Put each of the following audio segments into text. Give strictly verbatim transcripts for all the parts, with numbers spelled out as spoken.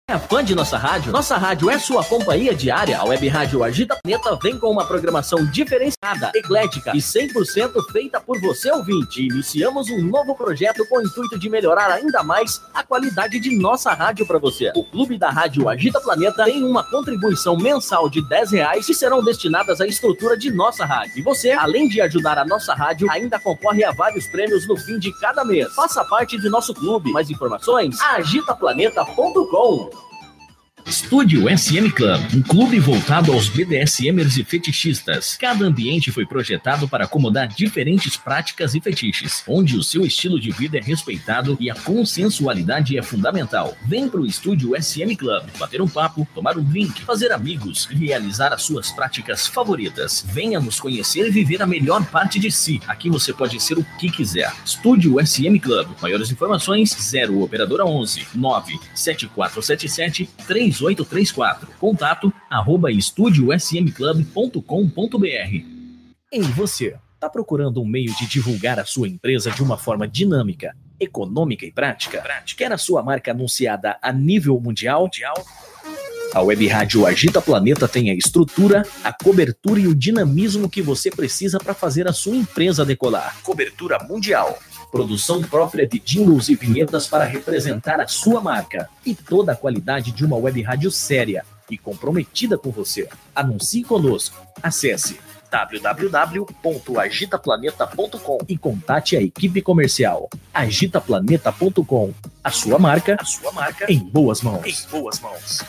É fã de nossa rádio? Nossa rádio é sua companhia diária. A Web Rádio Agita Planeta vem com uma programação diferenciada, eclética e cem por cento feita por você, ouvinte. Iniciamos um novo projeto com o intuito de melhorar ainda mais a qualidade de nossa rádio para você. O Clube da Rádio Agita Planeta tem uma contribuição mensal de dez reais que serão destinadas à estrutura de nossa rádio. E você, além de ajudar a nossa rádio, ainda concorre a vários prêmios no fim de cada mês. Faça parte de nosso clube. Mais informações? agita planeta ponto com. Estúdio S M Club, um clube voltado aos BDSMers e fetichistas. Cada ambiente foi projetado para acomodar diferentes práticas e fetiches, onde o seu estilo de vida é respeitado e a consensualidade é fundamental. Vem para o Estúdio S M Club, bater um papo, tomar um drink, fazer amigos e realizar as suas práticas favoritas. Venha nos conhecer e viver a melhor parte de si. Aqui você pode ser o que quiser. Estúdio S M Club. Maiores informações, zero operadora onze nove sete quatro sete sete três oito três quatro. Contato arroba estúdio s m club ponto com ponto b r. E você, está procurando um meio de divulgar a sua empresa de uma forma dinâmica, econômica e prática? Quer a sua marca anunciada a nível mundial? A Web Rádio Agita Planeta tem a estrutura, a cobertura e o dinamismo que você precisa para fazer a sua empresa decolar. Cobertura mundial. Produção própria de jingles e vinhetas para representar a sua marca. E toda a qualidade de uma web rádio séria e comprometida com você. Anuncie conosco. Acesse w w w ponto agita planeta ponto com e contate a equipe comercial. agita planeta ponto com. A sua marca, a sua marca em boas mãos. Em boas mãos.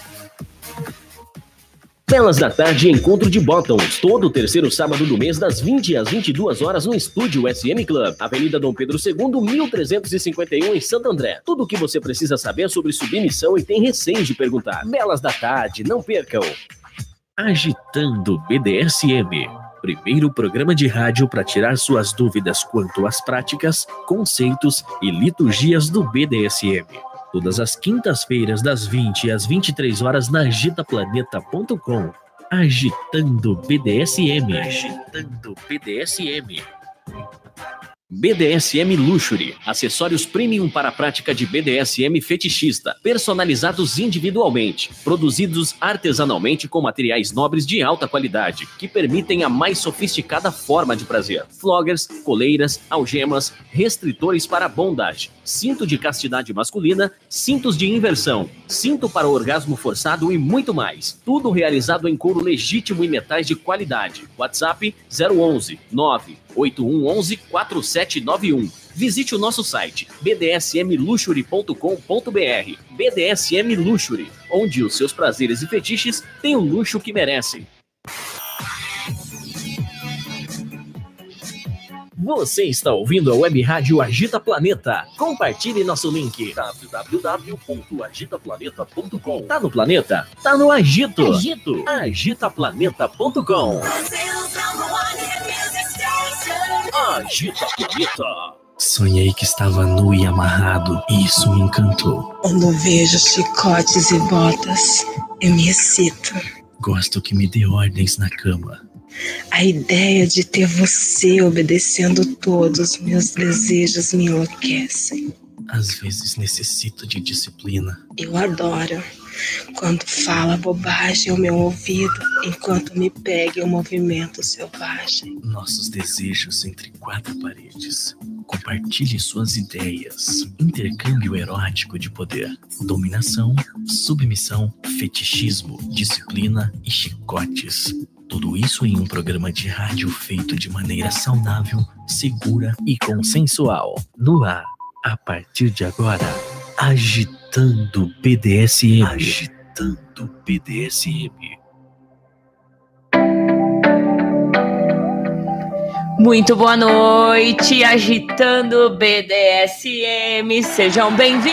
Belas da Tarde, encontro de Bottoms, todo terceiro sábado do mês, das vinte às vinte e duas horas, no Estúdio S M Club, Avenida Dom Pedro segundo, mil trezentos e cinquenta e um, em Santo André. Tudo o que você precisa saber sobre submissão e tem receio de perguntar. Belas da Tarde, não percam! Agitando B D S M, primeiro programa de rádio para tirar suas dúvidas quanto às práticas, conceitos e liturgias do B D S M. Todas as quintas-feiras, das vinte às vinte e três horas, na agita planeta ponto com. Agitando B D S M. Agitando B D S M. B D S M Luxury, acessórios premium para a prática de B D S M fetichista, personalizados individualmente, produzidos artesanalmente com materiais nobres de alta qualidade, que permitem a mais sofisticada forma de prazer. Floggers, coleiras, algemas, restritores para bondage, cinto de castidade masculina, cintos de inversão, cinto para orgasmo forçado e muito mais. Tudo realizado em couro legítimo e metais de qualidade. WhatsApp zero onze nove oito um um um quatro sete nove um. Visite o nosso site b d s m luxury ponto com ponto b r. B D S M Luxury, onde os seus prazeres e fetiches têm o luxo que merecem. Você está ouvindo a Web Rádio Agita Planeta. Compartilhe nosso link w w w ponto agita planeta ponto com. Tá no planeta? Tá no Agito. Agito. agita planeta ponto com. Agita Planeta. Sonhei que estava nu e amarrado, e isso me encantou. Quando vejo chicotes e botas, eu me excito. Gosto que me dê ordens na cama. A ideia de ter você obedecendo todos os meus desejos me enlouquecem. Às vezes necessito de disciplina. Eu adoro quando fala bobagem ao meu ouvido, enquanto me pega em um movimento selvagem. Nossos desejos entre quatro paredes. Compartilhe suas ideias. Intercâmbio erótico de poder. Dominação, submissão, fetichismo, disciplina e chicotes. Tudo isso em um programa de rádio feito de maneira saudável, segura e consensual. No ar, a partir de agora, Agitando B D S M. Agitando B D S M. Muito boa noite, Agitando B D S M. Sejam bem-vindos.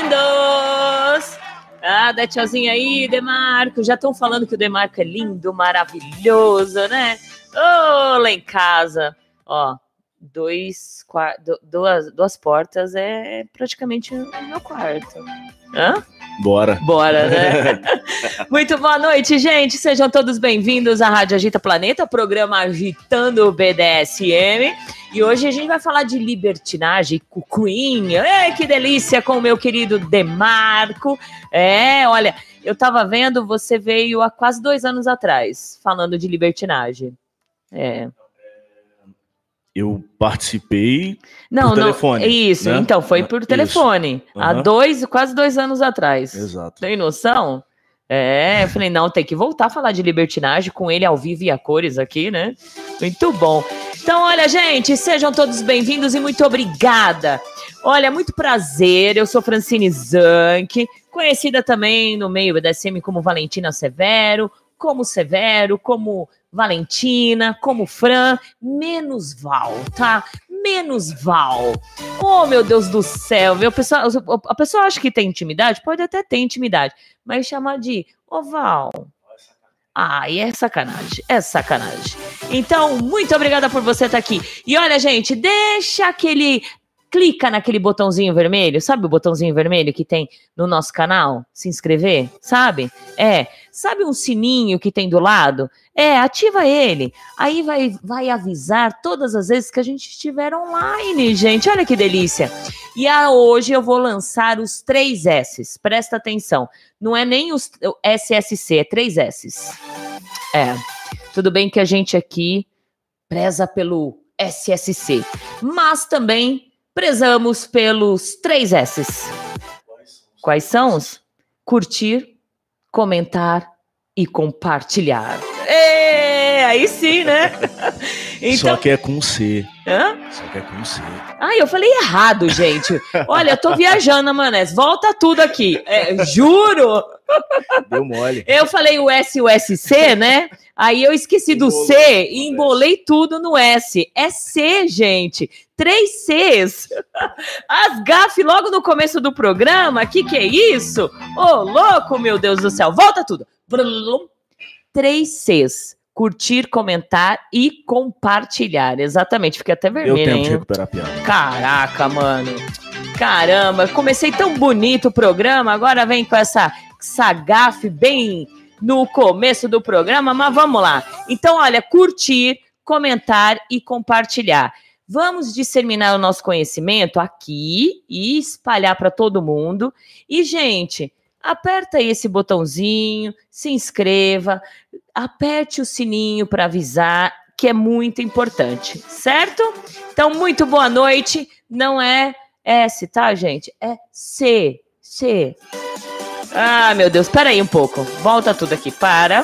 Ah, dá tchauzinho aí, Demarco. Já estão falando que o Demarco é lindo, maravilhoso, né? Ô, oh, lá em casa. Ó, dois, quatro, duas, duas portas é praticamente o meu quarto. Hã? Bora. Bora, né? Muito boa noite, gente. Sejam todos bem-vindos à Rádio Agita Planeta, programa Agitando o B D S M. E hoje a gente vai falar de libertinagem, Queen. Ei, que delícia, com o meu querido Demarco. É, olha, eu tava vendo, você veio há quase dois anos atrás, falando de libertinagem. É... Eu participei não, por telefone. Não, isso, né? Então, foi por telefone. Uhum. Há dois, quase dois anos atrás. Exato. Tem noção? É, eu falei, não, tem que voltar a falar de libertinagem com ele ao vivo e a cores aqui, né? Muito bom. Então, olha, gente, sejam todos bem-vindos e muito obrigada. Olha, muito prazer, eu sou Francine Zanck, conhecida também no meio B D S M como Valentina Severo, como Severo, como Valentina, como Fran, menos Val, tá? Menos Val. Oh, meu Deus do céu, meu pessoal, a pessoa acha que tem intimidade, pode até ter intimidade, mas chamar de ô Val. Ah, e é sacanagem, é sacanagem. Então, muito obrigada por você estar aqui. E olha, gente, deixa aquele... Clica naquele botãozinho vermelho, sabe o botãozinho vermelho que tem no nosso canal? Se inscrever, sabe? É, sabe um sininho que tem do lado? É, ativa ele. Aí vai, vai avisar todas as vezes que a gente estiver online, gente. Olha que delícia. E a, hoje eu vou lançar os três S's. Presta atenção. Não é nem os S S C, é três S's. É, tudo bem que a gente aqui preza pelo S S C, mas também prezamos pelos três S's. Quais são os? Curtir, comentar e compartilhar. É, aí sim, né? Então... Só que é com C. Hã? Só que é com C. Ah, eu falei errado, gente. Olha, eu tô viajando, Manés. Volta tudo aqui. É, juro. Deu mole. Eu falei o S e o S C, né? Aí eu esqueci do Embolou. C e embolei tudo no S. É C, gente. Três Cs. As gafes logo no começo do programa. Que que é isso? Ô, oh, louco, meu Deus do céu. Volta tudo. Três Cs. Curtir, comentar e compartilhar. Exatamente. Fiquei até vermelho. Eu tenho hein? que recuperar a piada. Caraca, mano. Caramba. Comecei tão bonito o programa. Agora vem com essa, essa gafe bem no começo do programa. Mas vamos lá. Então, olha, curtir, comentar e compartilhar. Vamos disseminar o nosso conhecimento aqui e espalhar para todo mundo. E, gente, aperta aí esse botãozinho, se inscreva, aperte o sininho para avisar, que é muito importante, certo? Então, muito boa noite. Não é S, tá, gente? É C. C. Ah, meu Deus, espera aí um pouco. Volta tudo aqui. Para.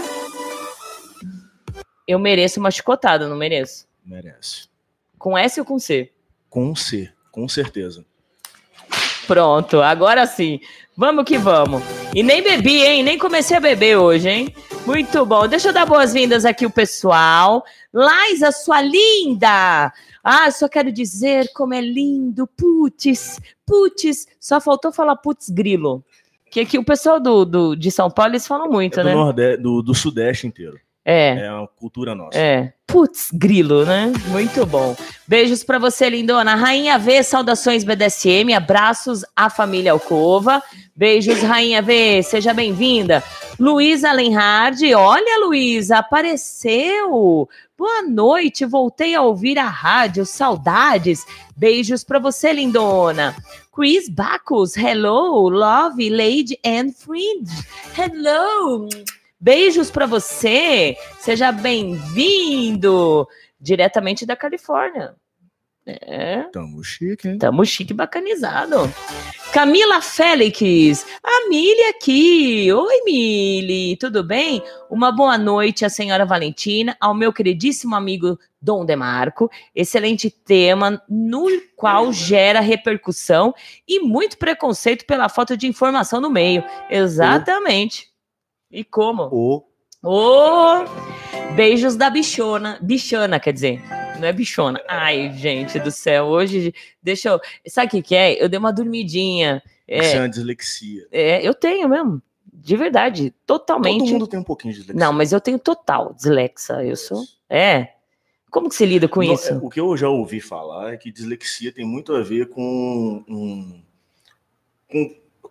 Eu mereço uma chicotada, não mereço? Merece. Com S ou com C? Com C, com certeza. Pronto, agora sim. Vamos que vamos. E nem bebi, hein? Nem comecei a beber hoje, hein? Muito bom. Deixa eu dar boas-vindas aqui o pessoal. Laisa, sua linda! Ah, só quero dizer como é lindo. Putz, putz. Só faltou falar putz grilo. Que aqui o pessoal do, do, de São Paulo, eles falam muito, é do né? Nordeste, do, do Sudeste inteiro. É. É uma cultura nossa. É. Putz, grilo, né? Muito bom. Beijos pra você, lindona. Rainha V, saudações B D S M, abraços à família Alcova. Beijos, Rainha V, seja bem-vinda. Luísa Lenhard, olha, Luísa, apareceu. Boa noite, voltei a ouvir a rádio, saudades. Beijos pra você, lindona. Chris Bacchus, hello, love, lady and friend. Hello. Beijos para você, seja bem-vindo, diretamente da Califórnia. É. Tamo chique, hein? Tamo chique, bacanizado. Camila Félix, a Mili aqui. Oi, Mili, tudo bem? Uma boa noite à senhora Valentina, ao meu queridíssimo amigo Dom Demarco. Excelente tema, no qual gera repercussão e muito preconceito pela falta de informação no meio. Exatamente. E como? O. Oh, beijos da bichona. Bichana, quer dizer. Não é bichona. Ai, gente do céu. Hoje, deixa eu... Sabe o que que é? Eu dei uma dormidinha. É, Isso é uma dislexia. É, eu tenho mesmo. De verdade. Totalmente. Todo mundo tem um pouquinho de dislexia. Não, mas eu tenho total dislexa. Eu sou... É. Como que você lida com Não, isso? O que eu já ouvi falar é que dislexia tem muito a ver com... Um, com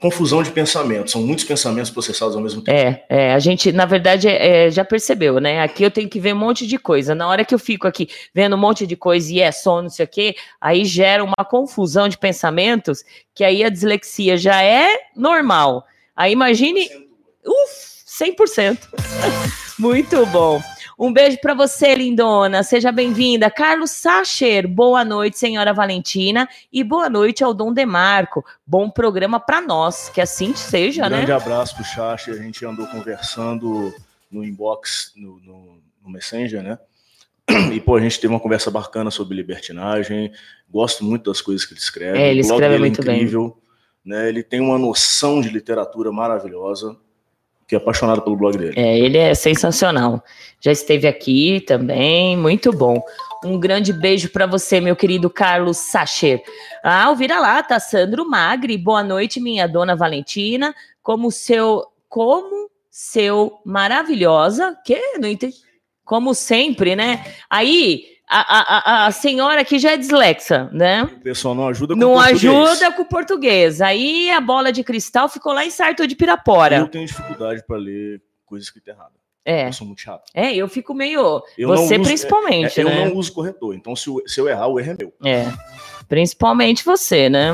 confusão de pensamentos, são muitos pensamentos processados ao mesmo tempo. É, é, a gente, na verdade, é, já percebeu, né? Aqui eu tenho que ver um monte de coisa. Na hora que eu fico aqui vendo um monte de coisa e é só não sei o quê, aí gera uma confusão de pensamentos, que aí a dislexia já é normal. Aí imagine, uf, cem por cento. Muito bom. Um beijo para você, lindona. Seja bem-vinda. Carlos Sacher, boa noite, senhora Valentina. E boa noite ao Dom Demarco. Bom programa para nós. Que assim seja, um né? Grande abraço pro Sacher. A gente andou conversando no inbox, no, no, no Messenger, né? E, pô, a gente teve uma conversa bacana sobre libertinagem. Gosto muito das coisas que ele escreve. É, ele o blog escreve dele é muito incrível, bem. Né? Ele tem uma noção de literatura maravilhosa. Fiquei apaixonado pelo blog dele. É, ele é sensacional. Já esteve aqui também, muito bom. Um grande beijo para você, meu querido Carlos Sacher. Ah, o vira-lata, Sandro Magri. Boa noite, minha dona Valentina. Como seu, como seu maravilhosa, que não entendi. Como sempre, né? Aí a, a, a senhora que já é dislexa, né? O pessoal não ajuda com não o português. Não ajuda com o português. Aí a bola de cristal ficou lá em Sarto de Pirapora. Eu tenho dificuldade para ler coisas escritas erradas. É. Eu sou muito chato. É, eu fico meio... Eu você uso, principalmente, é, é, né? Eu não uso corretor, então se eu, se eu errar, o erro é meu. É, principalmente você, né?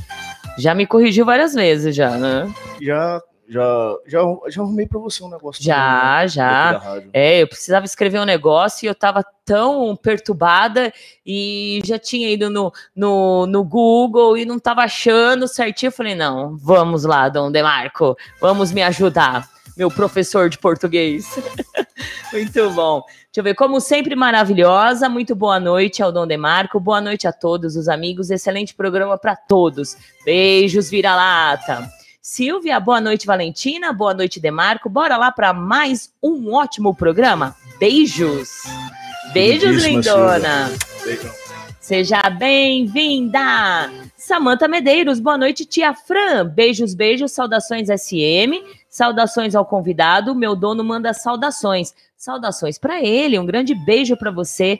Já me corrigiu várias vezes, já, né? Já... Já, já, já arrumei pra você um negócio. Já, também, né? já. É, eu precisava escrever um negócio e eu tava tão perturbada e já tinha ido no, no, no Google e não tava achando certinho. Eu falei, não, vamos lá, Dom Demarco, vamos me ajudar, meu professor de português. Muito bom. Deixa eu ver, como sempre, maravilhosa. Muito boa noite ao Dom Demarco. Boa noite a todos os amigos. Excelente programa para todos. Beijos, vira-lata. Silvia, boa noite, Valentina, boa noite, Demarco. Bora lá para mais um ótimo programa. Beijos. Beijos, lindona. Beijão. Seja bem-vinda. Samanta Medeiros, boa noite, tia Fran. Beijos, beijos, saudações S M. Saudações ao convidado. Meu dono manda saudações. Saudações para ele. Um grande beijo para você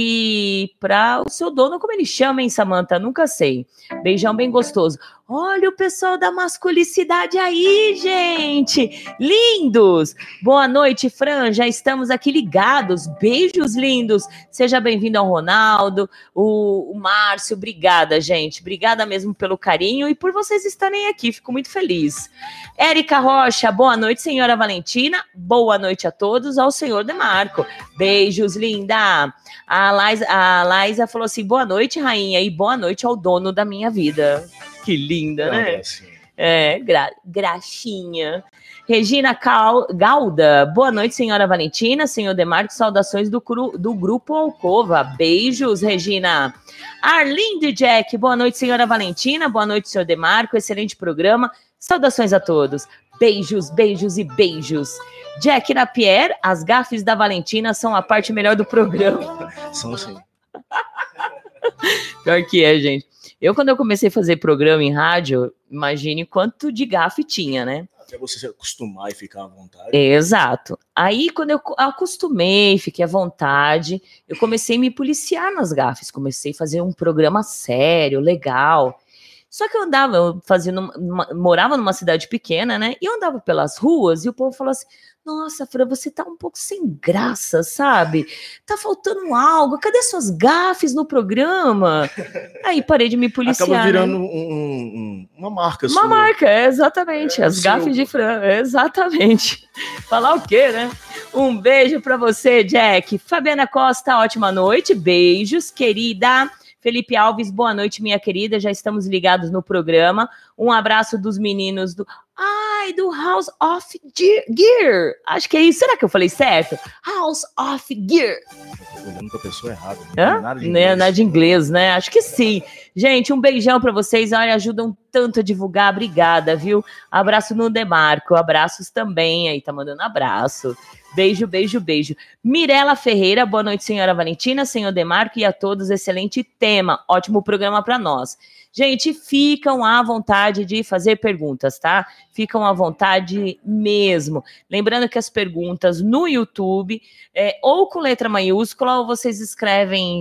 e para o seu dono, como ele chama, hein, Samanta? Nunca sei. Beijão bem gostoso. Olha o pessoal da masculicidade aí, gente! Lindos! Boa noite, Fran, já estamos aqui ligados. Beijos lindos! Seja bem-vindo ao Ronaldo, o, o Márcio, obrigada, gente. Obrigada mesmo pelo carinho e por vocês estarem aqui, fico muito feliz. Érica Rocha, boa noite, senhora Valentina. Boa noite a todos, ao senhor Demarco. Beijos, linda! A Laisa, a Laisa falou assim, boa noite, rainha, e boa noite ao dono da minha vida. Que linda, é, né? Gracinha. É, gra graxinha. Regina Cal Galda, boa noite, senhora Valentina, senhor Demarco, saudações do, do Grupo Alcova. Beijos, Regina. Arlindo Jack, boa noite, senhora Valentina, boa noite, senhor Demarco, excelente programa. Saudações a todos. Beijos, beijos e beijos. Jack Napier, as gafes da Valentina são a parte melhor do programa. São sim. Pior que é, gente. Eu, quando eu comecei a fazer programa em rádio, imagine quanto de gafe tinha, né? Até você se acostumar e ficar à vontade. Exato. Aí, quando eu acostumei, fiquei à vontade, eu comecei a me policiar nas gafes. Comecei a fazer um programa sério, legal. Só que eu andava, eu fazia numa, morava numa cidade pequena, né? E eu andava pelas ruas e o povo falou assim, nossa, Fran, você tá um pouco sem graça, sabe? Tá faltando algo, cadê suas gafes no programa? Aí parei de me policiar. Acaba virando né? um, um, uma marca. Uma sua. marca, é, exatamente. É, as gafes seu... de Fran, é, exatamente. Falar o quê, né? Um beijo pra você, Jack. Fabiana Costa, ótima noite. Beijos, querida. Felipe Alves, boa noite, minha querida. Já estamos ligados no programa. Um abraço dos meninos do... Ai, do House of Gear. Acho que é isso. Será que eu falei certo? House of Gear. Eu tô olhando pra pessoa errada. Não nada de inglês. Nada de inglês, né? Acho que sim. Gente, um beijão pra vocês. Olha, ajudam tanto a divulgar. Obrigada, viu? Abraço no Demarco. Abraços também. Aí, tá mandando abraço. Beijo, beijo, beijo. Mirela Ferreira, boa noite, senhora Valentina, senhor Demarco e a todos, excelente tema, ótimo programa para nós. Gente, ficam à vontade de fazer perguntas, tá? Ficam à vontade mesmo. Lembrando que as perguntas no YouTube, é, ou com letra maiúscula, ou vocês escrevem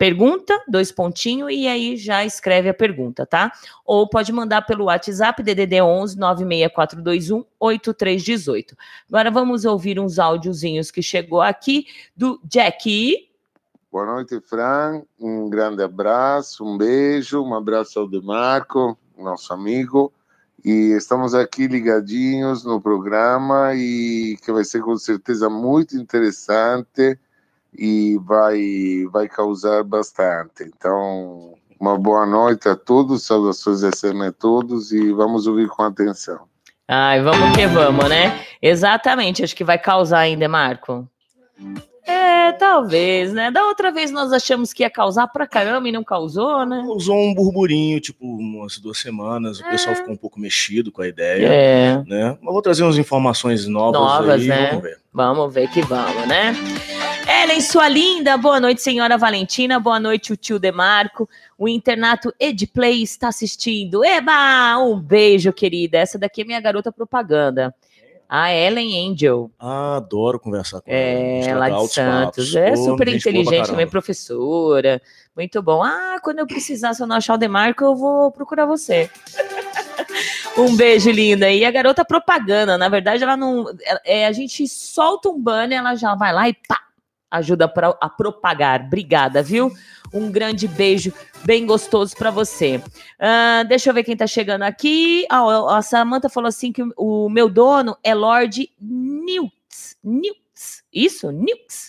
pergunta, dois pontinhos, e aí já escreve a pergunta, tá? Ou pode mandar pelo WhatsApp, D D D onze, nove seis quatro dois um, oito três um oito. Agora vamos ouvir uns áudiozinhos que chegou aqui do Jack. Boa noite, Fran. Um grande abraço, um beijo, um abraço ao Demarco, nosso amigo. E estamos aqui ligadinhos no programa e que vai ser com certeza muito interessante e vai, vai causar bastante. Então, uma boa noite a todos, saudações S M a todos e vamos ouvir com atenção. Ai, vamos que vamos, né? Exatamente, acho que vai causar ainda, Marco. É, talvez, né? Da outra vez nós achamos que ia causar pra caramba e não causou, né? Causou um burburinho, tipo, umas duas semanas, o é. pessoal ficou um pouco mexido com a ideia, é. né? Mas vou trazer umas informações novas, novas aí, né? vamos ver. Vamos ver que vamos, né? Ellen, sua linda, boa noite, senhora Valentina, boa noite, o tio Demarco, o internato Edplay está assistindo, eba, um beijo, querida, essa daqui é minha garota propaganda. A Ellen Angel. Ah, adoro conversar com é, ela. É, lá de Santos. É, Pô, super inteligente, também professora. Muito bom. Ah, quando eu precisar, se eu não achar o Demarco, eu vou procurar você. Um beijo, linda. E a garota propaganda, na verdade, ela não... É, a gente solta um banner, ela já vai lá e pá, ajuda pra, a propagar. Obrigada, viu? Um grande beijo bem gostoso para você. Uh, deixa eu ver quem tá chegando aqui. Ah, a Samantha falou assim que o meu dono é Lord Newts. Newts. Isso? Newts.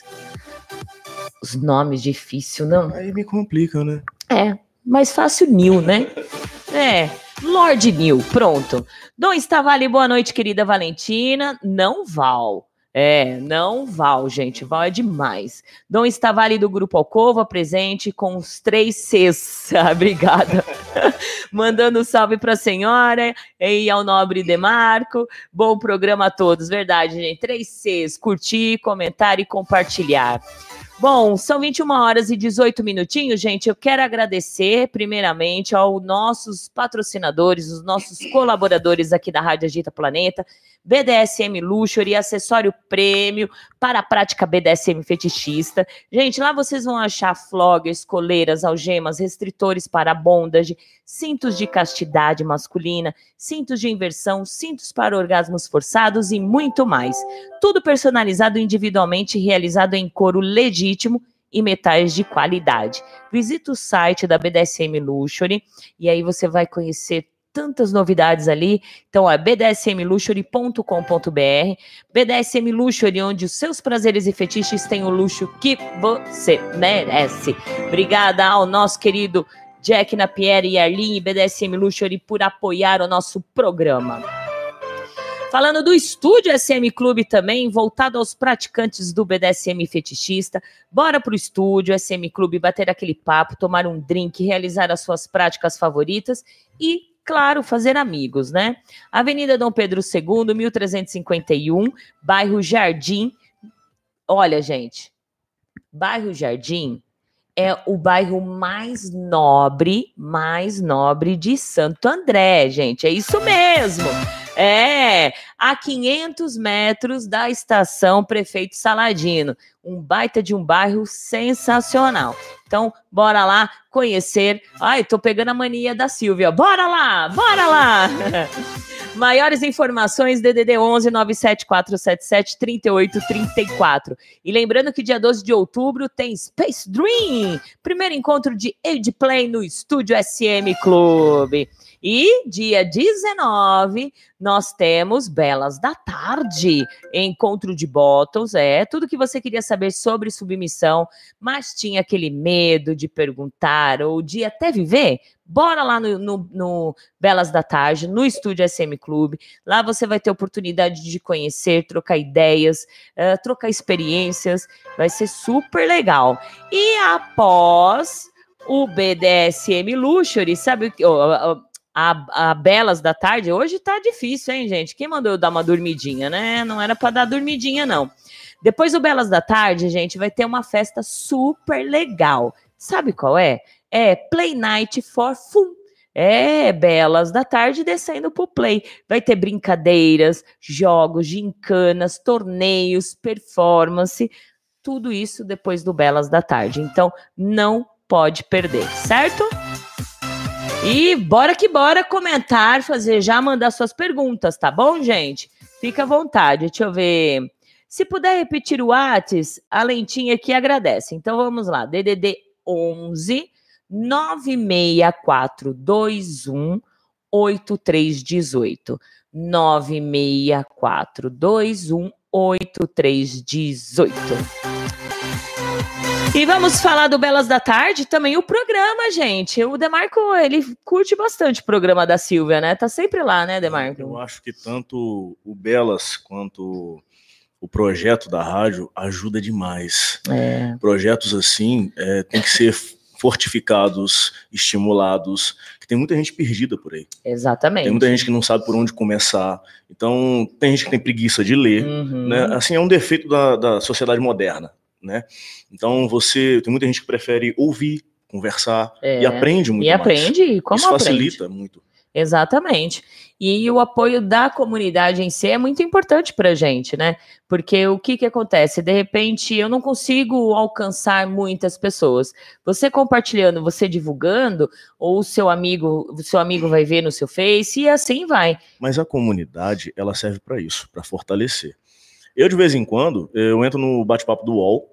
Os nomes difíceis, não? Aí me complica, né? É, mais fácil New, né? É, Lord New, pronto. Dom Stavali, boa noite, querida Valentina. Não Val. É, não Val, gente, Val é demais. Dom Stavali do Grupo Alcova, presente com os três Cs, obrigada. Mandando um salve para a senhora e ao nobre Demarco, bom programa a todos, verdade, gente, três Cs, curtir, comentar e compartilhar. Bom, são vinte e uma horas e dezoito minutinhos, gente. Eu quero agradecer, primeiramente, aos nossos patrocinadores, os nossos colaboradores aqui da Rádio Agita Planeta, B D S M Luxury, acessório prêmio para a prática B D S M fetichista. Gente, lá vocês vão achar floggers, coleiras, algemas, restritores para bondage, cintos de castidade masculina, cintos de inversão, cintos para orgasmos forçados e muito mais. Tudo personalizado individualmente, realizado em couro legítimo e metais de qualidade. Visita o site da B D S M Luxury e aí você vai conhecer tantas novidades ali. Então, é b d s m luxury ponto com ponto b r. B D S M Luxury, onde os seus prazeres e fetiches têm o luxo que você merece. Obrigada ao nosso querido Jack Napier e Arlene, B D S M Luxury, por apoiar o nosso programa. Falando do estúdio S M Clube também, voltado aos praticantes do B D S M fetichista, bora pro estúdio S M Clube bater aquele papo, tomar um drink, realizar as suas práticas favoritas e, claro, fazer amigos, né? Avenida Dom Pedro segundo, mil trezentos e cinquenta e um, bairro Jardim. Olha, gente, bairro Jardim é o bairro mais nobre, mais nobre de Santo André, gente. É isso mesmo. É, a quinhentos metros da estação Prefeito Saladino. Um baita de um bairro sensacional. Então, bora lá conhecer. Ai, tô pegando a mania da Silvia. Bora lá, bora lá. Maiores informações, D D D onze, nove sete quatro sete sete, três oito três quatro. E lembrando que dia doze de outubro tem Space Dream, primeiro encontro de Edplay no Estúdio S M Clube. E dia dezenove, nós temos Belas da Tarde, encontro de bottles, é tudo que você queria saber sobre submissão, mas tinha aquele medo de perguntar ou de até viver. Bora lá no, no, no Belas da Tarde, no Estúdio S M Clube. Lá você vai ter oportunidade de conhecer, trocar ideias, uh, trocar experiências. Vai ser super legal. E após o B D S M Luxury, sabe o que... Oh, oh, A, a Belas da Tarde, hoje tá difícil, hein, gente? Quem mandou eu dar uma dormidinha, né? Não era pra dar dormidinha, não. Depois do Belas da Tarde, gente, vai ter uma festa super legal. Sabe qual é? É Play Night for Fun. É, Belas da Tarde descendo pro Play. Vai ter brincadeiras, jogos, gincanas, torneios, performance. Tudo isso depois do Belas da Tarde. Então, não pode perder, certo? E bora que bora comentar, fazer já, mandar suas perguntas, tá bom, gente? Fica à vontade, deixa eu ver. Se puder repetir o WhatsApp, a Lentinha aqui agradece. Então vamos lá, D D D onze nove seis quatro dois um oito três um oito. nove seis quatro dois um oito três um oito. E vamos falar do Belas da Tarde, também o programa, gente. O Demarco, ele curte bastante o programa da Silvia, né? Tá sempre lá, né, Demarco? Eu acho que tanto o Belas quanto o projeto da rádio ajuda demais. É. Projetos assim é, tem que ser fortificados, estimulados, que tem muita gente perdida por aí. Exatamente. Tem muita gente que não sabe por onde começar. Então, tem gente que tem preguiça de ler. Uhum. Né? Assim, é um defeito da, da sociedade moderna. Né? Então, você tem muita gente que prefere ouvir, conversar é. e aprende muito e mais. aprende, e como Isso aprende? facilita muito. Exatamente. E o apoio da comunidade em si é muito importante para a gente, né? Porque o que que acontece? De repente, eu não consigo alcançar muitas pessoas. Você compartilhando, você divulgando, ou o seu amigo, o seu amigo vai ver no seu Face e assim vai. Mas a comunidade, ela serve para isso, para fortalecer. Eu, de vez em quando, eu entro no bate-papo do U O L,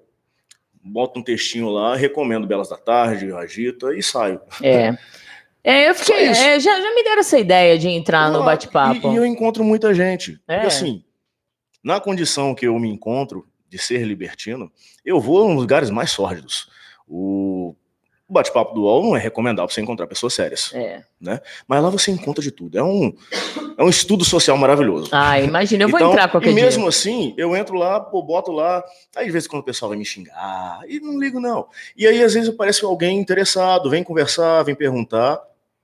boto um textinho lá, recomendo Belas da Tarde, Agita e saio. É. É, eu fiquei, é, já, já me deram essa ideia de entrar ah, no bate-papo. E, e eu encontro muita gente. É. Porque, assim, na condição que eu me encontro de ser libertino, eu vou nos lugares mais sórdidos. O, o bate-papo do U O L não é recomendável para você encontrar pessoas sérias. É. Né? Mas lá você encontra de tudo. É um, é um estudo social maravilhoso. Ah, imagina, eu vou então, entrar qualquer e mesmo dia. assim, eu entro lá, pô, boto lá, aí de vez em quando o pessoal vai me xingar, e não ligo não. E aí, às vezes, aparece alguém interessado, vem conversar, vem perguntar.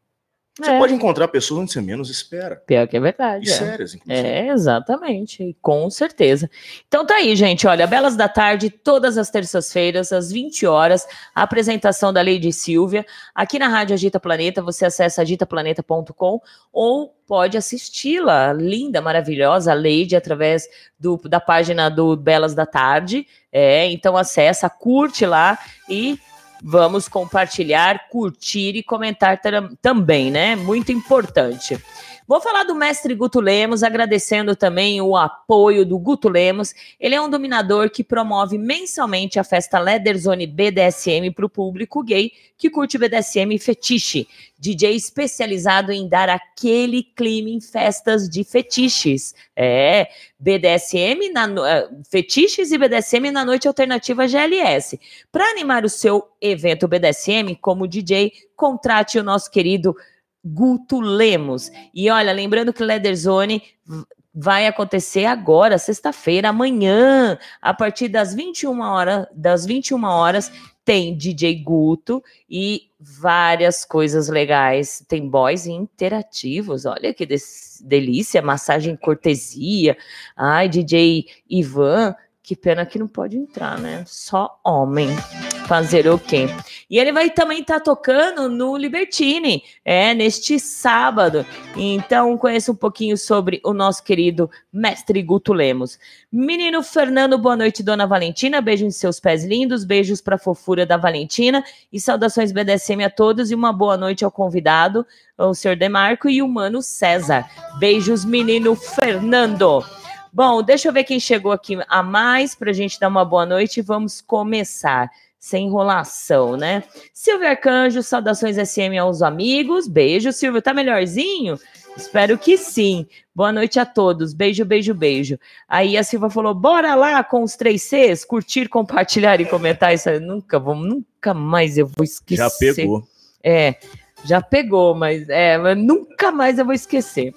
Você é. pode encontrar pessoas onde você menos espera. Pior que é verdade. E é. sérias, inclusive. É, exatamente, com certeza. Então tá aí, gente, olha, Belas da Tarde, todas as terças-feiras, às vinte horas, a apresentação da Lady Silvia, aqui na Rádio Agita Planeta, você acessa agita planeta ponto com ou pode assisti-la, linda, maravilhosa, a Lady, através do, da página do Belas da Tarde, é, então acessa, curte lá e vamos compartilhar, curtir e comentar também, né? Muito importante. Vou falar do mestre Guto Lemos, agradecendo também o apoio do Guto Lemos. Ele é um dominador que promove mensalmente a festa Leather Zone B D S M para o público gay que curte B D S M e fetiche. D J especializado em dar aquele clima em festas de fetiches. É, B D S M, na, uh, fetiches e B D S M na noite alternativa G L S. Para animar o seu evento B D S M como D J, contrate o nosso querido Guto Lemos. E olha, lembrando que o Leather Zone vai acontecer agora, sexta-feira, amanhã, a partir das vinte e uma horas, das vinte e uma horas, tem D J Guto e várias coisas legais. Tem boys interativos, olha que delícia, massagem cortesia. Ai, D J Ivan, que pena que não pode entrar, né? Só homem. Fazer o quê? E ele vai também estar tá tocando no Libertine, é, neste sábado. Então, conheça um pouquinho sobre o nosso querido mestre Guto Lemos. Menino Fernando, boa noite, dona Valentina. Beijo em seus pés lindos, beijos para a fofura da Valentina e saudações B D S M a todos e uma boa noite ao convidado, o senhor Demarco e o mano César. Beijos, menino Fernando. Bom, deixa eu ver quem chegou aqui a mais para a gente dar uma boa noite e vamos começar. Sem enrolação, né? Silvio Arcanjo, saudações S M aos amigos. Beijo, Silvio. Tá melhorzinho? Espero que sim. Boa noite a todos. Beijo, beijo, beijo. Aí a Silva falou, bora lá com os três Cs, curtir, compartilhar e comentar. Isso aí, nunca vou, nunca mais eu vou esquecer. Já pegou. É, já pegou, mas, é, mas nunca mais eu vou esquecer.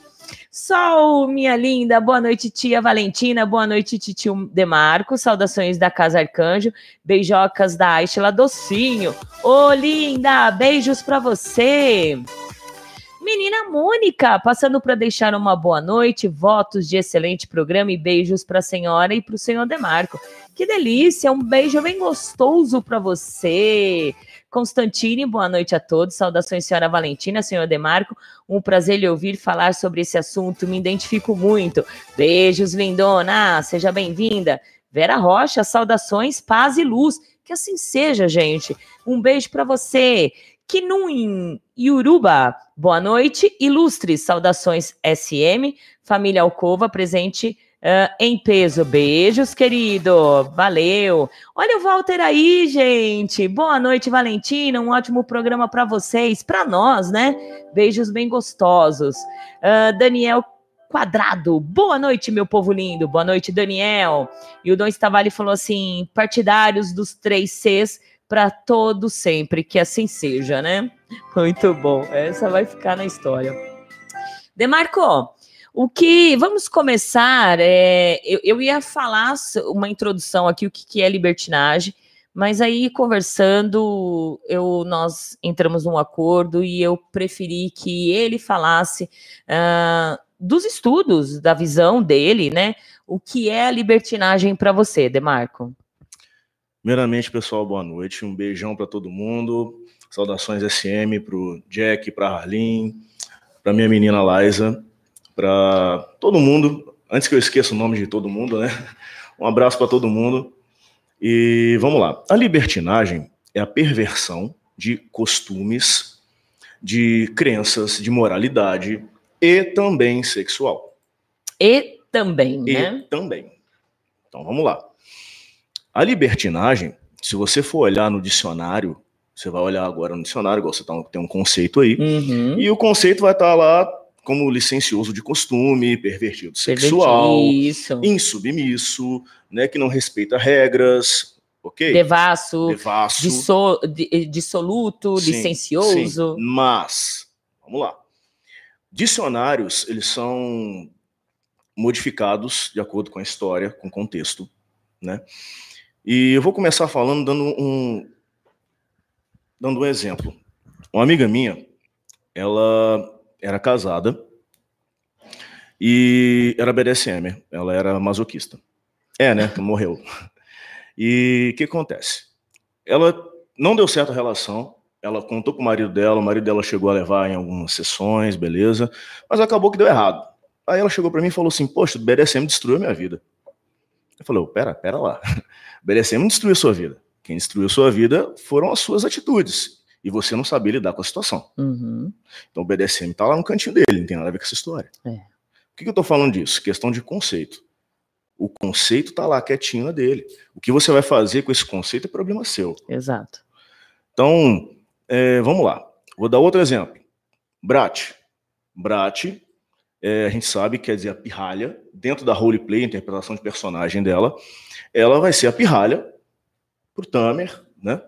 Sol, minha linda, boa noite, tia Valentina, boa noite, titio Demarco, saudações da Casa Arcanjo, beijocas da Aishla Docinho, ô linda, beijos pra você. Menina Mônica, passando para deixar uma boa noite, votos de excelente programa e beijos para a senhora e para o senhor Demarco. Que delícia, um beijo bem gostoso para você. Constantine, boa noite a todos. Saudações, senhora Valentina, senhor Demarco. Um prazer lhe ouvir falar sobre esse assunto. Me identifico muito. Beijos, lindona. Seja bem-vinda. Vera Rocha, saudações, paz e luz. Que assim seja, gente. Um beijo para você. Kinum Iuruba, boa noite. Ilustres, saudações S M. Família Alcova, presente uh, em peso. Beijos, querido. Valeu. Olha o Walter aí, gente. Boa noite, Valentina. Um ótimo programa para vocês, para nós, né? Beijos bem gostosos. Uh, Daniel Quadrado, boa noite, meu povo lindo. Boa noite, Daniel. E o Dom Stavali falou assim: partidários dos três Cs para todo sempre, que assim seja, né? Muito bom. Essa vai ficar na história. Demarco, o que vamos começar? É, eu, eu ia falar uma introdução aqui, o que, que é libertinagem, mas aí conversando, eu, nós entramos num acordo e eu preferi que ele falasse uh, dos estudos, da visão dele, né? O que é a libertinagem para você, Demarco? Primeiramente, pessoal, boa noite. Um beijão para todo mundo. Saudações S M para o Jack, para a Arlene, para minha menina Liza, para todo mundo. Antes que eu esqueça o nome de todo mundo, né? Um abraço para todo mundo. E vamos lá. A libertinagem é a perversão de costumes, de crenças, de moralidade e também sexual. E também, e né? E também. Então, vamos lá. A libertinagem, se você for olhar no dicionário, você vai olhar agora no dicionário, igual você tá, tem um conceito aí, uhum. E o conceito vai estar lá como licencioso de costume, pervertido sexual, Isso. insubmisso, né, que não respeita regras, ok? Devasso, Devasso. Disso, dissoluto, sim, licencioso. Sim. Mas, vamos lá. Dicionários, eles são modificados de acordo com a história, com o contexto, né? E eu vou começar falando dando um, dando um exemplo. Uma amiga minha, ela era casada e era B D S M, ela era masoquista. É, né? Morreu. E o que acontece? Ela não deu certo a relação, ela contou com o marido dela, o marido dela chegou a levar em algumas sessões, beleza, mas acabou que deu errado. Aí ela chegou pra mim e falou assim: poxa, o B D S M destruiu a minha vida. Eu falei: oh, pera, pera lá. O B D S M não destruiu a sua vida. Quem destruiu a sua vida foram as suas atitudes. E você não sabia lidar com a situação. Uhum. Então o B D S M tá lá no cantinho dele, não tem nada a ver com essa história. É. Por que, que eu tô falando disso? Questão de conceito. O conceito tá lá quietinho na dele. O que você vai fazer com esse conceito é problema seu. Exato. Então, é, vamos lá. Vou dar outro exemplo. Brat. Brat, é, a gente sabe que quer dizer a pirralha. Dentro da roleplay, a interpretação de personagem dela, ela vai ser a pirralha pro Tamer, né?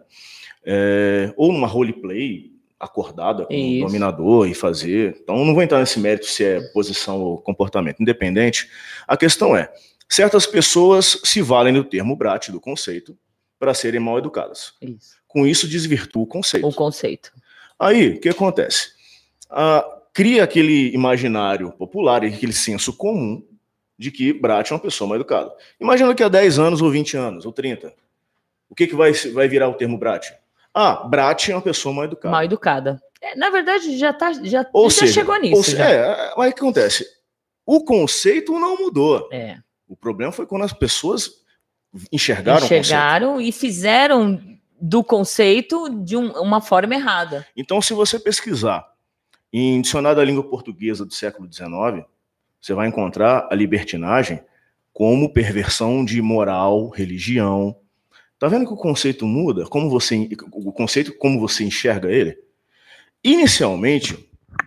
É, ou numa roleplay acordada com o dominador e fazer. Então, não vou entrar nesse mérito se é posição ou comportamento independente. A questão é, certas pessoas se valem do termo Brat, do conceito, para serem mal educadas. Isso. Com isso, desvirtua o conceito. O conceito. Aí, o que acontece? Ah, cria aquele imaginário popular, aquele senso comum de que Brat é uma pessoa mal educada. Imagina que há dez anos, ou vinte anos, ou trinta. O que, que vai, vai virar o termo Brat? Ah, Brat é uma pessoa mal educada. Mal educada. É, na verdade, já, tá, já, ou já seja, chegou nisso. Ou já. É, mas o que acontece? O conceito não mudou. É. O problema foi quando as pessoas enxergaram, enxergaram o conceito. E fizeram do conceito de um, uma forma errada. Então, se você pesquisar em dicionário da língua portuguesa do século dezenove, você vai encontrar a libertinagem como perversão de moral, religião. Tá vendo que o conceito muda? Como você, o conceito, como você enxerga ele? Inicialmente,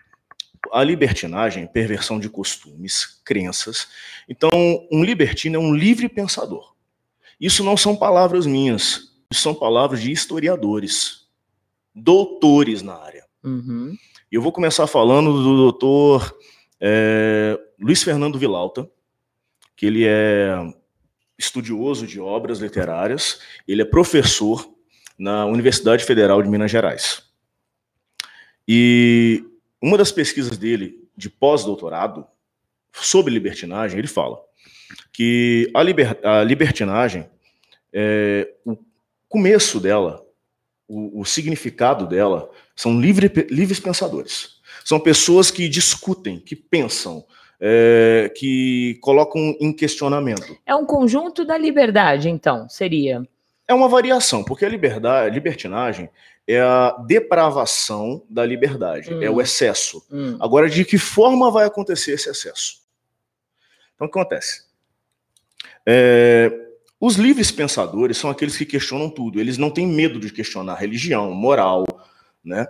a libertinagem é perversão de costumes, crenças. Então, um libertino é um livre pensador. Isso não são palavras minhas, isso são palavras de historiadores, doutores na área. Uhum. Eu vou começar falando do doutor é, Luiz Fernando Villalta, que ele é estudioso de obras literárias, ele é professor na Universidade Federal de Minas Gerais. E uma das pesquisas dele de pós-doutorado sobre libertinagem, ele fala que a, liber, a libertinagem, é, o começo dela, o, o significado dela, são livre, livres pensadores. São pessoas que discutem, que pensam, é, que colocam em questionamento. É um conjunto da liberdade, então, seria? É uma variação, porque a liberdade, a libertinagem é a depravação da liberdade, hum. é o excesso. Hum. Agora, de que forma vai acontecer esse excesso? Então, o que acontece? É, os livres pensadores são aqueles que questionam tudo. Eles não têm medo de questionar religião, moral, né?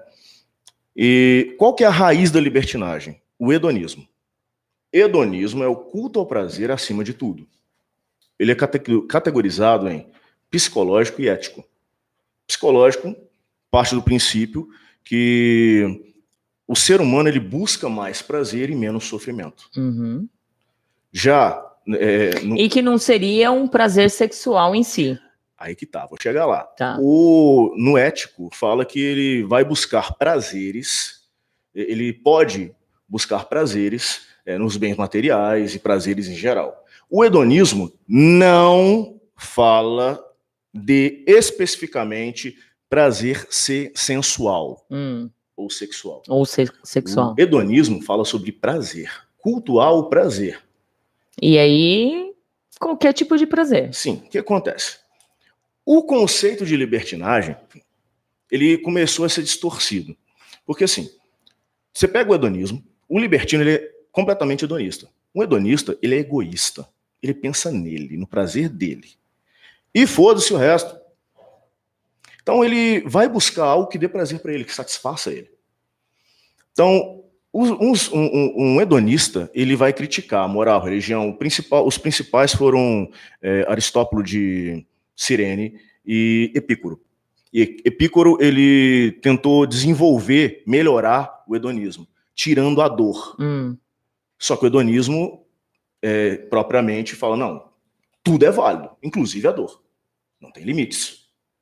E qual que é a raiz da libertinagem? O hedonismo. Hedonismo é o culto ao prazer acima de tudo. Ele é categorizado em psicológico e ético. Psicológico parte do princípio que o ser humano ele busca mais prazer e menos sofrimento. Uhum. Já... É, no... E que não seria um prazer sexual em si. Aí que tá, vou chegar lá. Tá. O, no ético, fala que ele vai buscar prazeres, ele pode buscar prazeres é, nos bens materiais e prazeres em geral. O hedonismo não fala de especificamente prazer ser sensual hum. ou sexual. Ou se sexual. O hedonismo fala sobre prazer, cultuar o prazer. E aí, qualquer tipo de prazer. Sim, o que acontece? O conceito de libertinagem, ele começou a ser distorcido. Porque assim, você pega o hedonismo, o libertino ele é completamente hedonista. O hedonista, ele é egoísta. Ele pensa nele, no prazer dele. E foda-se o resto. Então ele vai buscar algo que dê prazer para ele, que satisfaça ele. Então, um, um, um hedonista, ele vai criticar a moral, a religião. O principal, os principais foram é, Aristóbulo de Cirene e Epícoro. E Epícoro, ele tentou desenvolver, melhorar o hedonismo, tirando a dor. Hum. Só que o hedonismo, é, propriamente, fala, não, tudo é válido, inclusive a dor. Não tem limites.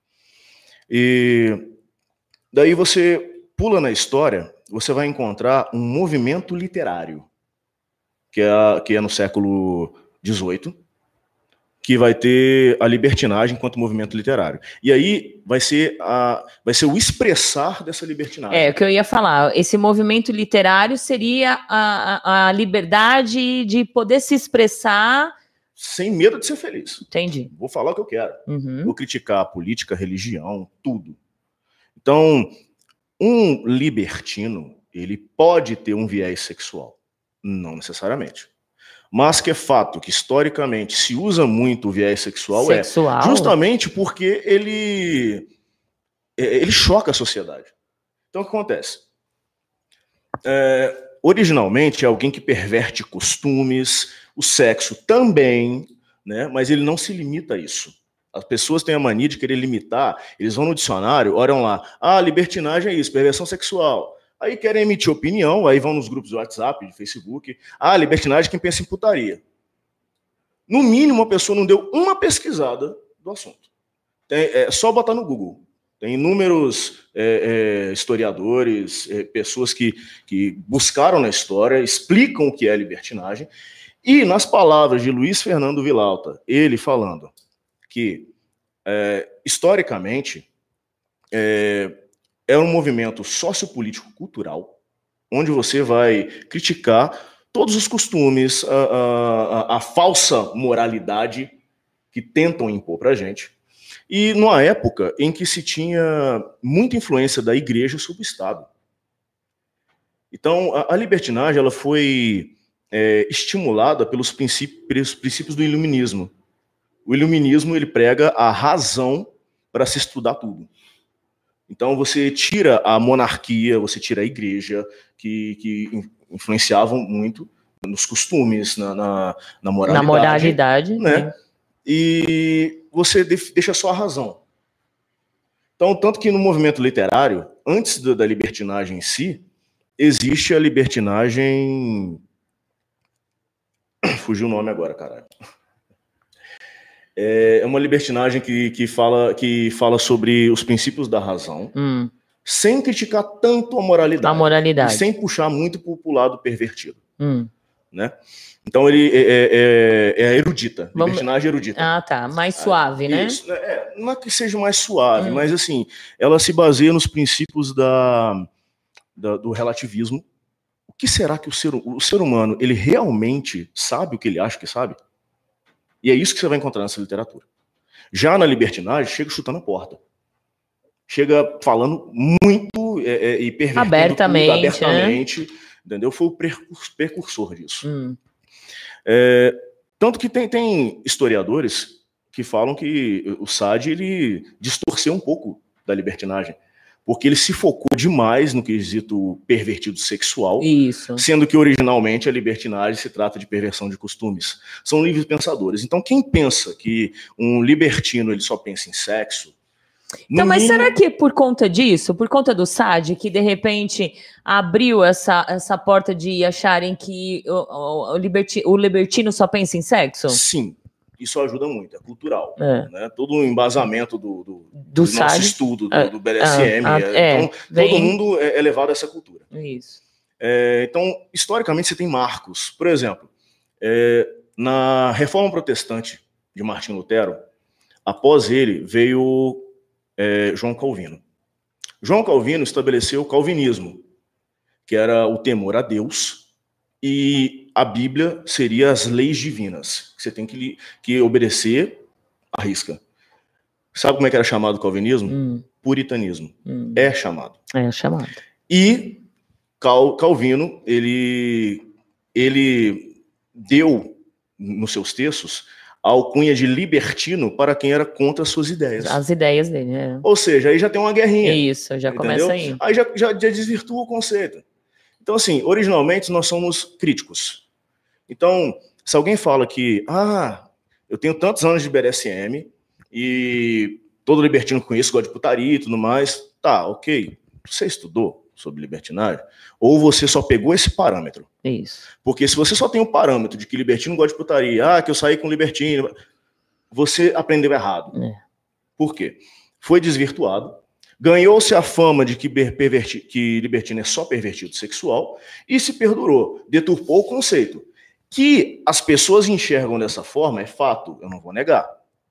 E daí você pula na história, você vai encontrar um movimento literário, que é, que é no século dezoito, que vai ter a libertinagem enquanto movimento literário. E aí vai ser, a, vai ser o expressar dessa libertinagem. É, o que eu ia falar. Esse movimento literário seria a, a, a liberdade de poder se expressar... Sem medo de ser feliz. Entendi. Vou falar o que eu quero. Uhum. Vou criticar a política, a religião, tudo. Então, um libertino, ele pode ter um viés sexual. Não necessariamente. Mas que é fato que, historicamente, se usa muito o viés sexual, sexual? é justamente porque ele, ele choca a sociedade. Então, o que acontece? É, originalmente, é alguém que perverte costumes, o sexo também, né? Mas ele não se limita a isso. As pessoas têm a mania de querer limitar, eles vão no dicionário, olham lá, ah, libertinagem é isso, perversão sexual. Aí querem emitir opinião, aí vão nos grupos do WhatsApp, de Facebook. Ah, libertinagem é quem pensa em putaria. No mínimo, a pessoa não deu uma pesquisada do assunto. Tem, é só botar no Google. Tem inúmeros é, é, historiadores, é, pessoas que, que buscaram na história, explicam o que é libertinagem. E nas palavras de Luiz Fernando Villalta, ele falando que, é, historicamente, é, é um movimento sociopolítico-cultural, onde você vai criticar todos os costumes, a, a, a falsa moralidade que tentam impor para a gente. E numa época em que se tinha muita influência da igreja sobre o Estado. Então, a, a libertinagem ela foi é, estimulada pelos princípios, pelos princípios do iluminismo. O iluminismo ele prega a razão para se estudar tudo. Então você tira a monarquia, você tira a igreja, que, que influenciavam muito nos costumes, na, na, na moralidade. Na moralidade, né? né? E você deixa só a razão. Então, tanto que no movimento literário, antes da, da libertinagem em si, existe a libertinagem... Fugiu o nome agora, caralho. É uma libertinagem que, que, fala, que fala sobre os princípios da razão, hum. sem criticar tanto a moralidade. A moralidade. E sem puxar muito para o lado pervertido. Hum. Né? Então ele é, é, é a erudita, Vamos... libertinagem erudita. Ah, tá. Mais suave, ah, né? Isso. É, não é que seja mais suave, hum. mas assim, ela se baseia nos princípios da, da, do relativismo. O que será que o ser, o ser humano, ele realmente sabe o que ele acha que sabe? E é isso que você vai encontrar nessa literatura. Já na libertinagem, chega chutando a porta. Chega falando muito é, é, e pervertendo abertamente, tudo, abertamente, né? Entendeu? Foi o precursor disso. Hum. É, tanto que tem, tem historiadores que falam que o Sade ele distorceu um pouco da libertinagem, porque ele se focou demais no quesito pervertido sexual, Isso. Sendo que originalmente a libertinagem se trata de perversão de costumes. São livres pensadores. Então quem pensa que um libertino ele só pensa em sexo... Então, mas será que por conta disso, por conta do Sade, que de repente abriu essa, essa porta de acharem que o, o, o, liberti, o libertino só pensa em sexo? Sim, isso ajuda muito, é cultural. É. Né? Todo o embasamento do, do, do, do nosso estudo, do, do B D S M. Ah, ah, é, então, vem... todo mundo é, é levado a essa cultura. Isso. É, então, historicamente, você tem marcos. Por exemplo, é, na Reforma Protestante de Martinho Lutero, após ele veio... É, João Calvino. João Calvino estabeleceu o calvinismo, que era o temor a Deus, e a Bíblia seria as leis divinas, que você tem que, que obedecer à risca. Sabe como é que era chamado o calvinismo? Hum. Puritanismo. Hum. É chamado. É chamado. E Cal, Calvino, ele, ele deu, nos seus textos, a alcunha de libertino para quem era contra as suas ideias. As ideias dele, né? Ou seja, aí já tem uma guerrinha. Isso, já entendeu? Começa aí. Aí já, já, já desvirtua o conceito. Então, assim, originalmente nós somos críticos. Então, se alguém fala que, ah, eu tenho tantos anos de B D S M e todo libertino que conheço gosta de putaria e tudo mais, tá, ok. Você estudou sobre libertinagem? Ou você só pegou esse parâmetro? Isso. Porque se você só tem o parâmetro de que libertino gosta de putaria, ah, que eu saí com libertino, você aprendeu errado. É. Por quê? Foi desvirtuado, ganhou-se a fama de que, perverti, que libertino é só pervertido sexual e se perdurou, deturpou o conceito. Que as pessoas enxergam dessa forma é fato, eu não vou negar.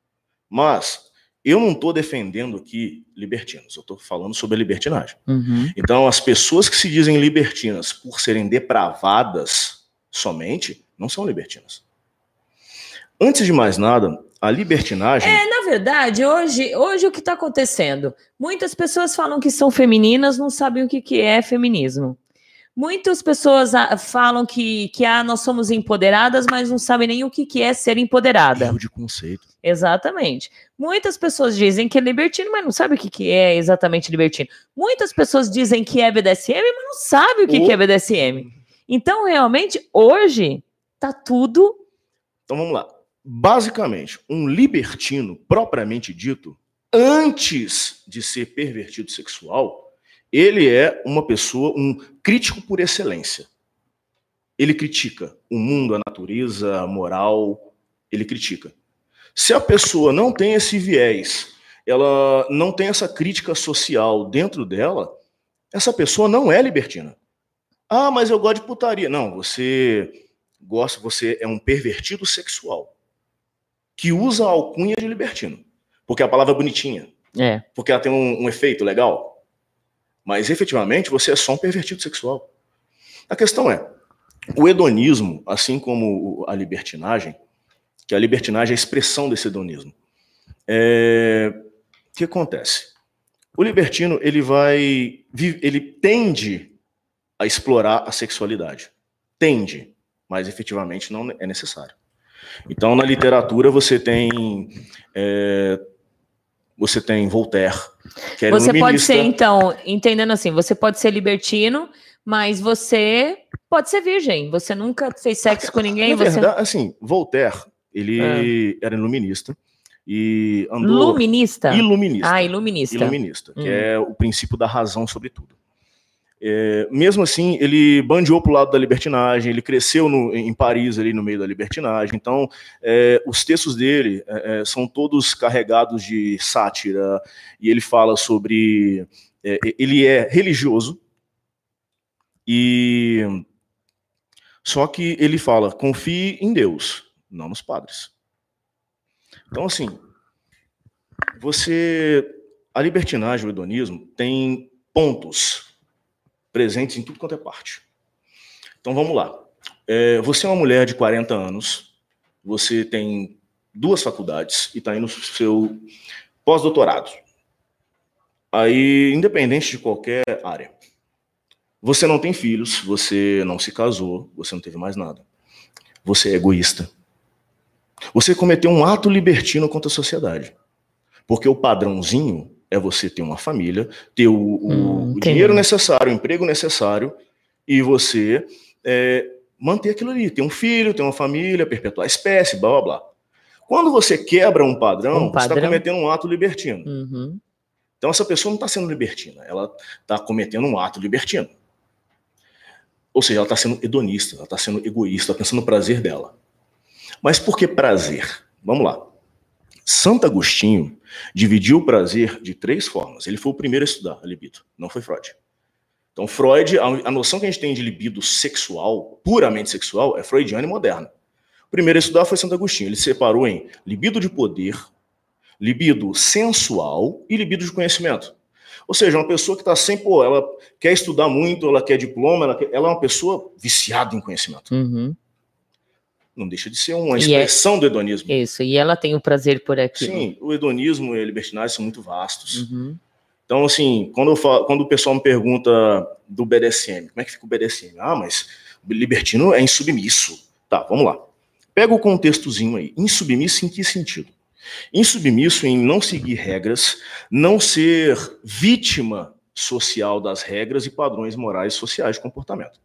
Mas eu não estou defendendo aqui libertinos, eu estou falando sobre a libertinagem. Uhum. Então, as pessoas que se dizem libertinas por serem depravadas somente, não são libertinas. Antes de mais nada, a libertinagem... É, na verdade, hoje, hoje o que está acontecendo? Muitas pessoas falam que são femininas, não sabem o que, que é feminismo. Muitas pessoas falam que, que ah, nós somos empoderadas, mas não sabem nem o que, que é ser empoderada. Erro de conceito. Exatamente. Muitas pessoas dizem que é libertino, mas não sabem o que, que é exatamente libertino. Muitas pessoas dizem que é B D S M, mas não sabem o que, oh. que é B D S M. Então, realmente, hoje, tá tudo... Então, vamos lá. Basicamente, um libertino, propriamente dito, antes de ser pervertido sexual... Ele é uma pessoa, um crítico por excelência. Ele critica o mundo, a natureza, a moral, ele critica. Se a pessoa não tem esse viés, ela não tem essa crítica social dentro dela, essa pessoa não é libertina. Ah, mas eu gosto de putaria. Não, você gosta, você é um pervertido sexual que usa a alcunha de libertino, porque a palavra é bonitinha, é. Porque ela tem um, um efeito legal. Mas, efetivamente, você é só um pervertido sexual. A questão é, o hedonismo, assim como a libertinagem, que a libertinagem é a expressão desse hedonismo, é... o que acontece? O libertino, ele vai, ele tende a explorar a sexualidade. Tende, mas efetivamente não é necessário. Então, na literatura, você tem... É... Você tem Voltaire, que era Você iluminista. Pode ser, então, entendendo assim, você pode ser libertino, mas você pode ser virgem. Você nunca fez sexo com ninguém. Na você... verdade, assim, Voltaire, ele ah. era iluminista. E andou... Luminista? Iluminista. Ah, iluminista. Iluminista, hum. que é o princípio da razão sobre tudo. É, mesmo assim, ele bandeou para o lado da libertinagem, ele cresceu no, em Paris, ali no meio da libertinagem. Então, é, os textos dele é, são todos carregados de sátira, e ele fala sobre... É, ele é religioso, e só que ele fala, confie em Deus, não nos padres. Então, assim, você... A libertinagem, o hedonismo, tem pontos presentes em tudo quanto é parte. Então vamos lá. É, você é uma mulher de quarenta anos, você tem duas faculdades e está indo no seu pós-doutorado. Aí, independente de qualquer área, você não tem filhos, você não se casou, você não teve mais nada. Você é egoísta. Você cometeu um ato libertino contra a sociedade. Porque o padrãozinho é você ter uma família, ter o, o, hum, o dinheiro necessário, o emprego necessário, e você é, manter aquilo ali. Ter um filho, ter uma família, perpetuar a espécie, blá, blá, blá. Quando você quebra um padrão, um padrão. você está cometendo um ato libertino. Uhum. Então essa pessoa não está sendo libertina, ela está cometendo um ato libertino. Ou seja, ela está sendo hedonista, ela está sendo egoísta, está pensando no prazer dela. Mas por que prazer? Vamos lá. Santo Agostinho dividiu o prazer de três formas. Ele foi o primeiro a estudar a libido, não foi Freud. Então Freud, a, a noção que a gente tem de libido sexual, puramente sexual, é freudiana e moderna. O primeiro a estudar foi Santo Agostinho. Ele separou em libido de poder, libido sensual e libido de conhecimento. Ou seja, uma pessoa que está sempre, pô, ela quer estudar muito, ela quer diploma, ela, quer, ela é uma pessoa viciada em conhecimento. Uhum. Não deixa de ser uma expressão é, do hedonismo. Isso, e ela tem o prazer por aquilo. Sim, o hedonismo e a libertinagem são muito vastos. Uhum. Então, assim, quando, eu falo, quando o pessoal me pergunta do B D S M, como é que fica o B D S M? Ah, mas o libertino é insubmisso. Tá, vamos lá. Pega o contextozinho aí. Insubmisso em que sentido? Insubmisso em não seguir regras, não ser vítima social das regras e padrões morais e sociais de comportamento.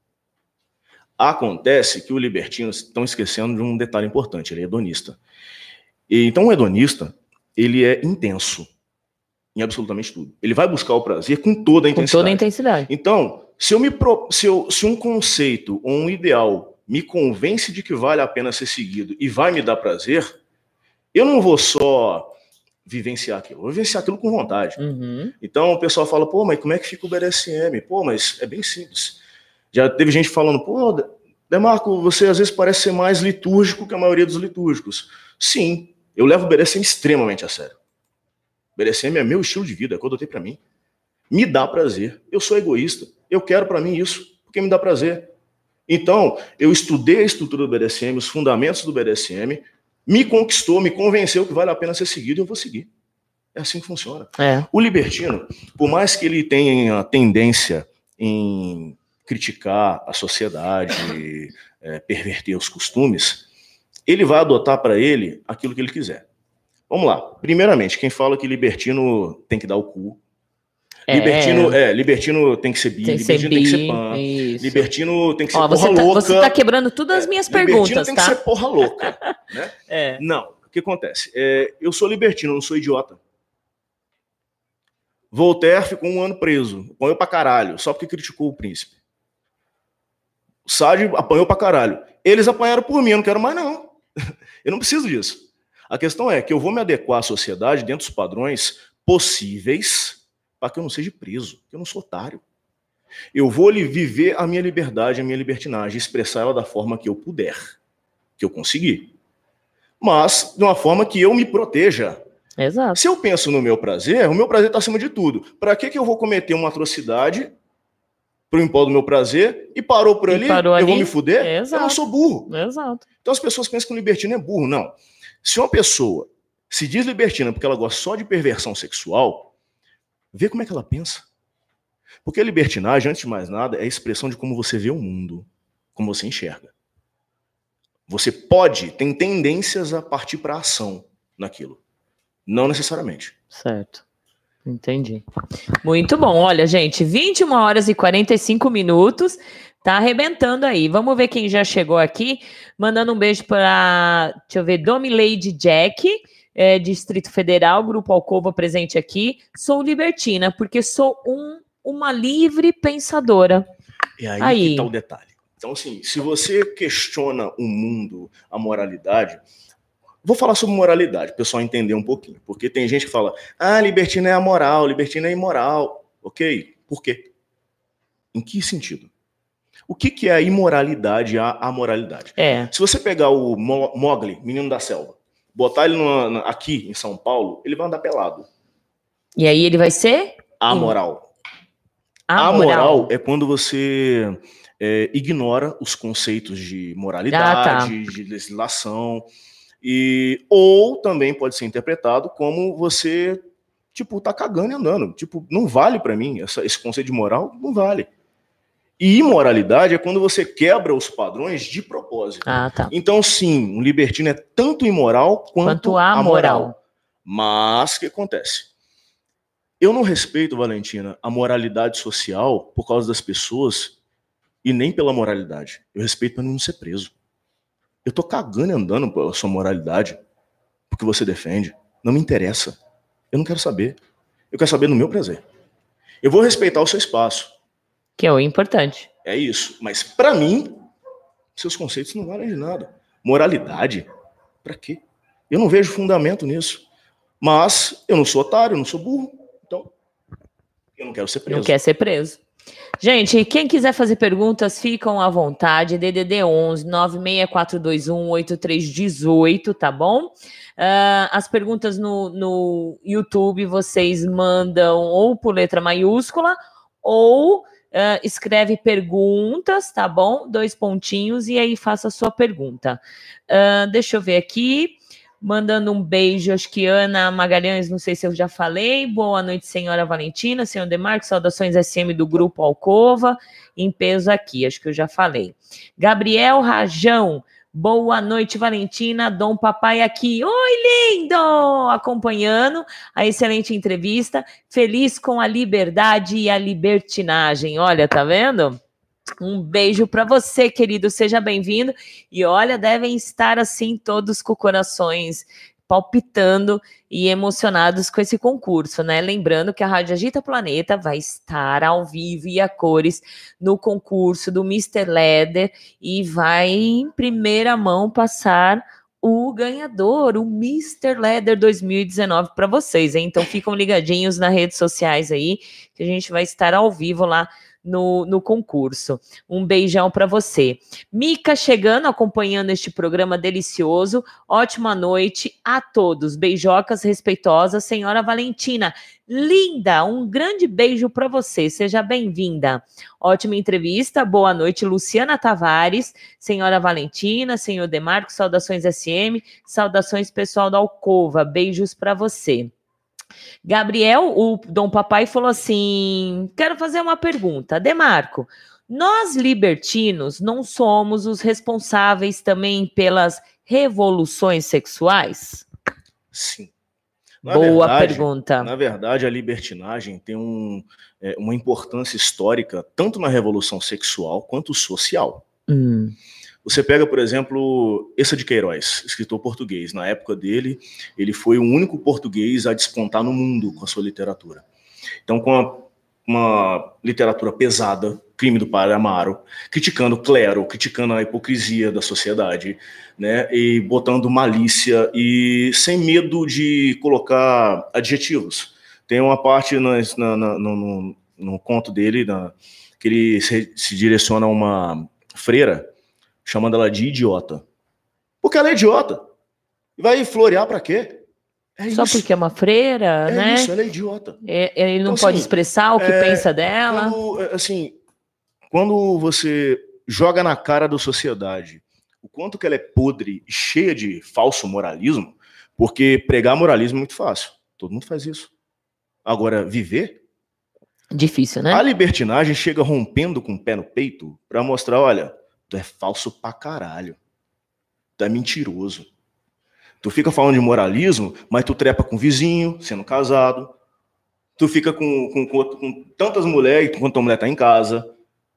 Acontece que o libertino estão esquecendo de um detalhe importante, ele é hedonista. E, então o hedonista, ele é intenso em absolutamente tudo. Ele vai buscar o prazer com toda a intensidade. Com toda a intensidade. Então, se, eu me pro, se, eu, se um conceito ou um ideal me convence de que vale a pena ser seguido e vai me dar prazer, eu não vou só vivenciar aquilo, eu vou vivenciar aquilo com vontade. Uhum. Então o pessoal fala, pô, mas como é que fica o B D S M? Pô, mas é bem simples. Já teve gente falando, pô, Demarco, você às vezes parece ser mais litúrgico que a maioria dos litúrgicos. Sim, eu levo o B D S M extremamente a sério. O B D S M é meu estilo de vida, é o que eu adotei pra mim. Me dá prazer. Eu sou egoísta, eu quero pra mim isso, porque me dá prazer. Então, eu estudei a estrutura do B D S M, os fundamentos do B D S M, me conquistou, me convenceu que vale a pena ser seguido e eu vou seguir. É assim que funciona. É. O libertino, por mais que ele tenha tendência em criticar a sociedade, é, perverter os costumes, ele vai adotar para ele aquilo que ele quiser. Vamos lá. Primeiramente, quem fala que libertino tem que dar o cu. É. Libertino, é, libertino tem que ser bi, tem libertino bi, tem que ser pan, isso. Libertino tem que ser Ó, porra você tá, louca. Você tá quebrando todas as é, minhas perguntas, libertino tem tá? que ser porra louca. Né? É. Não, o que acontece? É, eu sou libertino, não sou idiota. Voltaire ficou um ano preso, apanhou pra caralho, só porque criticou o príncipe. Sade apanhou pra caralho. Eles apanharam por mim, eu não quero mais não. Eu não preciso disso. A questão é que eu vou me adequar à sociedade dentro dos padrões possíveis para que eu não seja preso, que eu não sou otário. Eu vou viver a minha liberdade, a minha libertinagem, expressar ela da forma que eu puder, que eu conseguir. Mas de uma forma que eu me proteja. Exato. Se eu penso no meu prazer, o meu prazer está acima de tudo. Para que, que eu vou cometer uma atrocidade pro impor do meu prazer e parou por ali, parou eu ali, vou me fuder? Exato. Eu não sou burro. Exato. Então as pessoas pensam que o libertino é burro. Não. Se uma pessoa se diz libertina porque ela gosta só de perversão sexual, vê como é que ela pensa. Porque a libertinagem, antes de mais nada, é a expressão de como você vê o mundo, como você enxerga. Você pode, tem tendências a partir para a ação naquilo. Não necessariamente. Certo. Entendi. Muito bom. Olha, gente, vinte e uma horas e quarenta e cinco minutos. Tá arrebentando aí. Vamos ver quem já chegou aqui. Mandando um beijo para, deixa eu ver, Domi Lady Jack, é, Distrito Federal, Grupo Alcova presente aqui. Sou libertina, porque sou um, uma livre pensadora. E aí, aí que tá o detalhe. Então, assim, se você questiona o mundo, a moralidade... Vou falar sobre moralidade, o pessoal entender um pouquinho. Porque tem gente que fala, ah, libertina é amoral, libertina é imoral. Ok? Por quê? Em que sentido? O que, que é a imoralidade e a amoralidade? É. Se você pegar o Mowgli, menino da selva, botar ele numa, aqui em São Paulo, ele vai andar pelado. E aí ele vai ser? Amoral. Amoral. Amoral é quando você é, ignora os conceitos de moralidade, ah, tá. de legislação... E, ou também pode ser interpretado como você, tipo, tá cagando e andando. Tipo, não vale pra mim, essa, esse conceito de moral não vale. E imoralidade é quando você quebra os padrões de propósito. Ah, tá. Então, sim, um libertino é tanto imoral quanto, Quanto a amoral. moral. Mas o que acontece? Eu não respeito, Valentina, a moralidade social por causa das pessoas e nem pela moralidade. Eu respeito para não ser preso. Eu tô cagando e andando pela sua moralidade, porque você defende. Não me interessa. Eu não quero saber. Eu quero saber no meu prazer. Eu vou respeitar o seu espaço. Que é o importante. É isso. Mas para mim, seus conceitos não valem de nada. Moralidade? Para quê? Eu não vejo fundamento nisso. Mas eu não sou otário, eu não sou burro. Então, eu não quero ser preso. Não quer ser preso. Gente, quem quiser fazer perguntas, ficam à vontade. D D D onze, nove seis quatro dois um, oito três um oito, tá bom? Uh, as perguntas no, no YouTube vocês mandam ou por letra maiúscula ou uh, escreve perguntas, tá bom? Dois pontinhos e aí faça a sua pergunta. Uh, deixa eu ver aqui. Mandando um beijo, acho que Ana Magalhães, não sei se eu já falei. Boa noite, senhora Valentina, senhor Demarco, saudações S M do Grupo Alcova, em peso aqui, acho que eu já falei. Gabriel Rajão, boa noite, Valentina, Dom Papai aqui. Oi, lindo! Acompanhando a excelente entrevista, feliz com a liberdade e a libertinagem. Olha, tá vendo? Um beijo para você, querido, seja bem-vindo. E olha, devem estar assim todos com corações palpitando e emocionados com esse concurso, né? Lembrando que a Rádio Agita Planeta vai estar ao vivo e a cores no concurso do mister Leather e vai em primeira mão passar o ganhador, o mister Leather dois mil e dezenove para vocês, hein? Então ficam ligadinhos nas redes sociais aí, que a gente vai estar ao vivo lá No, no concurso. Um beijão para você. Mica chegando, acompanhando este programa delicioso. Ótima noite a todos. Beijocas respeitosas, senhora Valentina. Linda, um grande beijo para você. Seja bem-vinda. Ótima entrevista. Boa noite, Luciana Tavares, senhora Valentina, senhor Demarco, saudações S M, saudações pessoal da Alcova. Beijos para você. Gabriel, o Dom Papai, falou assim, quero fazer uma pergunta. Demarco, nós libertinos não somos os responsáveis também pelas revoluções sexuais? Sim. Na Boa verdade, pergunta. Na verdade, a libertinagem tem um, é, uma importância histórica tanto na revolução sexual quanto social. Hum. Você pega, por exemplo, Eça de Queiroz, escritor português. Na época dele, ele foi o único português a despontar no mundo com a sua literatura. Então, com a, uma literatura pesada, Crime do Padre Amaro, criticando o clero, criticando a hipocrisia da sociedade, né, e botando malícia e sem medo de colocar adjetivos. Tem uma parte no, na, na, no, no, no conto dele na, que ele se, se direciona a uma freira, chamando ela de idiota. Porque ela é idiota. E vai florear pra quê? É Só isso. porque é uma freira, é né? É isso, ela é idiota. É, ele não então, pode assim, expressar o que é, pensa dela. Quando, assim, quando você joga na cara da sociedade o quanto que ela é podre e cheia de falso moralismo, porque pregar moralismo é muito fácil. Todo mundo faz isso. Agora, viver... Difícil, né? A libertinagem chega rompendo com o pé no peito pra mostrar, olha... Tu é falso pra caralho. Tu é mentiroso. Tu fica falando de moralismo, mas tu trepa com o vizinho, sendo casado. Tu fica com, com, com, com tantas mulheres enquanto a mulher tá em casa.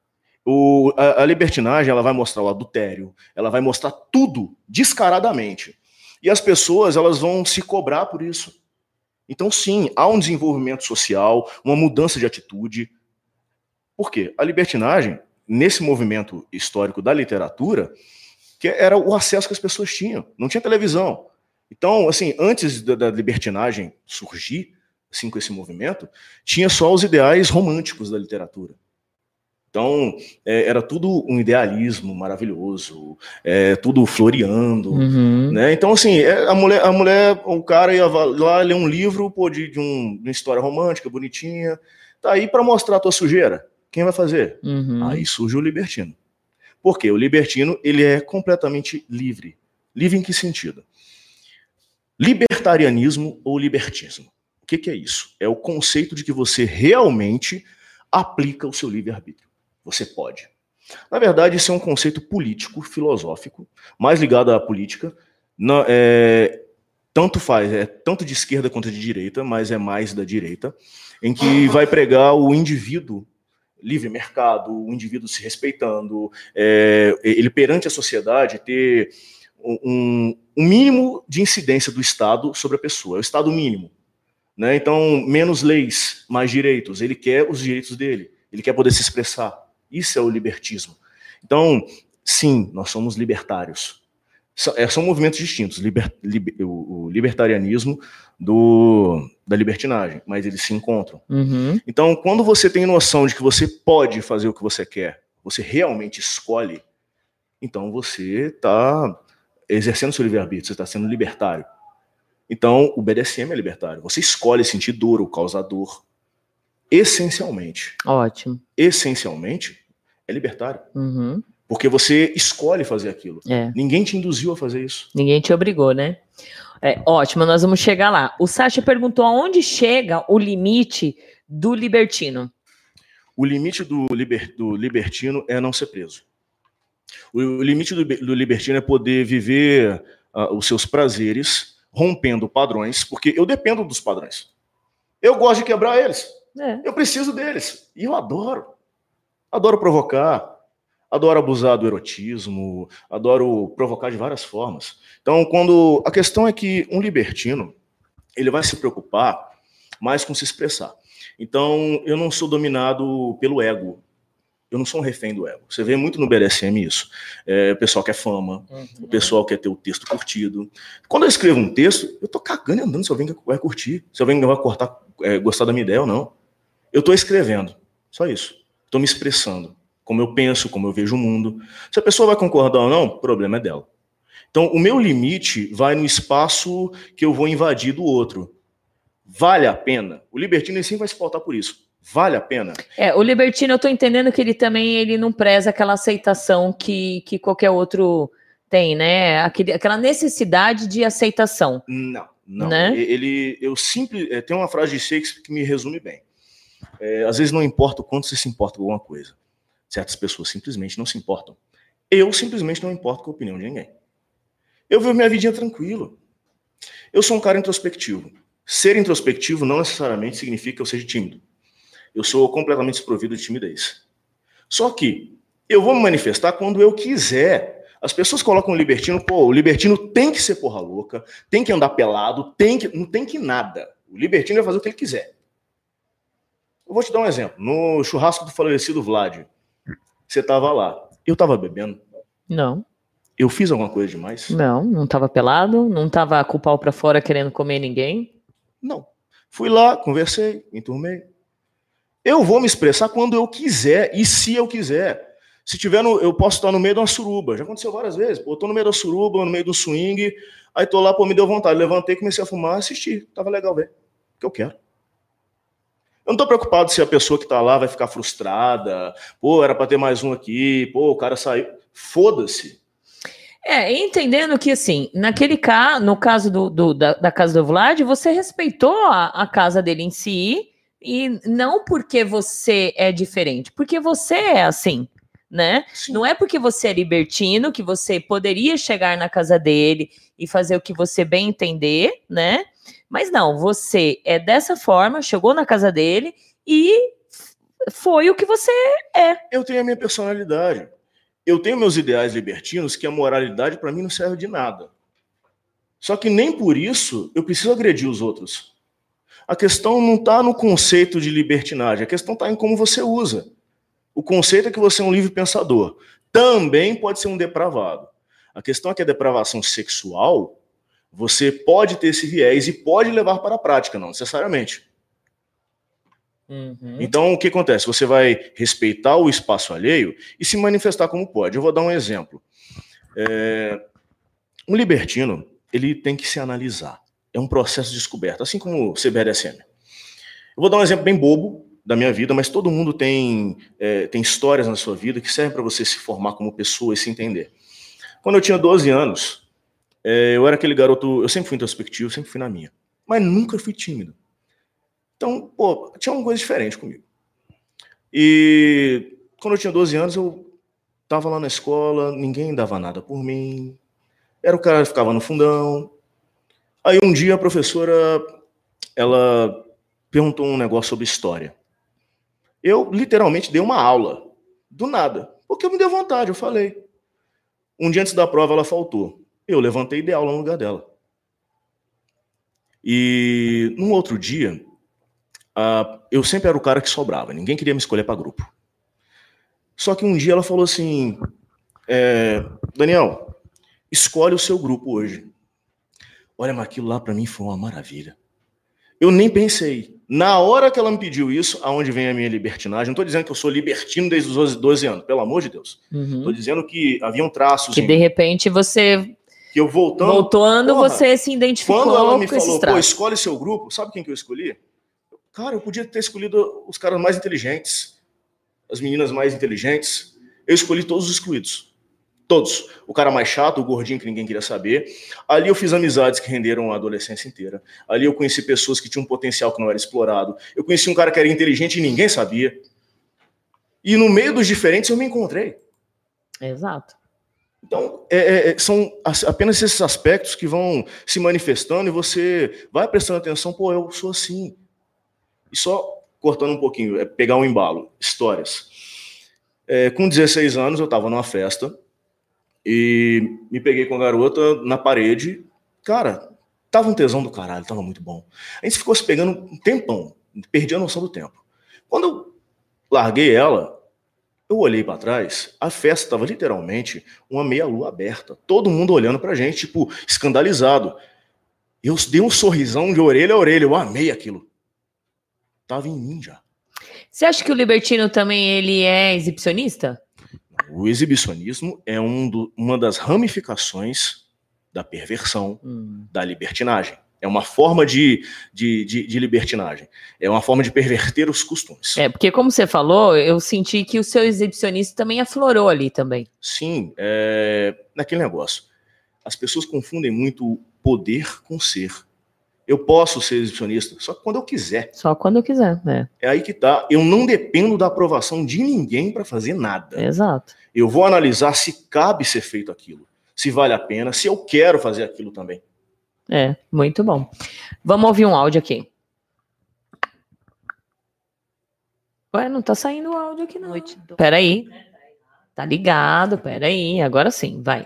O, a, a libertinagem, ela vai mostrar o adultério. Ela vai mostrar tudo descaradamente. E as pessoas, elas vão se cobrar por isso. Então, sim, há um desenvolvimento social, uma mudança de atitude. Por quê? A libertinagem... nesse movimento histórico da literatura, que era o acesso que as pessoas tinham. Não tinha televisão. Então, assim, antes da, da libertinagem surgir, assim, com esse movimento, tinha só os ideais românticos da literatura. Então, é, era tudo um idealismo maravilhoso, é, tudo floreando, uhum. né? Então, assim, é, a mulher, a mulher, o cara ia lá ler um livro, pô, de, de, um, de uma história romântica, bonitinha, tá aí para mostrar a tua sujeira. Quem vai fazer? Uhum. Aí surge o libertino. Por quê? O libertino, ele é completamente livre. Livre em que sentido? Libertarianismo ou libertismo. O que, que é isso? É o conceito de que você realmente aplica o seu livre-arbítrio. Você pode. Na verdade, isso é um conceito político, filosófico, mais ligado à política. Não, é, tanto faz, é tanto de esquerda quanto de direita, mas é mais da direita, em que vai pregar o indivíduo livre mercado, o indivíduo se respeitando, é, ele perante a sociedade ter um, um mínimo de incidência do Estado sobre a pessoa, é o Estado mínimo. Né? Então, menos leis, mais direitos. Ele quer os direitos dele, ele quer poder se expressar. Isso é o libertismo. Então, sim, nós somos libertários. São, é, são movimentos distintos, liber, liber, o, o libertarianismo do, da libertinagem, mas eles se encontram. Uhum. Então, quando você tem noção de que você pode fazer o que você quer, você realmente escolhe, então você está exercendo seu livre-arbítrio, você está sendo libertário. Então, o B D S M é libertário. Você escolhe sentir dor ou causar dor. Essencialmente. Ótimo. Essencialmente, é libertário. Uhum. Porque você escolhe fazer aquilo. É. Ninguém te induziu a fazer isso. Ninguém te obrigou, né? É, ótimo, nós vamos chegar lá. O Sacha perguntou aonde chega o limite do libertino. O limite do, liber, do libertino é não ser preso. O, o limite do, do libertino é poder viver uh, os seus prazeres rompendo padrões, porque eu dependo dos padrões. Eu gosto de quebrar eles. É. Eu preciso deles. E eu adoro. Adoro provocar. Adoro abusar do erotismo. Adoro provocar de várias formas. Então, quando a questão é que um libertino, ele vai se preocupar mais com se expressar. Então, eu não sou dominado pelo ego. Eu não sou um refém do ego. Você vê muito no B D S M isso. É, o pessoal quer fama, uhum. O pessoal quer ter o texto curtido. Quando eu escrevo um texto, eu tô cagando e andando se alguém vai curtir, se alguém vai cortar, é, gostar da minha ideia ou não. Eu tô escrevendo, só isso. Tô me expressando, como eu penso, como eu vejo o mundo. Se a pessoa vai concordar ou não, o problema é dela. Então, o meu limite vai no espaço que eu vou invadir do outro. Vale a pena? O libertino em si vai se pautar por isso. Vale a pena? É, o libertino, eu tô entendendo que ele também ele não preza aquela aceitação que, que qualquer outro tem, né? Aquele, aquela necessidade de aceitação. Não, não. Né? Ele, eu simples, é, tem uma frase de Shakespeare que me resume bem. É, às vezes não importa o quanto você se importa com alguma coisa. Certas pessoas simplesmente não se importam. Eu simplesmente não importo com a opinião de ninguém. Eu vivo minha vidinha tranquilo. Eu sou um cara introspectivo. Ser introspectivo não necessariamente significa que eu seja tímido. Eu sou completamente desprovido de timidez. Só que eu vou me manifestar quando eu quiser. As pessoas colocam o libertino, pô, o libertino tem que ser porra louca, tem que andar pelado, tem que, não tem que nada. O libertino vai fazer o que ele quiser. Eu vou te dar um exemplo. No churrasco do falecido Vlad, você tava lá. Eu tava bebendo. Não. Eu fiz alguma coisa demais? Não, não tava pelado, não tava com o pau pra fora querendo comer ninguém. Não. Fui lá, conversei, enturmei. Eu vou me expressar quando eu quiser e se eu quiser. Se tiver no, eu posso estar no meio de uma suruba. Já aconteceu várias vezes. Pô, eu tô no meio da suruba, no meio do swing, aí tô lá, pô, me deu vontade. Levantei, comecei a fumar, assisti. Tava legal ver. O que eu quero. Eu não tô preocupado se a pessoa que tá lá vai ficar frustrada. Pô, era pra ter mais um aqui. Pô, o cara saiu. Foda-se. É, entendendo que, assim, naquele caso, no caso do, do, da, da casa do Vlad, você respeitou a, a casa dele em si. E não porque você é diferente, porque você é assim, né? Sim. Não é porque você é libertino que você poderia chegar na casa dele e fazer o que você bem entender, né? Mas não, você é dessa forma, chegou na casa dele e foi o que você é. Eu tenho a minha personalidade. Eu tenho meus ideais libertinos que a moralidade para mim não serve de nada. Só que nem por isso eu preciso agredir os outros. A questão não está no conceito de libertinagem, a questão está em como você usa. O conceito é que você é um livre pensador. Também pode ser um depravado. A questão é que a depravação sexual, você pode ter esse viés e pode levar para a prática, não necessariamente. Uhum. Então, o que acontece? Você vai respeitar o espaço alheio e se manifestar como pode. Eu vou dar um exemplo. É... Um libertino, ele tem que se analisar. É um processo de descoberta, assim como o B D S M. Eu vou dar um exemplo bem bobo da minha vida, mas todo mundo tem, é, tem histórias na sua vida que servem para você se formar como pessoa e se entender. Quando eu tinha doze anos, É, eu era aquele garoto, eu sempre fui introspectivo, sempre fui na minha. Mas nunca fui tímido. Então, pô, tinha uma coisa diferente comigo. E quando eu tinha doze anos, eu tava lá na escola, ninguém dava nada por mim. Era o cara que ficava no fundão. Aí um dia a professora, ela perguntou um negócio sobre história. Eu literalmente dei uma aula, do nada, porque eu me dei vontade, eu falei. Um dia antes da prova ela faltou. Eu levantei e dei aula no lugar dela. E num outro dia, uh, eu sempre era o cara que sobrava, ninguém queria me escolher para grupo. Só que um dia ela falou assim, é, Daniel, escolhe o seu grupo hoje. Olha, mas aquilo lá para mim foi uma maravilha. Eu nem pensei. Na hora que ela me pediu isso, aonde vem a minha libertinagem, não estou dizendo que eu sou libertino desde os doze anos, pelo amor de Deus. Estou uhum. dizendo que havia um traço. Que de repente você... Que eu voltando... Voltando, porra, você se identificou quando ela me com falou, pô, escolhe seu grupo, sabe quem que eu escolhi? Cara, eu podia ter escolhido os caras mais inteligentes, as meninas mais inteligentes. Eu escolhi todos os excluídos. Todos. O cara mais chato, o gordinho que ninguém queria saber. Ali eu fiz amizades que renderam a adolescência inteira. Ali eu conheci pessoas que tinham um potencial que não era explorado. Eu conheci um cara que era inteligente e ninguém sabia. E no meio dos diferentes eu me encontrei. Exato. Então, é, é, são apenas esses aspectos que vão se manifestando e você vai prestando atenção, pô, eu sou assim. E só cortando um pouquinho, é pegar um embalo, histórias. É, com dezesseis anos eu estava numa festa e me peguei com a garota na parede. Cara, tava um tesão do caralho, tava muito bom. A gente ficou se pegando um tempão, perdi a noção do tempo. Quando eu larguei ela, eu olhei para trás, a festa estava literalmente uma meia-lua aberta. Todo mundo olhando pra gente, tipo, escandalizado. Eu dei um sorrisão de orelha a orelha, eu amei aquilo. Tava em mim já. Você acha que o libertino também ele é exibicionista? O exibicionismo é um do, uma das ramificações da perversão, hum. da libertinagem. É uma forma de, de, de, de libertinagem. É uma forma de perverter os costumes. É, porque como você falou, eu senti que o seu exibicionismo também aflorou ali também. Sim, é naquele negócio. As pessoas confundem muito poder com ser. Eu posso ser exibicionista, só quando eu quiser. Só quando eu quiser, né? É aí que tá. Eu não dependo da aprovação de ninguém para fazer nada. Exato. Eu vou analisar se cabe ser feito aquilo, se vale a pena, se eu quero fazer aquilo também. É, muito bom. Vamos ouvir um áudio aqui. Ué, não tá saindo o áudio aqui não. Peraí. Tá ligado, peraí. Agora sim, vai.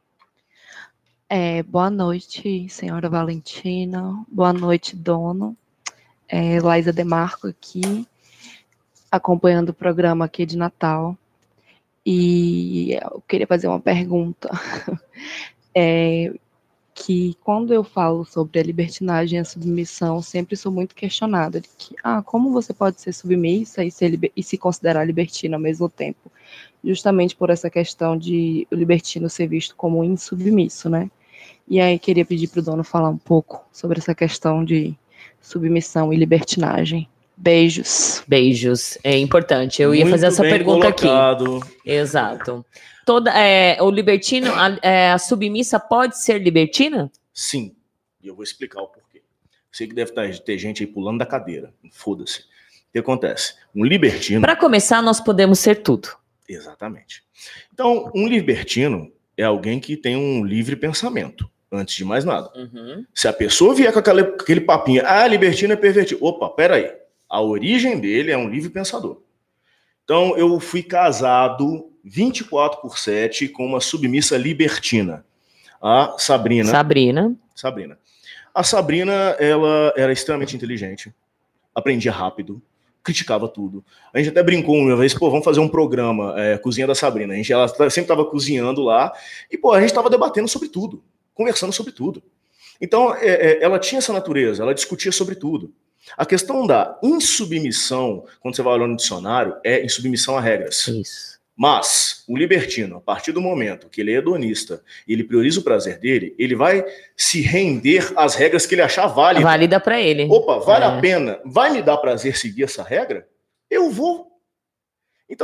É, boa noite, senhora Valentina. Boa noite, dono. É, Laísa Demarco aqui, acompanhando o programa aqui de Natal. E eu queria fazer uma pergunta. É... que quando eu falo sobre a libertinagem e a submissão, sempre sou muito questionada de que, ah, como você pode ser submissa e, ser liber- e se considerar libertino ao mesmo tempo? Justamente por essa questão de o libertino ser visto como insubmisso, né? E aí queria pedir para o dono falar um pouco sobre essa questão de submissão e libertinagem. Beijos. Beijos, é importante. Eu ia Muito fazer essa bem pergunta colocado. aqui. Exato. Toda, é, o libertino, a, é, a submissa pode ser libertina? Sim, e eu vou explicar o porquê. Sei que deve ter gente aí pulando da cadeira, foda-se. O que acontece? Um libertino... Para começar, nós podemos ser tudo. Exatamente. Então, um libertino é alguém que tem um livre pensamento, antes de mais nada. Uhum. Se a pessoa vier com aquele, aquele papinho, ah, libertino é pervertido. Opa, peraí. A origem dele é um livre pensador. Então, eu fui casado vinte e quatro por sete com uma submissa libertina, a Sabrina. Sabrina. Sabrina. A Sabrina, ela era extremamente inteligente, aprendia rápido, criticava tudo. A gente até brincou uma vez, pô, vamos fazer um programa, é, Cozinha da Sabrina. A gente, ela sempre estava cozinhando lá e, pô, a gente estava debatendo sobre tudo, conversando sobre tudo. Então, é, é, ela tinha essa natureza, ela discutia sobre tudo. A questão da insubmissão, quando você vai olhar no dicionário, é insubmissão a regras. Isso. Mas o libertino, a partir do momento que ele é hedonista e ele prioriza o prazer dele, ele vai se render às regras que ele achar válida. Válida para ele. Opa, vale é. a pena. Vai me dar prazer seguir essa regra? Eu vou. Então,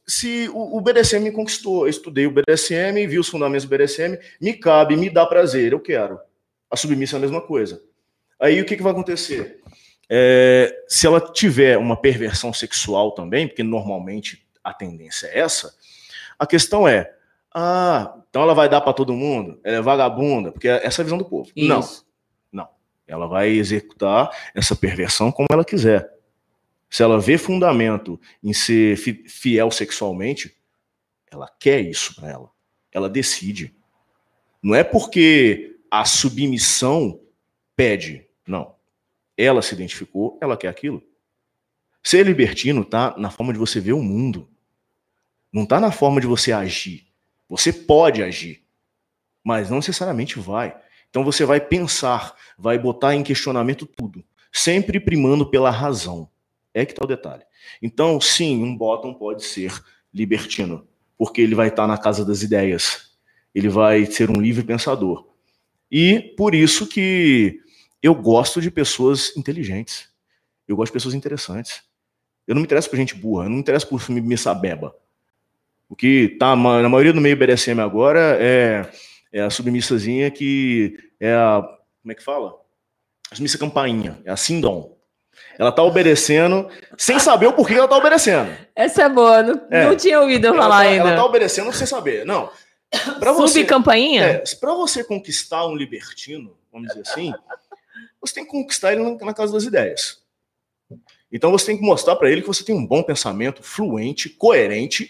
se o, o B D S M me conquistou, eu estudei o B D S M, vi os fundamentos do B D S M, me cabe, me dá prazer, eu quero. A submissa é a mesma coisa. Aí o que, que vai acontecer? É, se ela tiver uma perversão sexual também, porque normalmente a tendência é essa, a questão é, ah, então ela vai dar para todo mundo? Ela é vagabunda? Porque essa é a visão do povo. Isso. Não, não. Ela vai executar essa perversão como ela quiser. Se ela vê fundamento em ser fiel sexualmente, ela quer isso para ela. Ela decide. Não é porque a submissão pede, não. Ela se identificou, ela quer aquilo. Ser libertino tá na forma de você ver o mundo. Não tá na forma de você agir. Você pode agir, mas não necessariamente vai. Então você vai pensar, vai botar em questionamento tudo, sempre primando pela razão. É que tá o detalhe. Então, sim, um bottom pode ser libertino, porque ele vai estar na casa das ideias. Ele vai ser um livre pensador. E por isso que eu gosto de pessoas inteligentes. Eu gosto de pessoas interessantes. Eu não me interesso por gente burra, eu não me interesso por missa beba. O que tá na maioria do meio B D S M agora é, é a submissazinha que é a... Como é que fala? A submissa campainha, é a Sindom. Ela tá obedecendo sem saber o porquê ela tá obedecendo. Essa é boa, não, é. não tinha ouvido ela falar tá, ainda. Ela tá obedecendo sem saber, não. Pra você, Subcampainha? É, pra você conquistar um libertino, vamos dizer assim, você tem que conquistar ele na casa das ideias. Então você tem que mostrar para ele que você tem um bom pensamento, fluente, coerente.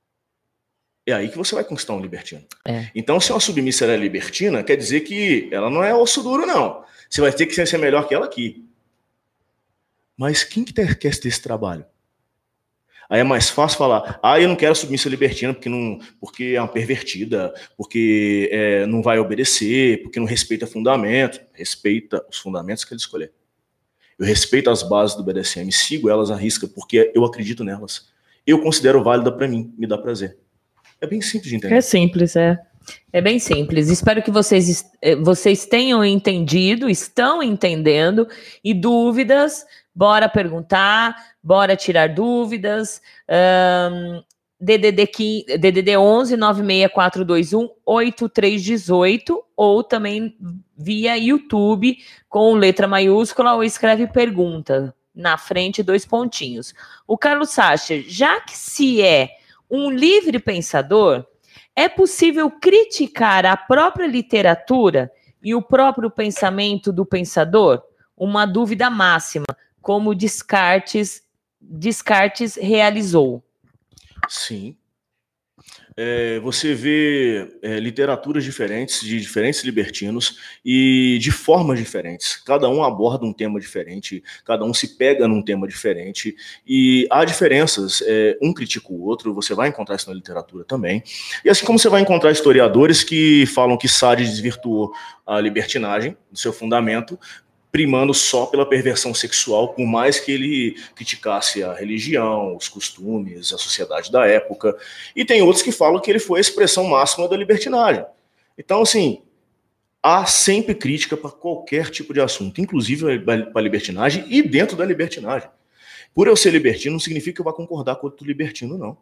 É aí que você vai conquistar um libertino. É. Então, se uma submissa é libertina, quer dizer que ela não é osso duro, não. Você vai ter que ser melhor que ela aqui. Mas quem que quer ter esse trabalho? Aí é mais fácil falar, ah, eu não quero submissa libertina porque, não, porque é uma pervertida, porque é, não vai obedecer, porque não respeita fundamentos. Respeita os fundamentos que ele escolher. Eu respeito as bases do B D S M, sigo elas à risca, porque eu acredito nelas. Eu considero válida para mim, me dá prazer. É bem simples de entender. É simples, é. É bem simples. Espero que vocês, vocês tenham entendido, estão entendendo, e dúvidas, bora perguntar, bora tirar dúvidas. Um, D D D, D D D onze nove seis quatro dois um oito três um oito ou também via YouTube com letra maiúscula ou escreve pergunta na frente, dois pontinhos. O Carlos Sacher, já que se é um livre pensador, é possível criticar a própria literatura e o próprio pensamento do pensador? Uma dúvida máxima, como Descartes, Descartes realizou. Sim. É, você vê é, literaturas diferentes, de diferentes libertinos e de formas diferentes. Cada um aborda um tema diferente, cada um se pega num tema diferente e há diferenças. É, um critica o outro, você vai encontrar isso na literatura também. E assim como você vai encontrar historiadores que falam que Sade desvirtuou a libertinagem, do seu fundamento, primando só pela perversão sexual, por mais que ele criticasse a religião, os costumes, a sociedade da época. E tem outros que falam que ele foi a expressão máxima da libertinagem. Então, assim, há sempre crítica para qualquer tipo de assunto, inclusive para a libertinagem e dentro da libertinagem. Por eu ser libertino, não significa que eu vá concordar com outro libertino, não.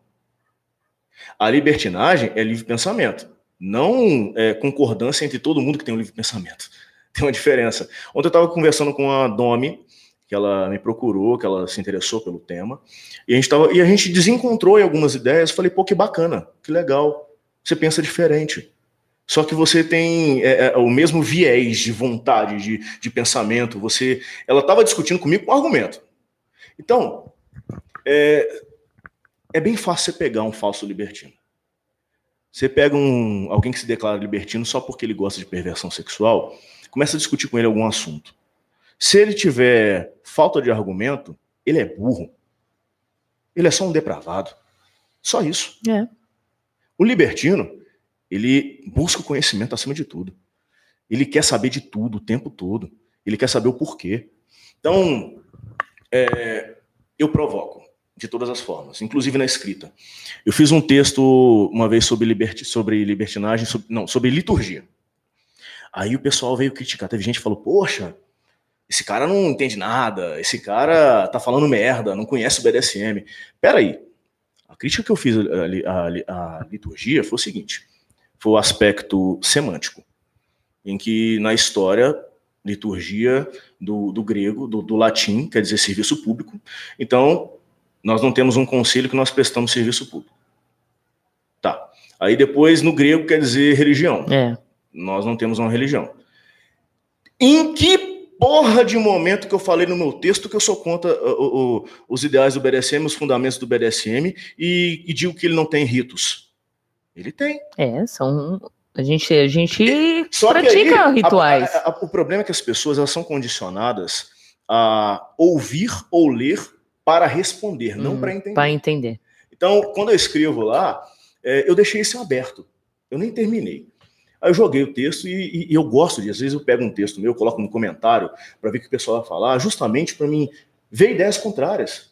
A libertinagem é livre pensamento, não é concordância entre todo mundo que tem um livre pensamento. Tem uma diferença. Ontem eu estava conversando com a Domi, que ela me procurou, que ela se interessou pelo tema, e a gente, tava, e a gente desencontrou em algumas ideias. Falei, pô, que bacana, que legal, você pensa diferente. Só que você tem é, é, o mesmo viés de vontade, de, de pensamento. Você, ela estava discutindo comigo com argumento. Então, é, é bem fácil você pegar um falso libertino. Você pega um, alguém que se declara libertino só porque ele gosta de perversão sexual, começa a discutir com ele algum assunto. Se ele tiver falta de argumento, ele é burro. Ele é só um depravado. Só isso. É. O libertino, ele busca o conhecimento acima de tudo. Ele quer saber de tudo o tempo todo. Ele quer saber o porquê. Então, é, eu provoco de todas as formas, inclusive na escrita. Eu fiz um texto uma vez sobre, liberti, sobre libertinagem, sobre, não, sobre liturgia. Aí o pessoal veio criticar. Teve gente que falou, poxa, esse cara não entende nada, esse cara tá falando merda, não conhece o B D S M. Peraí, A crítica que eu fiz à liturgia foi o seguinte, foi o aspecto semântico, em que na história, liturgia do, do grego, do, do latim, quer dizer serviço público, então nós não temos um concílio que nós prestamos serviço público. Tá. Aí depois, no grego, quer dizer religião. É. Nós não temos uma religião. Em que porra de momento que eu falei no meu texto que eu sou contra uh, uh, os ideais do B D S M, os fundamentos do B D S M, e, e digo que ele não tem ritos? Ele tem. É, são... A gente, a gente Só pratica aí, rituais. A, a, a, o problema é que as pessoas elas são condicionadas a ouvir ou ler para responder, hum, não para entender. Para entender. Então, quando eu escrevo lá, é, eu deixei isso aberto. Eu nem terminei. Aí eu joguei o texto e, e, e eu gosto de, às vezes eu pego um texto meu, coloco no comentário para ver o que o pessoal vai falar, justamente para mim ver ideias contrárias.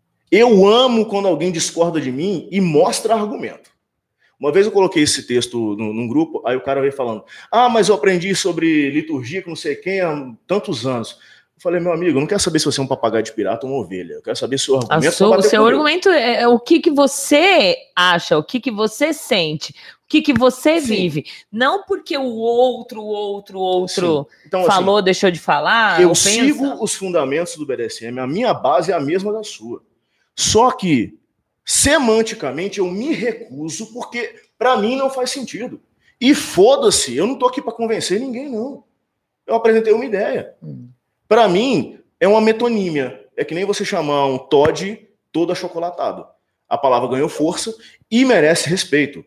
Eu amo quando alguém discorda de mim e mostra argumento. Uma vez eu coloquei esse texto no, num grupo, aí o cara veio falando, ah, mas eu aprendi sobre liturgia com não sei quem há tantos anos. Eu falei, meu amigo, eu não quero saber se você é um papagaio de pirata ou uma ovelha. Eu quero saber se o argumento... Sua, o seu argumento é, é o que, que você acha, o que, que você sente, o que, que você Sim. vive. Não porque o outro, o outro, o outro então, falou, assim, deixou de falar. Eu sigo pensa. os fundamentos do B D S M. A minha base é a mesma da sua. Só que, semanticamente, eu me recuso porque, para mim, não faz sentido. E foda-se, eu não tô aqui para convencer ninguém, não. Eu apresentei uma ideia. Hum. Para mim, é uma metonímia. É que nem você chamar um Todd todo achocolatado. A palavra ganhou força e merece respeito.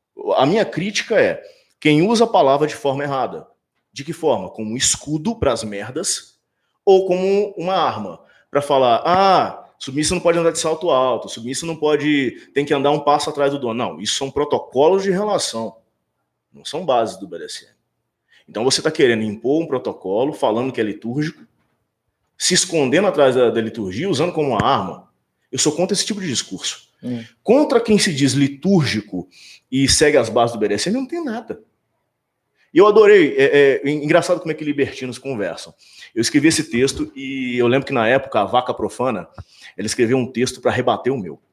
A minha crítica é quem usa a palavra de forma errada. De que forma? Como um escudo para as merdas ou como uma arma. Para falar, ah, submissa não pode andar de salto alto, submissa não pode, tem que andar um passo atrás do dono. Não, isso são protocolos de relação. Não são bases do B D S M. Então você está querendo impor um protocolo, falando que é litúrgico, se escondendo atrás da, da liturgia, usando como uma arma. Eu sou contra esse tipo de discurso. Hum. Contra quem se diz litúrgico e segue as bases do B D S M, não tem nada. E eu adorei, é, é engraçado como é que libertinos conversam. Eu escrevi esse texto e eu lembro que na época a Vaca Profana, ela escreveu um texto para rebater o meu.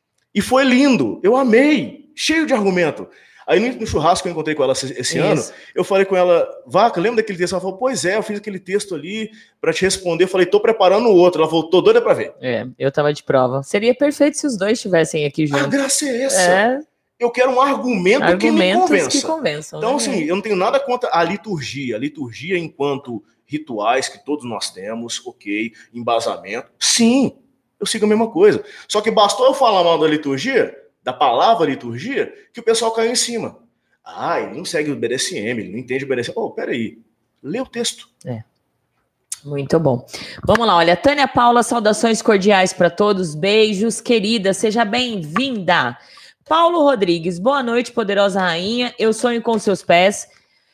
E foi lindo, eu amei, cheio de argumento. Aí no churrasco que eu encontrei com ela esse Isso. ano, eu falei com ela, Vaca, lembra daquele texto? Ela falou, pois é, eu fiz aquele texto ali para te responder. Eu falei, tô preparando o outro. Ela falou, tô doida para ver. É, eu tava de prova. Seria perfeito se os dois estivessem aqui juntos. A graça é essa. É. Eu quero um argumento Argumentos que me convença. que convençam. Então, né? assim, eu não tenho nada contra a liturgia. A liturgia enquanto rituais que todos nós temos, ok, embasamento. Sim, eu sigo a mesma coisa. Só que bastou eu falar mal da liturgia, da palavra liturgia, que o pessoal caiu em cima. Ah, ele não segue o B D S M, ele não entende o B D S M. Oh, peraí, lê o texto. É. Muito bom. Vamos lá, olha, Tânia Paula, saudações cordiais para todos, beijos, querida, seja bem-vinda. Paulo Rodrigues, boa noite, poderosa rainha, eu sonho com seus pés.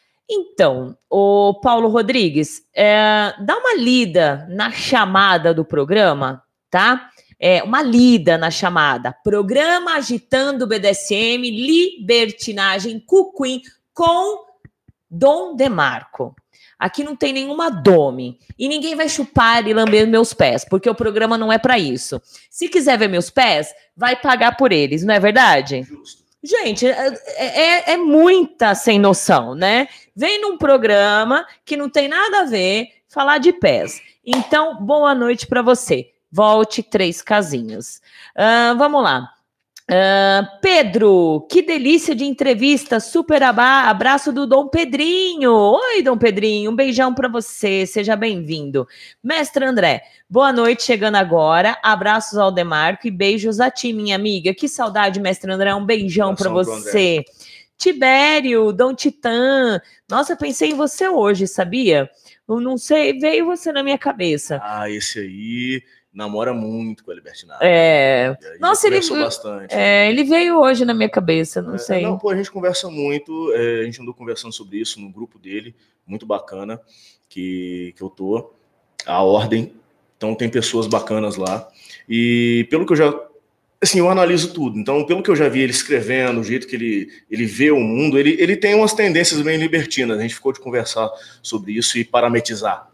Então, o Paulo Rodrigues, é, dá uma lida na chamada do programa, tá? É, uma lida na chamada. Programa Agitando o B D S M, Libertinagem Cuquim com Dom Demarco. Aqui não tem nenhuma dome. E ninguém vai chupar e lamber meus pés, porque o programa não é para isso. Se quiser ver meus pés, vai pagar por eles, não é verdade? Justo. Gente, é, é, é muita sem noção, né? Vem num programa que não tem nada a ver falar de pés. Então, boa noite para você. Volte três casinhos. Uh, vamos lá. Uh, Pedro, que delícia de entrevista, super abraço do Dom Pedrinho. Oi, Dom Pedrinho, um beijão para você, seja bem-vindo. Mestre André, boa noite, chegando agora, abraços ao Demarco e beijos a ti, minha amiga. Que saudade, Mestre André, um beijão para você. Tibério, Dom Titã, nossa, pensei em você hoje, sabia? Eu não sei, veio você na minha cabeça. Ah, esse aí... namora muito com a Libertinagem. É. Nossa, ele bastante. É, ele veio hoje na minha cabeça, não é, sei. Não, pô, a gente conversa muito, é, a gente andou conversando sobre isso no grupo dele, muito bacana, que, que eu tô, a Ordem, então tem pessoas bacanas lá, e pelo que eu já, assim, eu analiso tudo, então pelo que eu já vi ele escrevendo, o jeito que ele, ele vê o mundo, ele, ele tem umas tendências bem libertinas, a gente ficou de conversar sobre isso e parametrizar.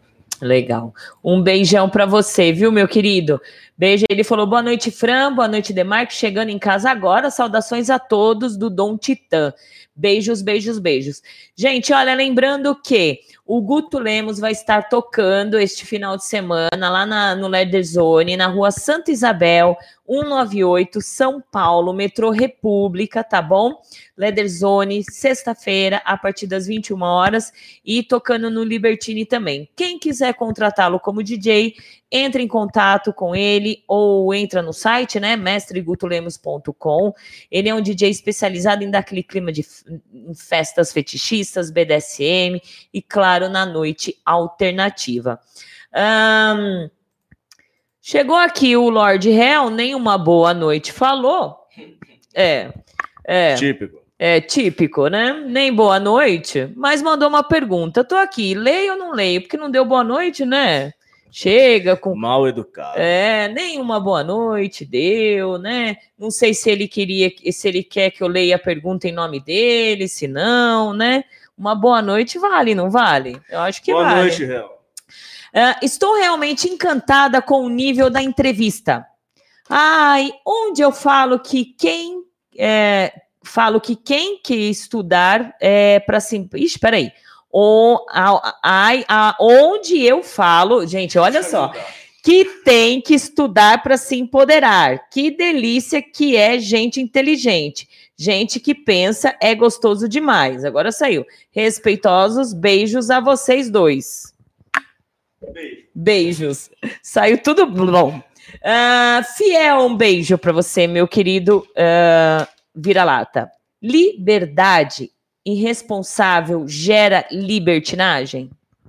Legal. Um beijão pra você, viu, meu querido? Beijo. Ele falou, boa noite, Fran, boa noite, Demarco, chegando em casa agora, saudações a todos do Dom Titã. Beijos, beijos, beijos. Gente, olha, lembrando que o Guto Lemos vai estar tocando este final de semana lá na, no Leather Zone, na rua Santa Isabel, cento e noventa e oito, São Paulo, metrô República, tá bom? Leather Zone, sexta-feira, a partir das vinte e uma horas, e tocando no Libertine também. Quem quiser contratá-lo como D J, entra em contato com ele ou entra no site, né, mestre guto lemos ponto com. Ele é um D J especializado em dar aquele clima de em festas fetichistas, B D S M e, claro, na noite alternativa. Um, chegou aqui o Lord Hell, nem uma boa noite falou. É, é. Típico. É típico, né? Nem boa noite, mas mandou uma pergunta. Tô aqui, leio ou não leio? Porque não deu boa noite, né? Chega com... Mal educado. É, nem uma boa noite deu, né? Não sei se ele queria, se ele quer que eu leia a pergunta em nome dele, se não, né? Uma boa noite vale, não vale? Eu acho que boa vale. Boa noite, Real. Uh, estou realmente encantada com o nível da entrevista. Ai, onde eu falo que quem... É, falo que quem quer estudar é para... Sim... Ixi, peraí. O, a, a, a, onde eu falo, gente, olha só, que tem que estudar para se empoderar. Que delícia que é gente inteligente. Gente que pensa é gostoso demais. Agora saiu. Respeitosos, beijos a vocês dois. Beijo. Beijos. Saiu tudo bom. Uh, Fiel, um beijo para você, meu querido uh, vira-lata. Liberdade irresponsável gera libertinagem?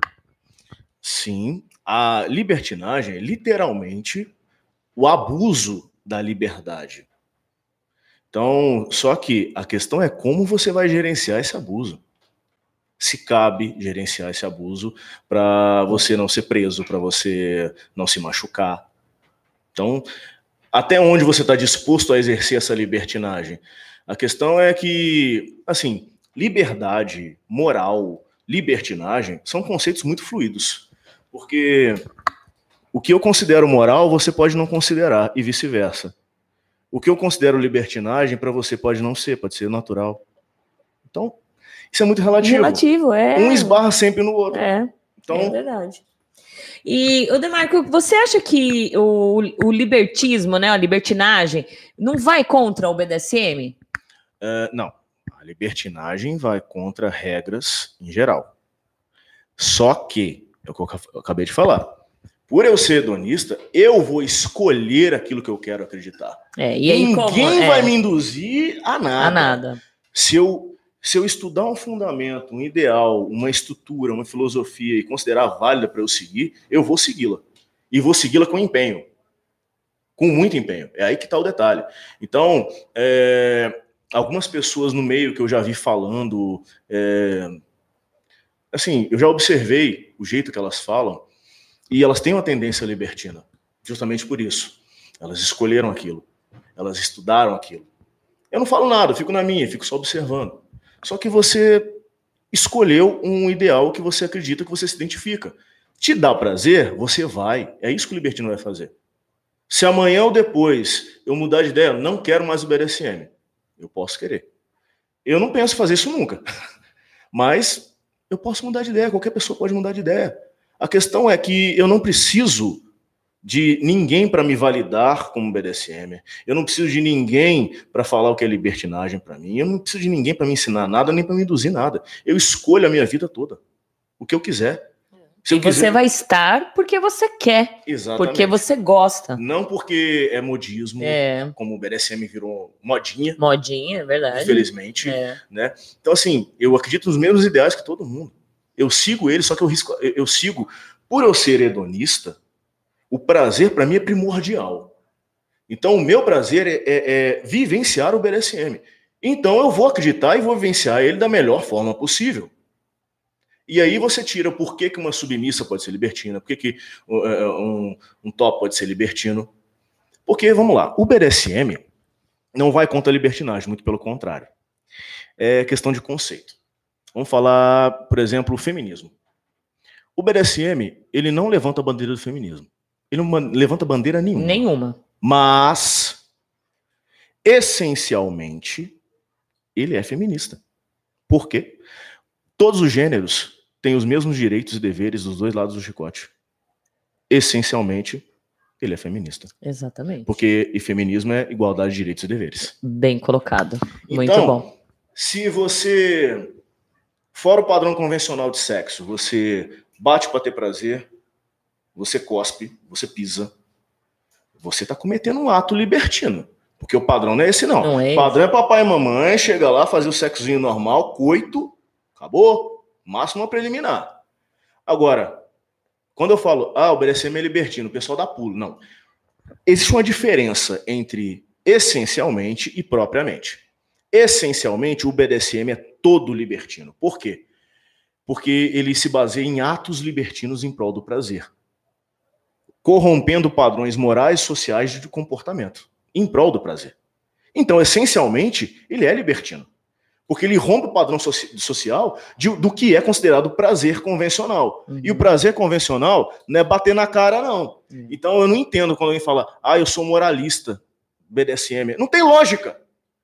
Sim, a libertinagem é literalmente o abuso da liberdade. Então, só que a questão é como você vai gerenciar esse abuso. Se cabe gerenciar esse abuso para você não ser preso, para você não se machucar. Então, até onde você está disposto a exercer essa libertinagem? A questão é que, assim, liberdade, moral, libertinagem são conceitos muito fluidos. Porque o que eu considero moral, você pode não considerar, e vice-versa. O que eu considero libertinagem, para você pode não ser, pode ser natural. Então, isso é muito relativo. Relativo, é. Um esbarra sempre no outro. É, então, é verdade. E, o Demarco, você acha que o, o libertismo, né, a libertinagem, não vai contra o B D S M? Uh, não. A libertinagem vai contra regras em geral. Só que, é o que eu acabei de falar, por eu ser hedonista, eu vou escolher aquilo que eu quero acreditar. É, e aí, Ninguém como? vai É. me induzir a nada. A nada. Se eu, se eu estudar um fundamento, um ideal, uma estrutura, uma filosofia e considerar válida para eu seguir, eu vou segui-la. E vou segui-la com empenho. Com muito empenho. É aí que está o detalhe. Então, é... algumas pessoas no meio que eu já vi falando, é, assim, eu já observei o jeito que elas falam e elas têm uma tendência libertina, justamente por isso. Elas escolheram aquilo, elas estudaram aquilo. Eu não falo nada, eu fico na minha, fico só observando. Só que você escolheu um ideal que você acredita, que você se identifica. Te dá prazer, você vai. É isso que o libertino vai fazer. Se amanhã ou depois eu mudar de ideia, não quero mais o B D S M. Eu posso querer. Eu não penso fazer isso nunca. Mas eu posso mudar de ideia. Qualquer pessoa pode mudar de ideia. A questão é que eu não preciso de ninguém para me validar como B D S M. Eu não preciso de ninguém para falar o que é libertinagem para mim. Eu não preciso de ninguém para me ensinar nada, nem para me induzir nada. Eu escolho a minha vida toda. O que eu quiser. Se eu quiser... Você vai estar porque você quer. Exatamente. Porque você gosta. Não porque é modismo, é. Como o B D S M virou modinha. Modinha, é verdade. Infelizmente. É. Né? Então, assim, eu acredito nos mesmos ideais que todo mundo. Eu sigo eles, só que eu, risco, eu sigo, por eu ser hedonista, o prazer para mim é primordial. Então, o meu prazer é, é, é vivenciar o B D S M. Então, eu vou acreditar e vou vivenciar ele da melhor forma possível. E aí você tira por que, que uma submissa pode ser libertina, por que, que um, um top pode ser libertino. Porque, vamos lá, o B D S M não vai contra a libertinagem, muito pelo contrário. É questão de conceito. Vamos falar, por exemplo, o feminismo. O B D S M, ele não levanta a bandeira do feminismo. Ele não levanta bandeira nenhuma. Nenhuma. Mas, essencialmente, ele é feminista. Por quê? Todos os gêneros têm os mesmos direitos e deveres dos dois lados do chicote. Essencialmente, ele é feminista. Exatamente. Porque e feminismo é igualdade de direitos e deveres. Bem colocado. Muito então, bom. Se você, fora o padrão convencional de sexo, você bate para ter prazer, você cospe, você pisa, você está cometendo um ato libertino. Porque o padrão não é esse, não. Não é o padrão é papai e mamãe, chega lá, fazer o sexozinho normal, coito, acabou, máximo preliminar. Agora, quando eu falo, ah, o B D S M é libertino, o pessoal dá pulo. Não. Existe uma diferença entre essencialmente e propriamente. Essencialmente, o B D S M é todo libertino. Por quê? Porque ele se baseia em atos libertinos em prol do prazer, corrompendo padrões morais e sociais de comportamento, em prol do prazer. Então, essencialmente, ele é libertino. Porque ele rompe o padrão soci- social de, do que é considerado prazer convencional. Uhum. E o prazer convencional não é bater na cara, não. Uhum. Então, eu não entendo quando alguém fala, ah, eu sou moralista, B D S M. Não tem lógica.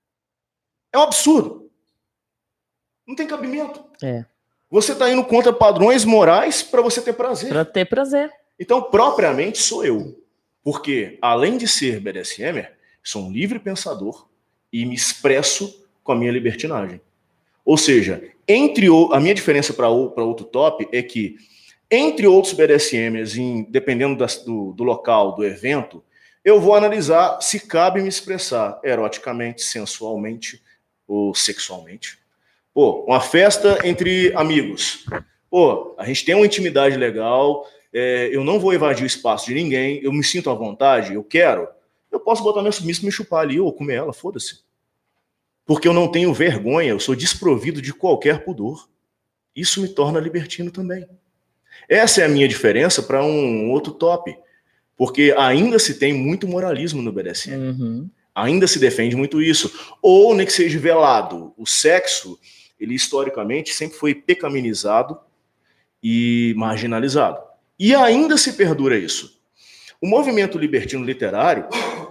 É um absurdo. Não tem cabimento. É. Você está indo contra padrões morais para você ter prazer. Para ter prazer. Então, propriamente, sou eu. Porque, além de ser B D S M, sou um livre pensador e me expresso com a minha libertinagem. Ou seja, entre o, a minha diferença para outro top é que, entre outros B D S Mers, em, dependendo das, do, do local, do evento, eu vou analisar se cabe me expressar eroticamente, sensualmente ou sexualmente. Pô, uma festa entre amigos. Pô, a gente tem uma intimidade legal, é, eu não vou invadir o espaço de ninguém, eu me sinto à vontade, eu quero. Eu posso botar minha submissa e me chupar ali, ou comer ela, foda-se. Porque eu não tenho vergonha, eu sou desprovido de qualquer pudor. Isso me torna libertino também. Essa é a minha diferença para um outro top. Porque ainda se tem muito moralismo no B D S M. Uhum. Ainda se defende muito isso. Ou nem que seja velado. O sexo, ele historicamente sempre foi pecaminizado e marginalizado. E ainda se perdura isso. O movimento libertino literário,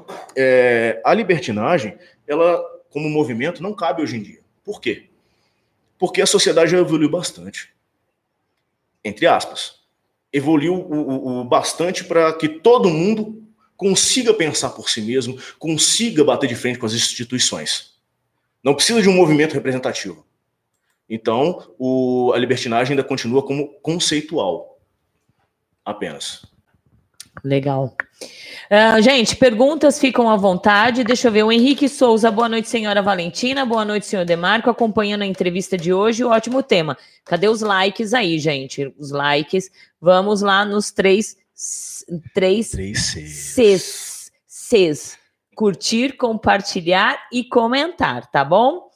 é, a libertinagem, ela, como movimento, não cabe hoje em dia. Por quê? Porque a sociedade já evoluiu bastante. Entre aspas. Evoluiu o, o, o bastante para que todo mundo consiga pensar por si mesmo, consiga bater de frente com as instituições. Não precisa de um movimento representativo. Então, o, a libertinagem ainda continua como conceitual. Apenas. Legal. Uh, gente, perguntas ficam à vontade. Deixa eu ver. O Henrique Souza, boa noite, senhora Valentina. Boa noite, senhor Demarco. Acompanhando a entrevista de hoje, ótimo tema. Cadê os likes aí, gente? Os likes. Vamos lá nos três... Três, três Cs. Cs. Curtir, compartilhar e comentar, tá bom?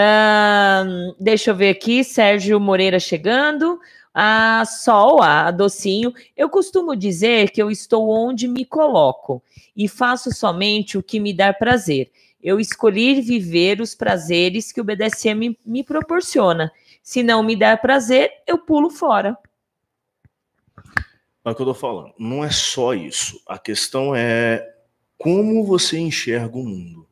Uh, deixa eu ver aqui. Sérgio Moreira chegando. A Sol, a Docinho, eu costumo dizer que eu estou onde me coloco e faço somente o que me dá prazer. Eu escolhi viver os prazeres que o B D S M me proporciona. Se não me der prazer, eu pulo fora. É o que eu tô falando. Não é só isso. A questão é como você enxerga o mundo.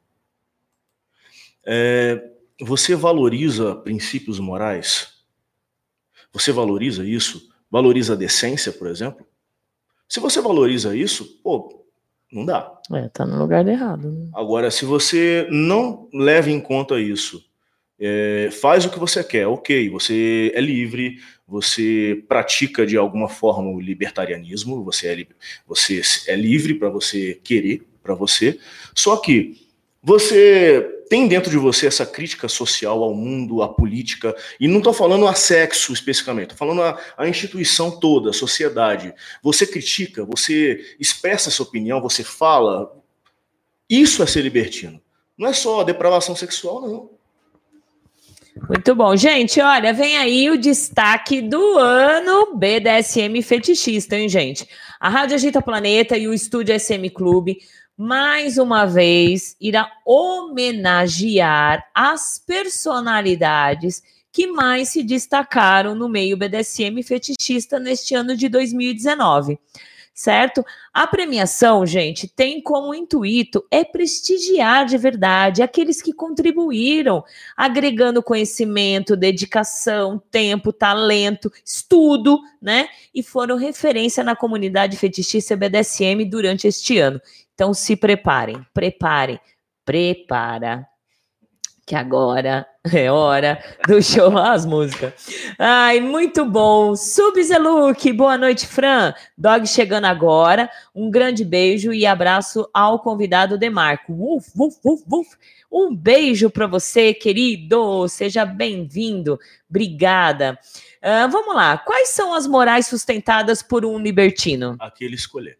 É, você valoriza princípios morais? Você valoriza isso? Valoriza a decência, por exemplo? Se você valoriza isso, pô, não dá. É, tá no lugar errado. Né? Agora, se você não leva em conta isso, é, faz o que você quer, ok, você é livre, você pratica de alguma forma o libertarianismo, você é, você é livre para você querer, para você, só que você tem dentro de você essa crítica social ao mundo, à política, e não estou falando a sexo especificamente, estou falando a, a instituição toda, a sociedade. Você critica, você expressa essa opinião, você fala. Isso é ser libertino. Não é só depravação sexual, não. Muito bom. Gente, olha, vem aí o destaque do ano B D S M fetichista, hein, gente? A Rádio Agita Planeta e o Estúdio S M Clube mais uma vez, irá homenagear as personalidades que mais se destacaram no meio B D S M fetichista neste ano de dois mil e dezenove. Certo? A premiação, gente, tem como intuito é prestigiar de verdade aqueles que contribuíram, agregando conhecimento, dedicação, tempo, talento, estudo, né? E foram referência na comunidade fetichista B D S M durante este ano. Então se preparem, preparem, prepara, que agora é hora do show as músicas. Ai, muito bom. Subzeluk, boa noite, Fran. Dog chegando agora. Um grande beijo e abraço ao convidado Demarco. Uf, uf, uf, uf. Um beijo para você, querido. Seja bem-vindo. Obrigada. Uh, vamos lá. Quais são as morais sustentadas por um libertino? Aquele escolher.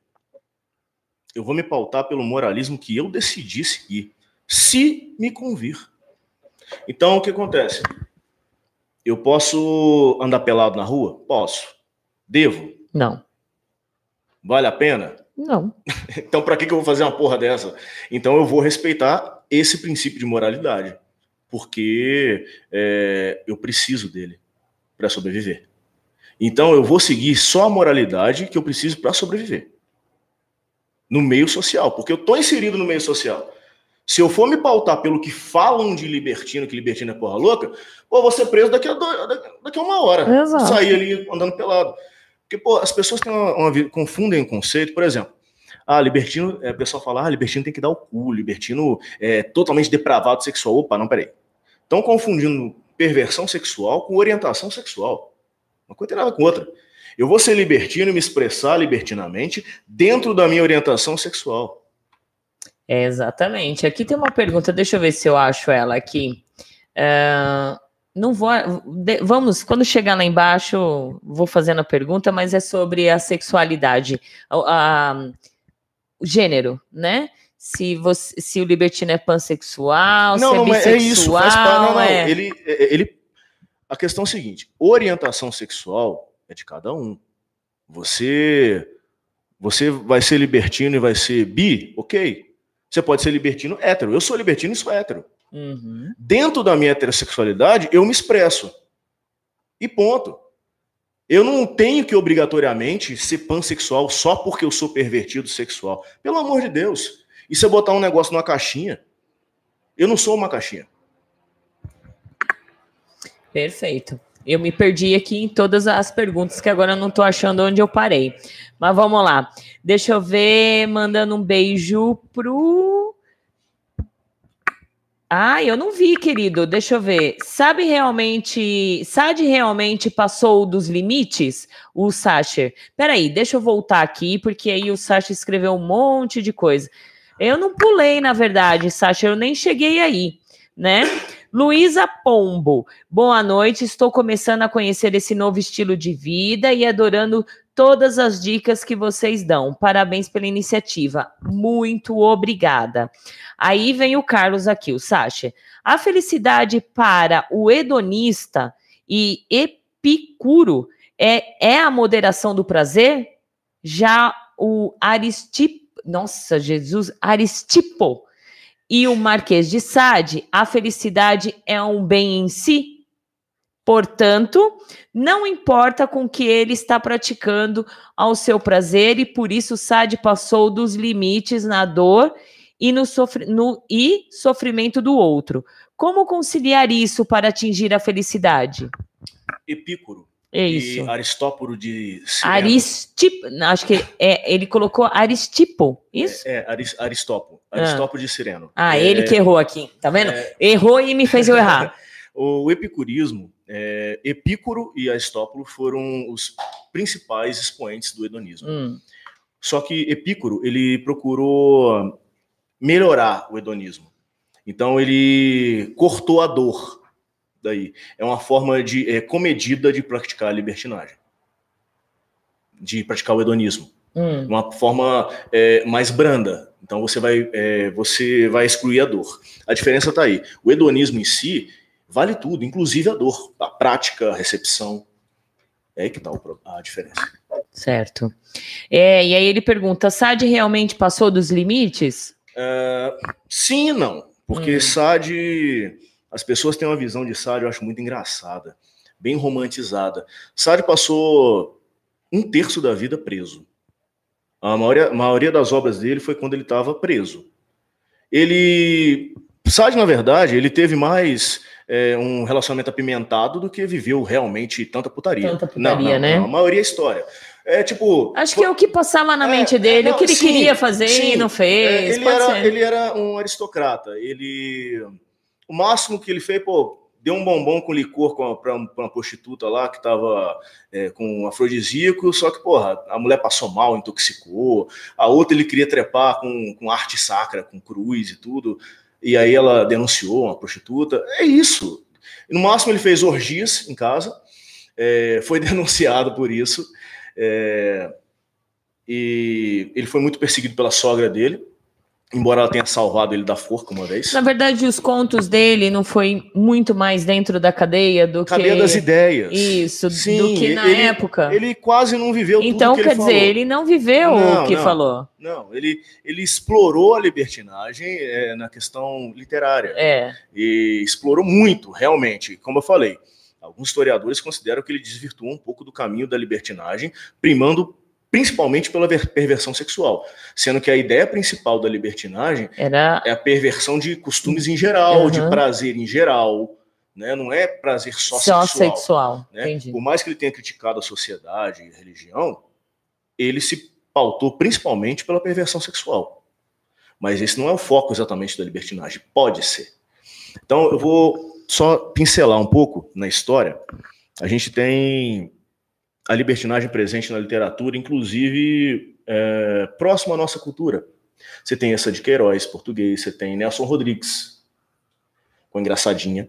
Eu vou me pautar pelo moralismo que eu decidi seguir, se me convir. Então, o que acontece? Eu posso andar pelado na rua? Posso. Devo? Não. Vale a pena? Não. Então, para que que eu vou fazer uma porra dessa? Então, eu vou respeitar esse princípio de moralidade, porque é, eu preciso dele para sobreviver. Então, eu vou seguir só a moralidade que eu preciso para sobreviver. No meio social, porque eu estou inserido no meio social. Se eu for me pautar pelo que falam de libertino, que libertino é porra louca, pô, eu vou ser preso daqui a, do, daqui a uma hora. Exato. Sair ali andando pelado. Porque, pô, as pessoas têm uma, uma, confundem o conceito. Por exemplo, ah, libertino, é, o pessoal fala, ah, libertino tem que dar o cu, libertino é totalmente depravado sexual. Opa, não, peraí. Estão confundindo perversão sexual com orientação sexual. Uma coisa tem nada com outra. Eu vou ser libertino e me expressar libertinamente dentro da minha orientação sexual. É, exatamente. Aqui tem uma pergunta, deixa eu ver se eu acho ela aqui. Uh, não vou. De, vamos, quando chegar lá embaixo, vou fazendo a pergunta, mas é sobre a sexualidade, a, a, o gênero, né? Se, você, se o libertino é pansexual, não, se não, é bissexual. É isso, faz parte, não, não. É... Ele, ele, a questão é a seguinte: orientação sexual é de cada um. Você, você vai ser libertino e vai ser bi, ok? Você pode ser libertino hétero. Eu sou libertino e sou hétero. Uhum. Dentro da minha heterossexualidade, eu me expresso. E ponto. Eu não tenho que obrigatoriamente ser pansexual só porque eu sou pervertido sexual. Pelo amor de Deus. E se eu botar um negócio numa caixinha? Eu não sou uma caixinha. Perfeito. Eu me perdi aqui em todas as perguntas que agora eu não estou achando onde eu parei. Mas vamos lá. Deixa eu ver, mandando um beijo pro... Ah, eu não vi, querido. Deixa eu ver. Sabe realmente... Sade realmente passou dos limites? O Sacher. Peraí, deixa eu voltar aqui, porque aí o Sacher escreveu um monte de coisa. Eu não pulei, na verdade, Sacher. Eu nem cheguei aí, né? Luísa Pombo, boa noite, estou começando a conhecer esse novo estilo de vida e adorando todas as dicas que vocês dão. Parabéns pela iniciativa, muito obrigada. Aí vem o Carlos aqui, o Sacha. A felicidade para o hedonista e epicuro é, é a moderação do prazer? Já o Aristipo, nossa, Jesus, Aristipo, e o Marquês de Sade, a felicidade é um bem em si. Portanto, não importa com que ele está praticando ao seu prazer, e por isso Sade passou dos limites na dor e no, sofri- no e sofrimento do outro. Como conciliar isso para atingir a felicidade? Epicuro. É isso. E Aristóporo de Cireno. Aristipo, acho que é, ele colocou Aristipo, isso? É, é Aris, Aristópolo. Aristópolo ah. de Cireno. Ah, é, ele que errou aqui, tá vendo? É, errou e me fez eu errar. O epicurismo, é, Epicuro e Aristópolo foram os principais expoentes do hedonismo. Hum. Só que Epicuro, ele procurou melhorar o hedonismo. Então ele cortou a dor. Daí é uma forma de é, comedida de praticar a libertinagem, de praticar o hedonismo, hum. uma forma é, mais branda. Então você vai é, você vai excluir a dor. A diferença está aí. O hedonismo em si vale tudo, inclusive a dor, a prática, a recepção. É aí que está a diferença. Certo. É, e aí ele pergunta: Sade realmente passou dos limites? É, sim e não, porque hum. Sade as pessoas têm uma visão de Sade, eu acho muito engraçada, bem romantizada. Sade passou um terço da vida preso. A maioria, a maioria das obras dele foi quando ele estava preso. Ele... Sade, na verdade, ele teve mais é, um relacionamento apimentado do que viveu realmente tanta putaria. Tanta putaria, não, não, né? Não, a maioria é história. É tipo... Acho que é o que passava na é, mente dele, não, o que ele sim, queria fazer sim, e não fez. É, ele, pode era, ser. ele era um aristocrata. Ele... O máximo que ele fez, pô, deu um bombom com licor para uma prostituta lá que estava é, com um afrodisíaco, só que, porra, a mulher passou mal, intoxicou. A outra ele queria trepar com, com arte sacra, com cruz e tudo. E aí ela denunciou uma prostituta. É isso. No máximo ele fez orgias em casa, é, foi denunciado por isso. É, e ele foi muito perseguido pela sogra dele, embora ela tenha salvado ele da forca uma vez. Na verdade, os contos dele não foi muito mais dentro da cadeia do cadeia que... Cadeia das ideias. Isso, Sim, do que na ele, época. Ele quase não viveu então, tudo que quer ele dizer, falou. ele não viveu não, o que não, falou. Não, ele, ele explorou a libertinagem é, na questão literária. É. E explorou muito, realmente. Como eu falei, alguns historiadores consideram que ele desvirtuou um pouco do caminho da libertinagem, primando principalmente pela perversão sexual, sendo que a ideia principal da libertinagem Era... é a perversão de costumes em geral, uhum. de prazer em geral, né? Não é prazer só, só sexual. sexual. Né? Entendi. Por mais que ele tenha criticado a sociedade e a religião, ele se pautou principalmente pela perversão sexual. Mas esse não é o foco exatamente da libertinagem. Pode ser. Então, eu vou só pincelar um pouco na história. A gente tem a libertinagem presente na literatura, inclusive é, próximo à nossa cultura. Você tem essa de Queiroz, português, você tem Nelson Rodrigues, com Engraçadinha,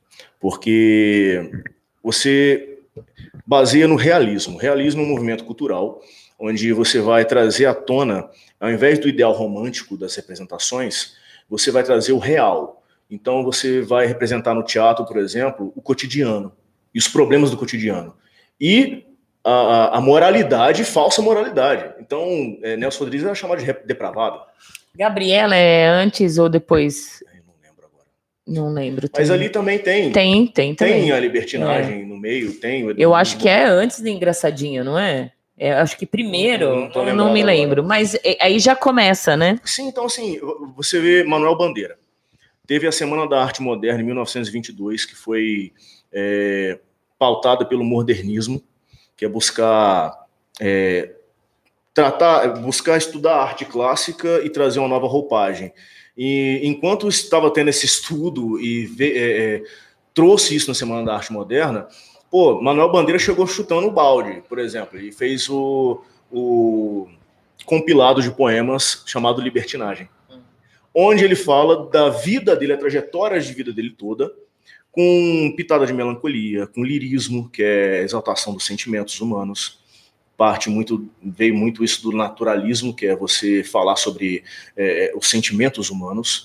porque você baseia no realismo. Realismo é um movimento cultural, onde você vai trazer à tona, ao invés do ideal romântico das representações, você vai trazer o real. Então você vai representar no teatro, por exemplo, o cotidiano, e os problemas do cotidiano. E A, a moralidade, falsa moralidade. Então, é, Nelson Rodrigues era chamado de depravado. Gabriela é antes ou depois? Eu não lembro agora. Não lembro. Mas tem. ali também tem. Tem, tem também. Tem a libertinagem é. no meio, tem. O eu acho que é antes de Engraçadinha, não é? é acho que primeiro, não, não, eu não me lembro. Agora. Mas é, aí já começa, né? Sim, então assim, você vê Manuel Bandeira. Teve a Semana da Arte Moderna em mil novecentos e vinte e dois, que foi é, pautada pelo modernismo, que é buscar é, tratar, buscar estudar arte clássica e trazer uma nova roupagem. E enquanto estava tendo esse estudo e ve, é, trouxe isso na Semana da Arte Moderna, pô, Manuel Bandeira chegou chutando o balde, por exemplo, e fez o, o compilado de poemas chamado Libertinagem, onde ele fala da vida dele, a trajetória de vida dele toda, com pitada de melancolia, com lirismo, que é a exaltação dos sentimentos humanos. Parte muito, veio muito isso do naturalismo, que é você falar sobre é, os sentimentos humanos.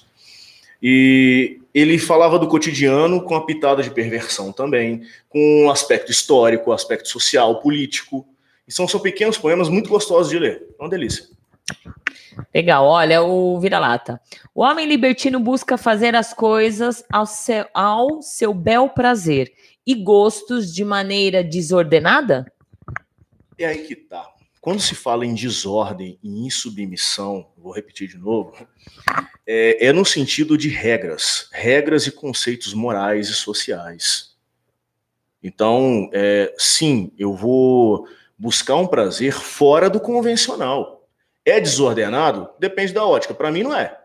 E ele falava do cotidiano com a pitada de perversão também, com um aspecto histórico, aspecto social, político. E são, são pequenos poemas muito gostosos de ler. É uma delícia. Legal, olha o vira-lata. O homem libertino busca fazer as coisas ao seu, ao seu bel prazer e gostos de maneira desordenada? É aí que tá. Quando se fala em desordem e insubmissão, vou repetir de novo, é, é no sentido de regras, regras e conceitos morais e sociais. Então, é, sim, eu vou buscar um prazer fora do convencional. É desordenado? Depende da ótica. Para mim, não é.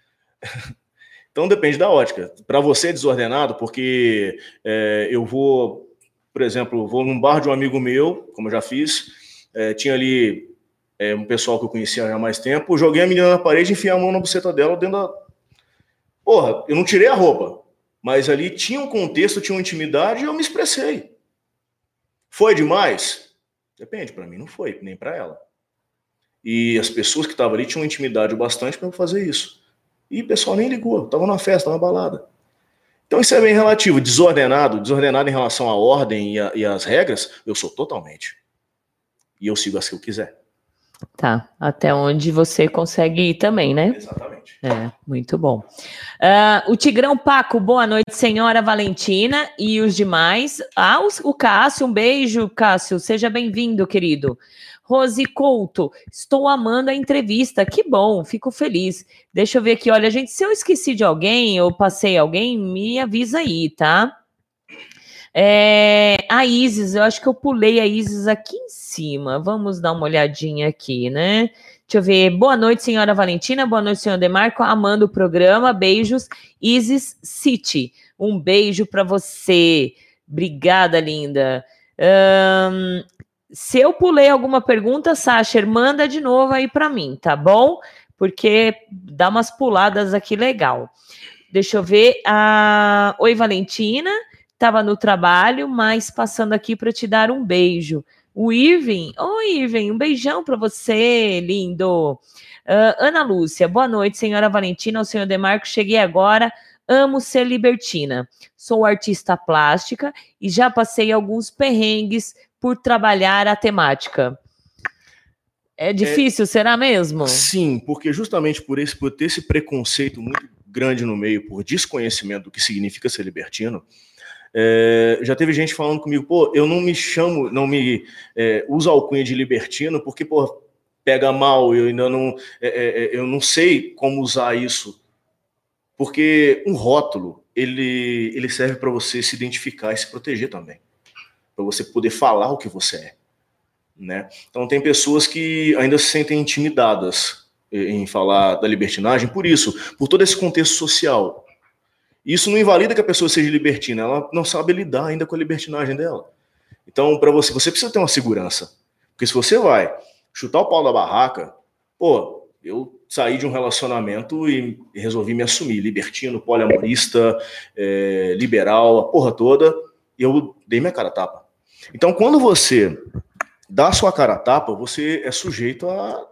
Então, depende da ótica. Para você é desordenado porque é, eu vou, por exemplo, vou num bar de um amigo meu, como eu já fiz, é, tinha ali é, um pessoal que eu conhecia já há mais tempo, joguei a menina na parede e enfiei a mão na buceta dela dentro da... Porra, eu não tirei a roupa, mas ali tinha um contexto, tinha uma intimidade e eu me expressei. Foi demais? Depende, para mim não foi, nem para ela. E as pessoas que estavam ali tinham intimidade o bastante para eu fazer isso. E o pessoal nem ligou, estava numa festa, numa balada. Então isso é bem relativo. Desordenado, desordenado em relação à ordem e, a, e às regras, eu sou totalmente. E eu sigo as que eu quiser. Tá, até onde você consegue ir também, né? Exatamente. Exatamente. É, muito bom. Uh, o Tigrão Paco, boa noite, senhora Valentina e os demais. Ah, os, o Cássio, um beijo, Cássio, seja bem-vindo, querido. Rose Couto, estou amando a entrevista, que bom, fico feliz. Deixa eu ver aqui, olha, gente, se eu esqueci de alguém ou passei alguém, me avisa aí, tá? É, a Isis, eu acho que eu pulei a Isis aqui em cima, vamos dar uma olhadinha aqui, né? Deixa eu ver, boa noite, senhora Valentina, boa noite, senhor Demarco, amando o programa, beijos, Isis City, um beijo para você, obrigada, linda. Um, se eu pulei alguma pergunta, Sacher, manda de novo aí para mim, tá bom? Porque dá umas puladas aqui legal. Deixa eu ver, a... Oi, Valentina, estava no trabalho, mas passando aqui para te dar um beijo. O Irving, oi Irving, um beijão para você, lindo. Uh, Ana Lúcia, boa noite, senhora Valentina, o senhor Demarco, cheguei agora, amo ser libertina. Sou artista plástica e já passei alguns perrengues por trabalhar a temática. É difícil, é, será mesmo? Sim, porque justamente por, esse, por ter esse preconceito muito grande no meio, por desconhecimento do que significa ser libertino, É, já teve gente falando comigo, pô, eu não me chamo, não me é, uso a alcunha de libertino, porque, pô, pega mal, eu ainda não, é, é, eu não sei como usar isso. Porque um rótulo, ele, ele serve para você se identificar e se proteger também. Para você poder falar o que você é. Né? Então tem pessoas que ainda se sentem intimidadas em falar da libertinagem por isso, por todo esse contexto social. Isso não invalida que a pessoa seja libertina, ela não sabe lidar ainda com a libertinagem dela. Então, para você, você precisa ter uma segurança. Porque se você vai chutar o pau da barraca, pô, eu saí de um relacionamento e resolvi me assumir libertino, poliamorista, é, liberal, a porra toda, e eu dei minha cara a tapa. Então, quando você dá a sua cara a tapa, você é sujeito a...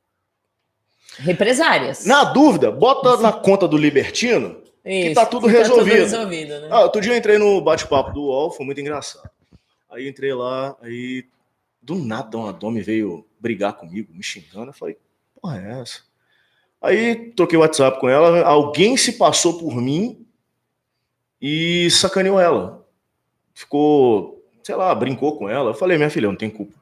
represárias. Na dúvida, bota na conta do libertino, Isso, que tá tudo que resolvido. Tá tudo resolvido, né? Ah, outro dia eu entrei no bate-papo do U O L, foi muito engraçado. Aí entrei lá, aí do nada uma dona me veio brigar comigo, me xingando. Eu falei, porra é essa? Aí troquei o WhatsApp com ela, alguém se passou por mim e sacaneou ela. Ficou, sei lá, brincou com ela. Eu falei, minha filha, eu não tenho culpa.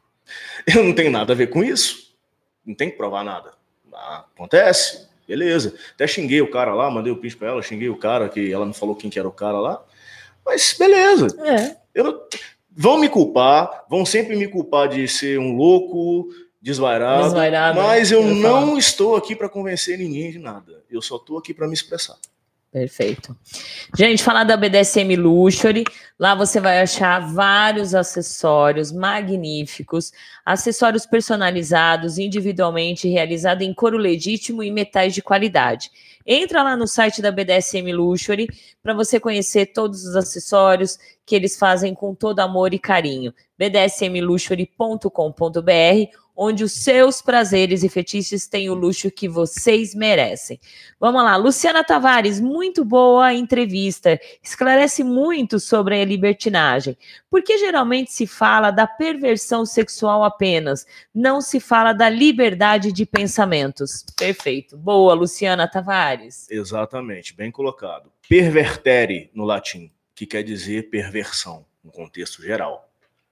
Eu não tenho nada a ver com isso. Não tem que provar nada. Ah, acontece. Beleza, até xinguei o cara lá, mandei o print pra ela, xinguei o cara, que ela me falou quem que era o cara lá, mas beleza. É. Eu não... Vão me culpar, vão sempre me culpar de ser um louco, desvairado, desvairado mas eu, eu não falo. Estou aqui para convencer ninguém de nada, eu só estou aqui para me expressar. Perfeito. Gente, falar da B D S M Luxury, lá você vai achar vários acessórios magníficos, acessórios personalizados, individualmente, realizados em couro legítimo e metais de qualidade. Entra lá no site da B D S M Luxury para você conhecer todos os acessórios que eles fazem com todo amor e carinho. b d s m luxury ponto com ponto b r, onde os seus prazeres e fetiches têm o luxo que vocês merecem. Vamos lá, Luciana Tavares, muito boa entrevista, esclarece muito sobre a libertinagem, porque geralmente se fala da perversão sexual apenas, não se fala da liberdade de pensamentos. Perfeito, boa, Luciana Tavares. Exatamente, bem colocado. Pervertere, no latim, que quer dizer perversão, no contexto geral.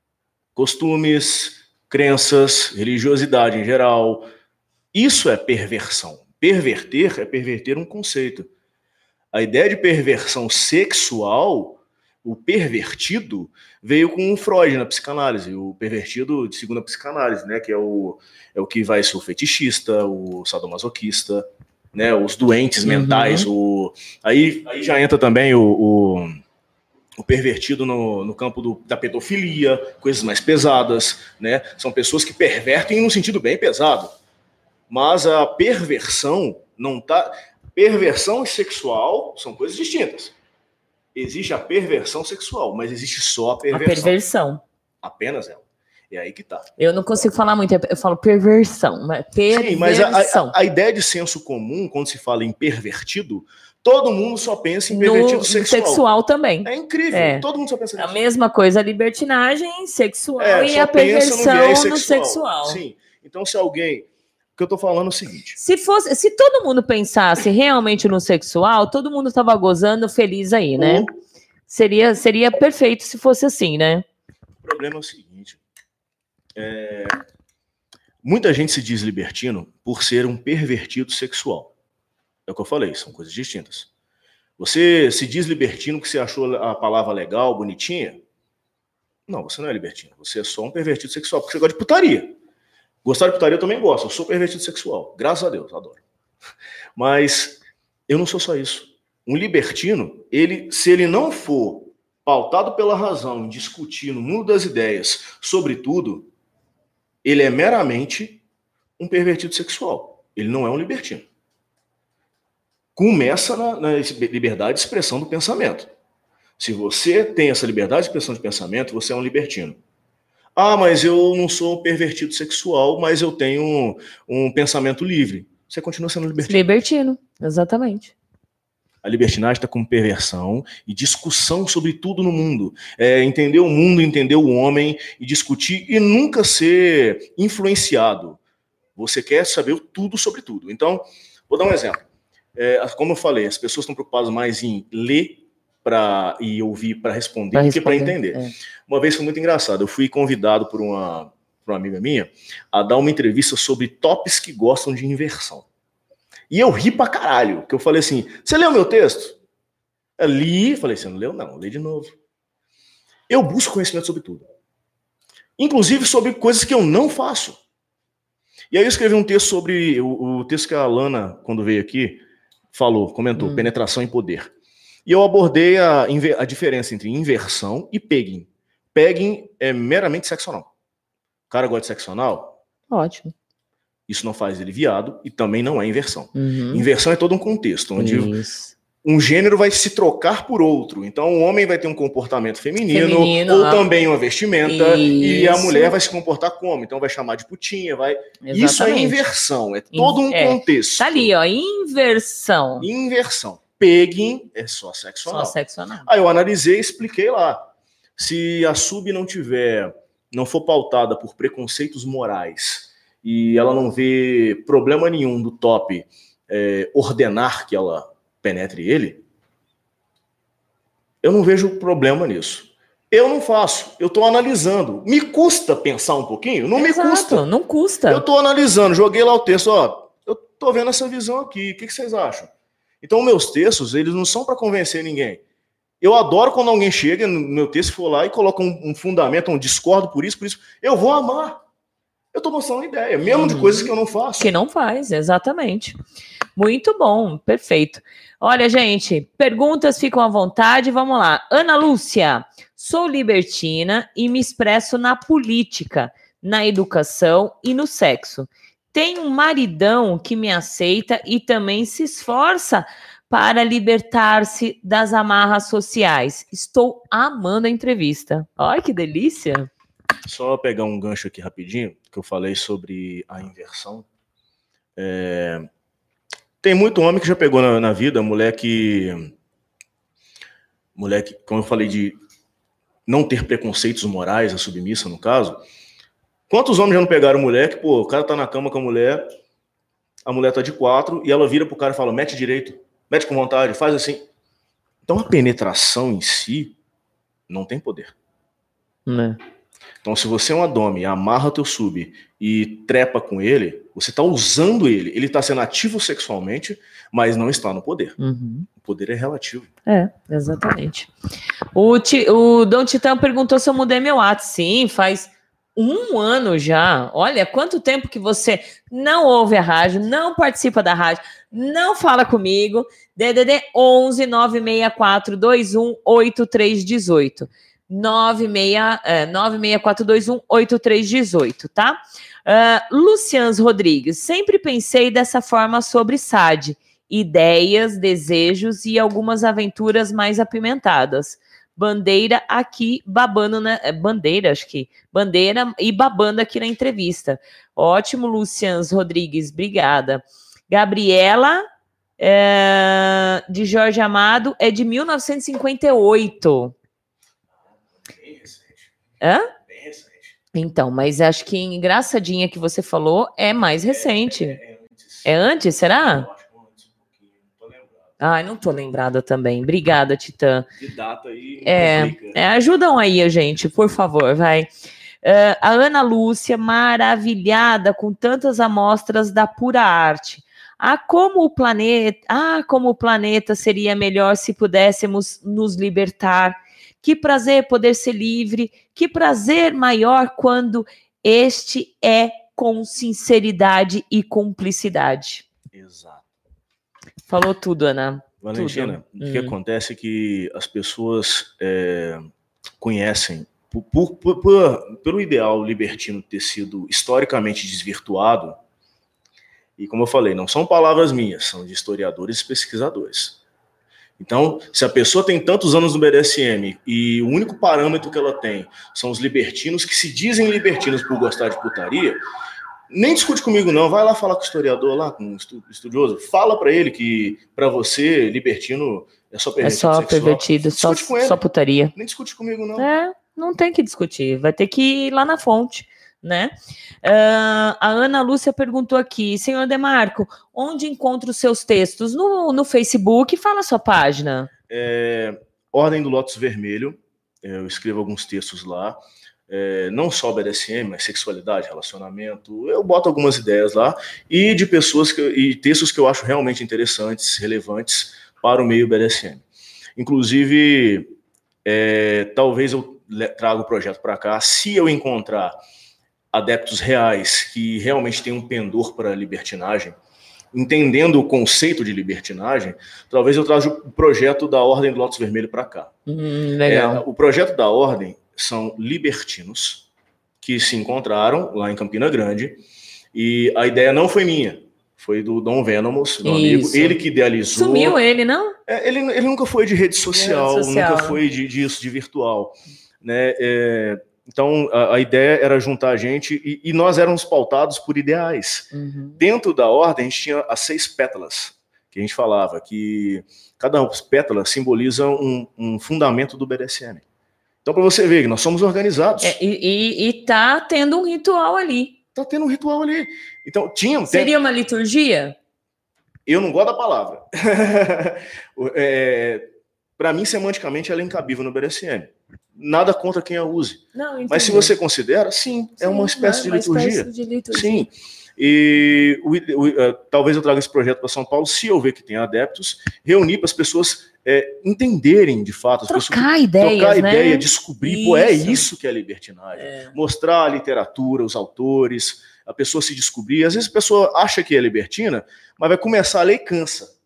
Costumes, crenças, religiosidade em geral, isso é perversão. Perverter é perverter um conceito. A ideia de perversão sexual, o pervertido, veio com o Freud na psicanálise, o pervertido de segundo a psicanálise, né, que é o, é o que vai ser o fetichista, o sadomasoquista, né, os doentes mentais, uhum. o, aí, aí já entra também o... o o pervertido no, no campo do, da pedofilia, coisas mais pesadas, né? São pessoas que pervertem no sentido bem pesado. Mas a perversão não tá... Perversão e sexual são coisas distintas. Existe a perversão sexual, mas existe só a perversão. A perversão. Apenas ela. É aí que tá. Eu não consigo falar muito, eu falo perversão. Mas perversão. Sim, mas a, a, a ideia de senso comum, quando se fala em pervertido, todo mundo só pensa em pervertido no sexual. sexual também. É incrível, é. Todo mundo só pensa nisso. A mesma coisa, a libertinagem sexual é, e a perversão no, no sexual. Sim, então se alguém O que eu tô falando é o seguinte. Se fosse, se todo mundo pensasse realmente no sexual, todo mundo tava gozando feliz aí, né? Ou, Seria, seria perfeito se fosse assim, né? o problema é o seguinte. É, muita gente se diz libertino por ser um pervertido sexual. É o que eu falei, são coisas distintas. Você se diz libertino porque você achou a palavra legal, bonitinha? Não, você não é libertino. Você é só um pervertido sexual, porque você gosta de putaria. Gostar de putaria eu também gosto. Eu sou pervertido sexual. Graças a Deus, adoro. Mas eu não sou só isso. Um libertino, ele, se ele não for pautado pela razão, em discutir no mundo das ideias sobre tudo, ele é meramente um pervertido sexual. Ele não é um libertino. Começa na, na liberdade de expressão do pensamento. Se você tem essa liberdade de expressão de pensamento, você é um libertino. Ah, mas eu não sou pervertido sexual, mas eu tenho um, um pensamento livre. Você continua sendo libertino. Libertino, exatamente. A libertinagem está com perversão e discussão sobre tudo no mundo. É, entender o mundo, entender o homem e discutir e nunca ser influenciado. Você quer saber tudo sobre tudo. Então, vou dar um exemplo. É, como eu falei, as pessoas estão preocupadas mais em ler pra, e ouvir para responder, Pra do que para responder, entender. é. Uma vez foi muito engraçado. Eu fui convidado por uma, por uma amiga minha a dar uma entrevista sobre tops que gostam de inversão. E eu ri pra caralho, porque eu falei assim, você leu meu texto? Eu li, falei, você não leu? Não, lê de novo. Eu busco conhecimento sobre tudo. Inclusive sobre coisas que eu não faço. E aí eu escrevi um texto sobre, o, o texto que a Lana, quando veio aqui, falou, comentou, hum. penetração e poder. E eu abordei a, a diferença entre inversão e pegging. Pegging é meramente sexo anal. O cara gosta de sexo anal? Ótimo. Isso não faz ele viado e também não é inversão. Uhum. Inversão é todo um contexto, onde Isso. um gênero vai se trocar por outro. Então o homem vai ter um comportamento feminino, Feminino, ou ah. também uma vestimenta, Isso. e a mulher vai se comportar como? Então vai chamar de putinha, vai... Exatamente. Isso é inversão, é todo um é. contexto. Tá ali, ó, inversão. Inversão. Pegging é só sexo anal. Só sexo anal. Aí eu analisei e expliquei lá. Se a sub não tiver, não for pautada por preconceitos morais e ela não vê problema nenhum do top é, ordenar que ela penetre ele, eu não vejo problema nisso. Eu não faço, eu estou analisando. Me custa pensar um pouquinho? Não Exato, me custa. não custa. Eu estou analisando, joguei lá o texto, ó, eu estou vendo essa visão aqui, o que, que vocês acham? Então, meus textos, eles não são para convencer ninguém. Eu adoro quando alguém chega no meu texto, for lá e coloca um, um fundamento, um discordo por isso, por isso. Eu vou amar. Eu estou mostrando uma ideia, mesmo uhum. de coisas que eu não faço. Que não faz, exatamente. Muito bom, perfeito. Olha, gente, perguntas ficam à vontade, vamos lá. Ana Lúcia, sou libertina e me expresso na política, na educação e no sexo. Tenho um maridão que me aceita e também se esforça para libertar-se das amarras sociais. Estou amando a entrevista. Olha que delícia. Só pegar um gancho aqui rapidinho, que eu falei sobre a inversão. É... Tem muito homem que já pegou na, na vida, mulher que... Mulher que, como eu falei, de não ter preconceitos morais, a submissa no caso. Quantos homens já não pegaram mulher que, pô, o cara tá na cama com a mulher, a mulher tá de quatro, e ela vira pro cara e fala, mete direito, mete com vontade, faz assim. Então a penetração em si não tem poder. Né? Então se você é uma dome, amarra teu sub e trepa com ele, você tá usando ele. Ele tá sendo ativo sexualmente, mas não está no poder. Uhum. O poder é relativo. É, exatamente. O, Ti, o Dom Titã perguntou se eu mudei meu ato. Sim, faz... Um ano já. Olha, quanto tempo que você não ouve a rádio, não participa da rádio, não fala comigo. D D D onze nove seis quatro dois um oito três um oito. nove seis quatro dois um oito três um oito, tá? Uh, Lucians Rodrigues. Sempre pensei dessa forma sobre S A D. Ideias, desejos e algumas aventuras mais apimentadas. Bandeira aqui babando, né? Bandeira, acho que. Bandeira e babando aqui na entrevista. Ótimo, Lucians Rodrigues, obrigada. Gabriela, é, de Jorge Amado, é de mil novecentos e cinquenta e oito. Bem recente. Hã? Bem recente. Então, mas acho que engraçadinha que você falou é mais recente. É, é, é antes. É antes, será? Eu acho que antes um pouquinho, não tô lembrado. Ah, não tô lembrada também. Obrigada, Titã. De data aí. É, é, ajudam aí a gente, por favor, vai. Uh, a Ana Lúcia, maravilhada com tantas amostras da pura arte. Ah, como o planeta, ah, como o planeta seria melhor se pudéssemos nos libertar. Que prazer poder ser livre, que prazer maior quando este é com sinceridade e cumplicidade. Exato. Falou tudo, Ana. Valentina, tudo. o que hum. acontece é que as pessoas é, conhecem, por, por, por, por, pelo ideal libertino ter sido historicamente desvirtuado, e como eu falei, não são palavras minhas, são de historiadores e pesquisadores. Então, se a pessoa tem tantos anos no B D S M e o único parâmetro que ela tem são os libertinos que se dizem libertinos por gostar de putaria, nem discute comigo não, vai lá falar com o historiador lá, com o estudioso, fala para ele que para você libertino é só pervertido, é só sexual. pervertido, só, só putaria. Nem discute comigo não. É, não tem que discutir, vai ter que ir lá na fonte. Né? Uh, a Ana Lúcia perguntou aqui, senhor Demarco, onde encontra os seus textos? No, no Facebook, fala a sua página. É, Ordem do Lótus Vermelho, eu escrevo alguns textos lá, é, não só B D S M, mas sexualidade, relacionamento, eu boto algumas ideias lá, e de pessoas que, e textos que eu acho realmente interessantes, relevantes para o meio B D S M. Inclusive, é, talvez eu traga o projeto para cá, se eu encontrar adeptos reais que realmente têm um pendor para a libertinagem, entendendo o conceito de libertinagem, talvez eu traga o projeto da Ordem do Lótus Vermelho para cá. Hum, legal. É, o projeto da Ordem são libertinos que se encontraram lá em Campina Grande, e a ideia não foi minha, foi do Dom Venomous, meu amigo, ele que idealizou. Sumiu ele, não? É, ele, ele nunca foi de rede social, rede social. nunca foi de, disso, de virtual, né? É, Então, a, a ideia era juntar a gente, e, e nós éramos pautados por ideais. Uhum. Dentro da ordem, a gente tinha as seis pétalas, que a gente falava, que cada pétala simboliza um, um fundamento do B D S M. Então, para você ver, nós somos organizados. É, e, e, e tá tendo um ritual ali. Tá tendo um ritual ali. Então, tinha... Seria tem... uma liturgia? Eu não gosto da palavra. é, para mim, semanticamente, ela é incabível no B D S M. Nada contra quem a use. Não, mas se você considera, sim, sim é uma espécie, de, uma liturgia. espécie de liturgia. Sim. E o, o, uh, talvez eu traga esse projeto para São Paulo, se eu ver que tem adeptos, reunir para as pessoas é, entenderem de fato. As trocar pessoas, ideias, trocar né? ideia, descobrir, isso. Pô, é isso que é libertinagem. É. Mostrar a literatura, os autores, a pessoa se descobrir. Às vezes a pessoa acha que é libertina, mas vai começar a ler e cansa.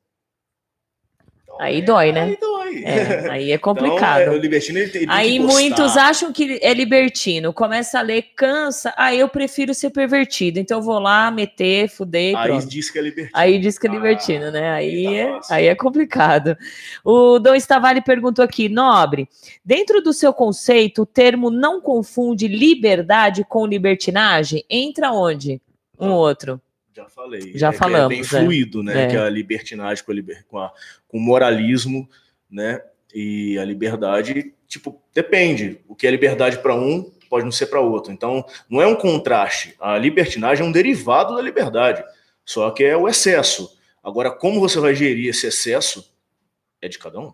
Aí dói, né? Aí dói. É, aí é complicado. Então, é, o libertino, ele tem, ele aí tem que muitos acham que é libertino. Começa a ler, cansa. Aí eu prefiro ser pervertido. Então eu vou lá, meter, fuder. Aí pronto. diz que é libertino. Aí diz que é libertino, ah, né? Aí, tá é, aí é complicado. O Dom Stavale perguntou aqui, Nobre, dentro do seu conceito, o termo não confunde liberdade com libertinagem? Entra onde? Um não. outro. Já falei. Já é, falamos. É bem fluido, é. né? É. Que é a libertinagem com, a liber... com, a... com o moralismo, né? E a liberdade, tipo, depende. O que é liberdade para um pode não ser para outro. Então, não é um contraste. A libertinagem é um derivado da liberdade. Só que é o excesso. Agora, como você vai gerir esse excesso é de cada um.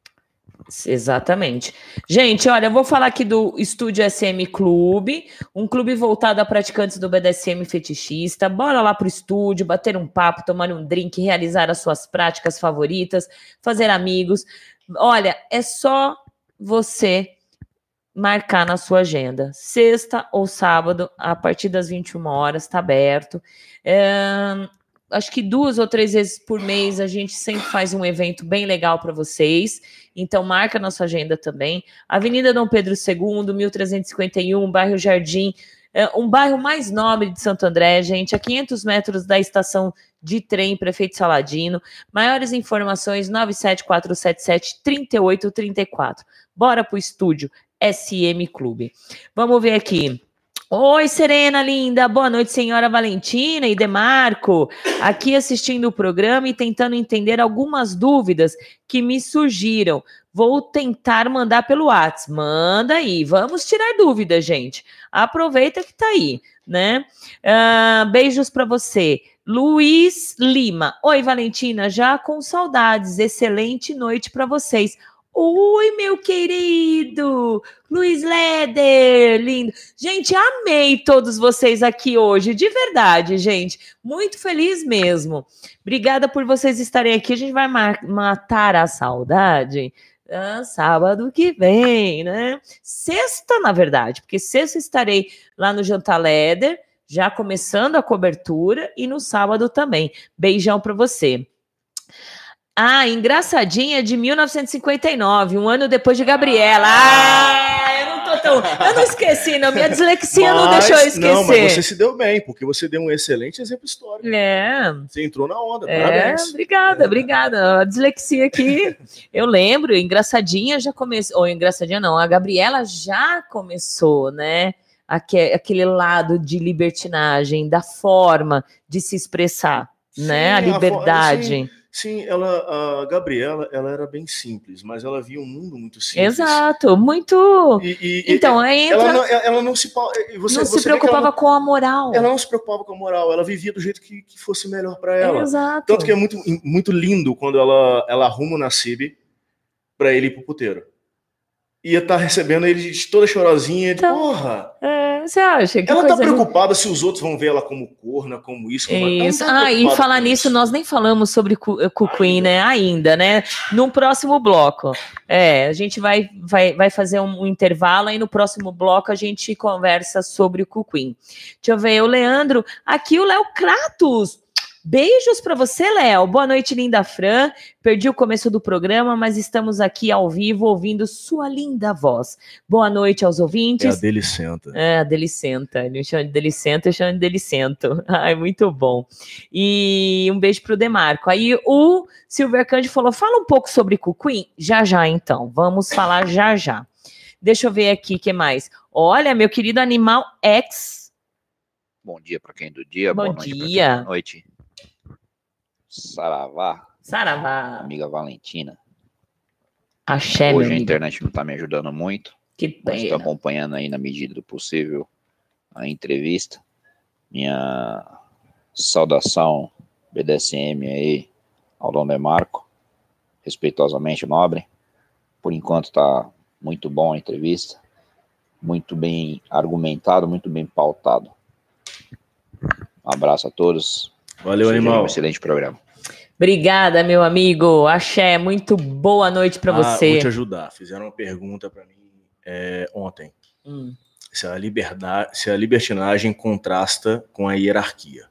Exatamente. Gente, olha, eu vou falar aqui do Estúdio S M Clube, um clube voltado a praticantes do B D S M fetichista. Bora lá pro estúdio, bater um papo, tomar um drink, realizar as suas práticas favoritas, fazer amigos. Olha, é só você marcar na sua agenda. Sexta ou sábado, a partir das vinte e uma horas, tá aberto. É... Acho que duas ou três vezes por mês a gente sempre faz um evento bem legal para vocês. Então, marca na sua agenda também. Avenida Dom Pedro segundo, mil trezentos e cinquenta e um, bairro Jardim. É um bairro mais nobre de Santo André, gente. A quinhentos metros da estação de trem Prefeito Saladino. Maiores informações, nove sete quatro sete sete, três oito três quatro. Bora pro estúdio S M Clube. Vamos ver aqui. Oi, Serena linda, boa noite, senhora Valentina e Demarco, aqui assistindo o programa e tentando entender algumas dúvidas que me surgiram. Vou tentar mandar pelo WhatsApp. Manda aí, vamos tirar dúvidas, gente. Aproveita que tá aí, né? Uh, beijos para você. Luiz Lima. Oi, Valentina, já com saudades. Excelente noite para vocês. Oi, meu querido Luiz Leder, lindo. Gente, amei todos vocês aqui hoje, de verdade, gente. Muito feliz mesmo. Obrigada por vocês estarem aqui. A gente vai ma- matar a saudade ah, sábado que vem, né? Sexta, na verdade, porque sexta estarei lá no Jantar Leder, já começando a cobertura, e no sábado também. Beijão para você. Ah, Engraçadinha de mil novecentos e cinquenta e nove, um ano depois de Gabriela. Ah, eu não tô tão... Eu não esqueci, não. Minha dislexia mas, não deixou eu esquecer. Não, mas você se deu bem, porque você deu um excelente exemplo histórico. É. Você entrou na onda, é, parabéns. Obrigada, é. obrigada. A dislexia aqui, eu lembro, Engraçadinha já começou... Ou Engraçadinha não, a Gabriela já começou, né? Aquele lado de libertinagem, da forma de se expressar, sim, né? A liberdade. A Sim, ela, a Gabriela, ela era bem simples, mas ela via um mundo muito simples. Exato, muito. E, e, então, e, entra... ela, não, ela não se, você, não você se preocupava não, com a moral. Ela não se preocupava com a moral, ela vivia do jeito que, que fosse melhor para ela. Exato. Tanto que é muito, muito lindo quando ela, ela arruma o Nassib para ele ir pro puteiro. Ia estar tá recebendo ele de toda chorosinha, de então, porra. É, você acha que ela coisa tá preocupada se os outros vão ver ela como corna, como isso. Como isso. Tá ah, e falar nisso, isso. Nós nem falamos sobre Cuquim, né? Ainda, né? No próximo bloco. É, a gente vai, vai, vai fazer um, um intervalo, aí no próximo bloco a gente conversa sobre o Cuquim. Deixa eu ver, o Leandro, aqui o Léo Kratos. Beijos para você, Léo. Boa noite, linda Fran. Perdi o começo do programa, mas estamos aqui ao vivo ouvindo sua linda voz. Boa noite aos ouvintes. É a Delicenta. É, a Delicenta. Ele chama de Delicenta, eu chamo de Delicento. Ai, muito bom. E um beijo pro Demarco. Aí o Silver Candy falou, fala um pouco sobre Cuquim. Já, já, então. Vamos falar já, já. Deixa eu ver aqui o que mais. Olha, meu querido Animal X. Bom dia para quem do dia. Bom boa noite dia. Boa noite. Saravá. Saravá. Amiga Valentina. Axé, Hoje meu a internet não está me ajudando muito. Que pena. Estou acompanhando aí na medida do possível a entrevista. Minha saudação B D S M aí ao Dom Demarco. Respeitosamente nobre. Por enquanto está muito bom a entrevista. Muito bem argumentado, muito bem pautado. Um abraço a todos. Valeu, animal. Um excelente programa. Obrigada, meu amigo. Axé, muito boa noite para ah, você. Vou te ajudar. Fizeram uma pergunta para mim é, ontem. Hum. Se, a liberdade, se a libertinagem contrasta com a hierarquia.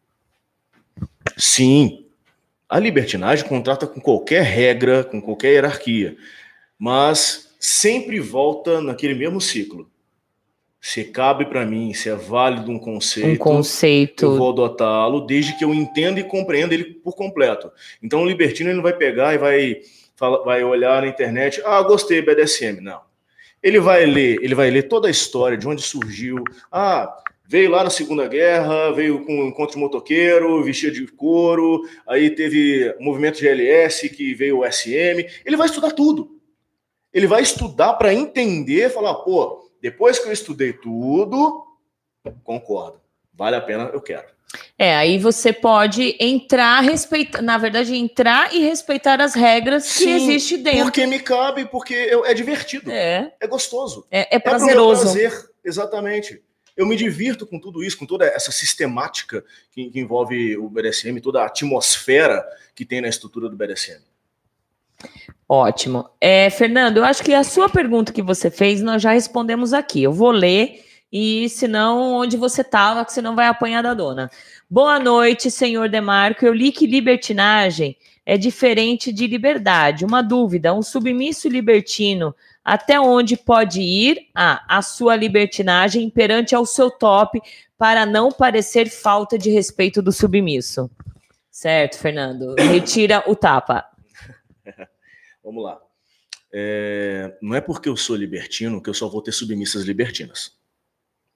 Sim, a libertinagem contrasta com qualquer regra, com qualquer hierarquia, mas sempre volta naquele mesmo ciclo. Se cabe para mim, se é válido um conceito, um conceito, eu vou adotá-lo desde que eu entenda e compreenda ele por completo. Então o libertino ele não vai pegar e vai, vai olhar na internet, ah, gostei, B D S M. Não. Ele vai ler, ele vai ler toda a história, de onde surgiu. Ah, veio lá na Segunda Guerra, veio com um encontro de motoqueiro, vestia de couro, aí teve o movimento G L S, que veio o S M. Ele vai estudar tudo. Ele vai estudar para entender, falar, pô, depois que eu estudei tudo, concordo. Vale a pena, eu quero. É, aí você pode entrar, respeitar, na verdade, entrar e respeitar as regras Sim, que existem dentro. Porque me cabe, porque eu, é divertido. É. É gostoso. É, é prazeroso. É pro meu prazer, exatamente. Eu me divirto com tudo isso, com toda essa sistemática que, que envolve o B D S M, toda a atmosfera que tem na estrutura do B D S M. Ótimo. É, Fernando, eu acho que a sua pergunta que você fez, nós já respondemos aqui. Eu vou ler e, senão, onde você estava, que você não vai apanhar da dona. Boa noite, senhor Demarco. Eu li que libertinagem é diferente de liberdade. Uma dúvida, um submisso libertino, até onde pode ir ah, a sua libertinagem perante ao seu top para não parecer falta de respeito do submisso? Certo, Fernando. Retira o tapa. Vamos lá. É, não é porque eu sou libertino que eu só vou ter submissas libertinas.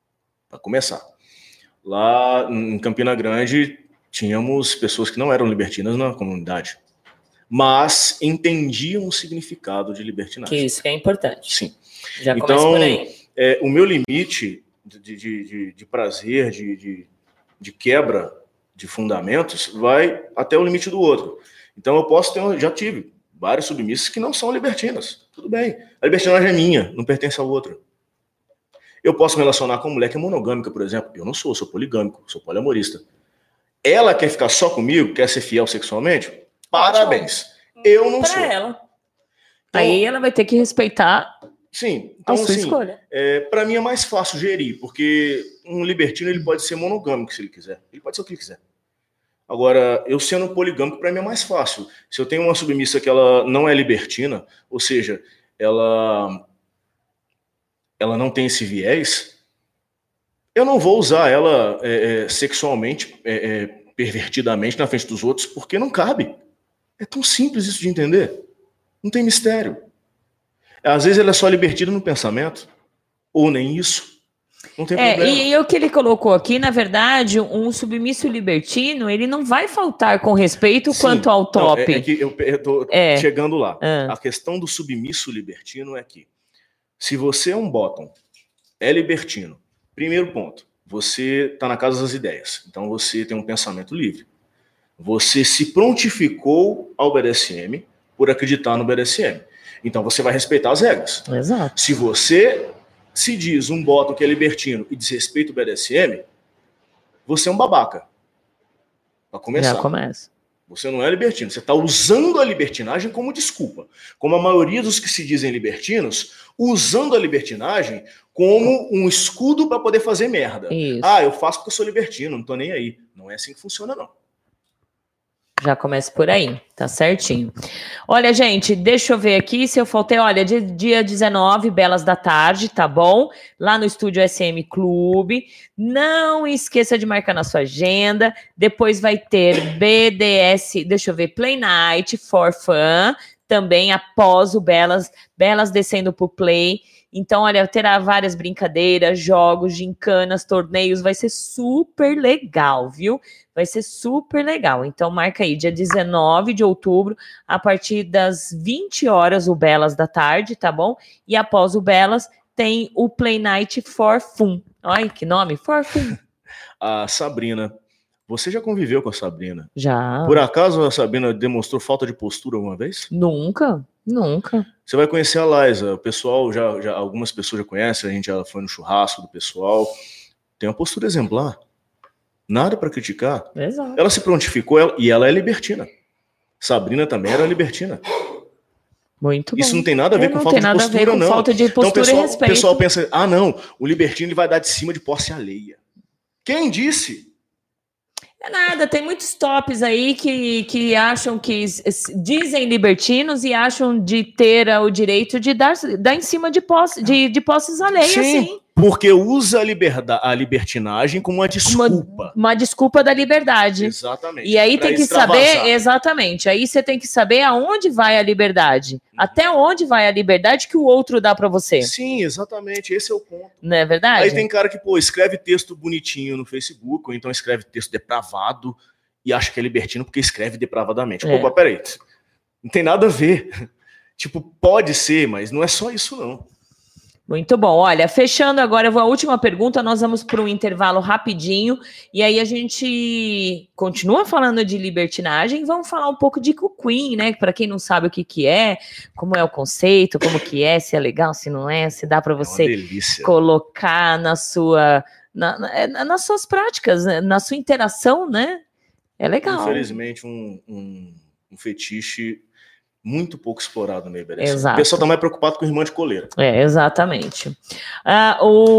para começar. Lá em Campina Grande, tínhamos pessoas que não eram libertinas na comunidade, mas entendiam o significado de libertinagem. Que isso que é importante. Sim. Já então, começa por aí. É, o meu limite de, de, de, de prazer, de, de, de quebra de fundamentos, vai até o limite do outro. Então, eu posso ter, já tive várias submissas que não são libertinas. Tudo bem. A libertinagem é minha, não pertence ao outro. Eu posso me relacionar com uma mulher que é monogâmica, por exemplo. Eu não sou, sou poligâmico, sou poliamorista. Ela quer ficar só comigo, quer ser fiel sexualmente? Parabéns. Eu não pra sou. ela. Então, aí ela vai ter que respeitar sim, então, a sua assim, escolha. É, para mim é mais fácil gerir, porque um libertino ele pode ser monogâmico se ele quiser. Ele pode ser o que ele quiser. Agora, eu sendo poligâmico, para mim é mais fácil. Se eu tenho uma submissa que ela não é libertina, ou seja, ela, ela não tem esse viés, eu não vou usar ela é, é, sexualmente, é, é, pervertidamente na frente dos outros, porque não cabe. É tão simples isso de entender. Não tem mistério. Às vezes ela é só libertina no pensamento, ou nem isso. Não tem É, problema. e, e o que ele colocou aqui, na verdade, um submisso libertino, ele não vai faltar com respeito Sim, quanto ao top. Não, é, é que eu, eu tô É. chegando lá. Ah. A questão do submisso libertino é que, se você é um bottom, é libertino, primeiro ponto, você está na casa das ideias, então você tem um pensamento livre. Você se prontificou ao B D S M por acreditar no B D S M. Então você vai respeitar as regras. Exato. Se você se diz um bottom que é libertino e desrespeita o B D S M, você é um babaca. Para começar. Já começa. Você não é libertino. Você está usando a libertinagem como desculpa. Como a maioria dos que se dizem libertinos, usando a libertinagem como um escudo para poder fazer merda. Isso. Ah, eu faço porque eu sou libertino, não tô nem aí. Não é assim que funciona, não. Já começa por aí, tá certinho. Olha, gente, deixa eu ver aqui se eu faltei. Olha, dia, dia dezenove, Belas da Tarde, tá bom? Lá no Estúdio S M Clube. Não esqueça de marcar na sua agenda. Depois vai ter B D S, deixa eu ver, Play Night for Fun, também após o Belas, Belas descendo pro Play. Então, olha, terá várias brincadeiras, jogos, gincanas, torneios, vai ser super legal, viu? Vai ser super legal. Então, marca aí, dia dezenove de outubro, a partir das vinte horas, o Belas da Tarde, tá bom? E após o Belas, tem o Play Night for Fun. Olha que nome, for Fun. A Sabrina, você já conviveu com a Sabrina? Já. Por acaso a Sabrina demonstrou falta de postura alguma vez? Nunca, nunca. Você vai conhecer a Laisa, o pessoal, já, já, algumas pessoas já conhecem, a gente já foi no churrasco do pessoal, tem uma postura exemplar, nada para criticar. Exato. Ela se prontificou ela, e ela é libertina. Sabrina também era libertina. Muito bom. Isso não tem nada a ver é, com não falta tem de nada postura, a ver com não. falta de postura então, pessoal, e respeito. o pessoal pensa, ah não, o libertino ele vai dar de cima de posse alheia. Quem disse? É nada, tem muitos tops aí que, que acham que dizem libertinos e acham de ter o direito de dar, dar em cima de, posse, de, de posses alheias, sim. sim. Porque usa a, liberdade, a libertinagem como uma desculpa. Uma, uma desculpa da liberdade. Exatamente. E aí tem que extravasar. saber, exatamente, aí você tem que saber aonde vai a liberdade. Uhum. Até onde vai a liberdade que o outro dá pra você. Sim, exatamente, esse é o ponto. Não é verdade? Aí tem cara que, pô, escreve texto bonitinho no Facebook, ou então escreve texto depravado e acha que é libertino porque escreve depravadamente. É. Pô, peraí, não tem nada a ver. Tipo, pode ser, mas não é só isso, não. Muito bom. Olha, fechando agora, eu vou à última pergunta, nós vamos para um intervalo rapidinho, e aí a gente continua falando de libertinagem, vamos falar um pouco de Queen, né? Para quem não sabe o que, que é, como é o conceito, como que é, se é legal, se não é, se dá para você delícia. Colocar na sua, na, na, nas suas práticas, na sua interação, né? É legal. Infelizmente, um, um, um fetiche muito pouco explorado no meio B D S M. Exato. O pessoal tá mais preocupado com irmã de coleira. É, exatamente. Ah,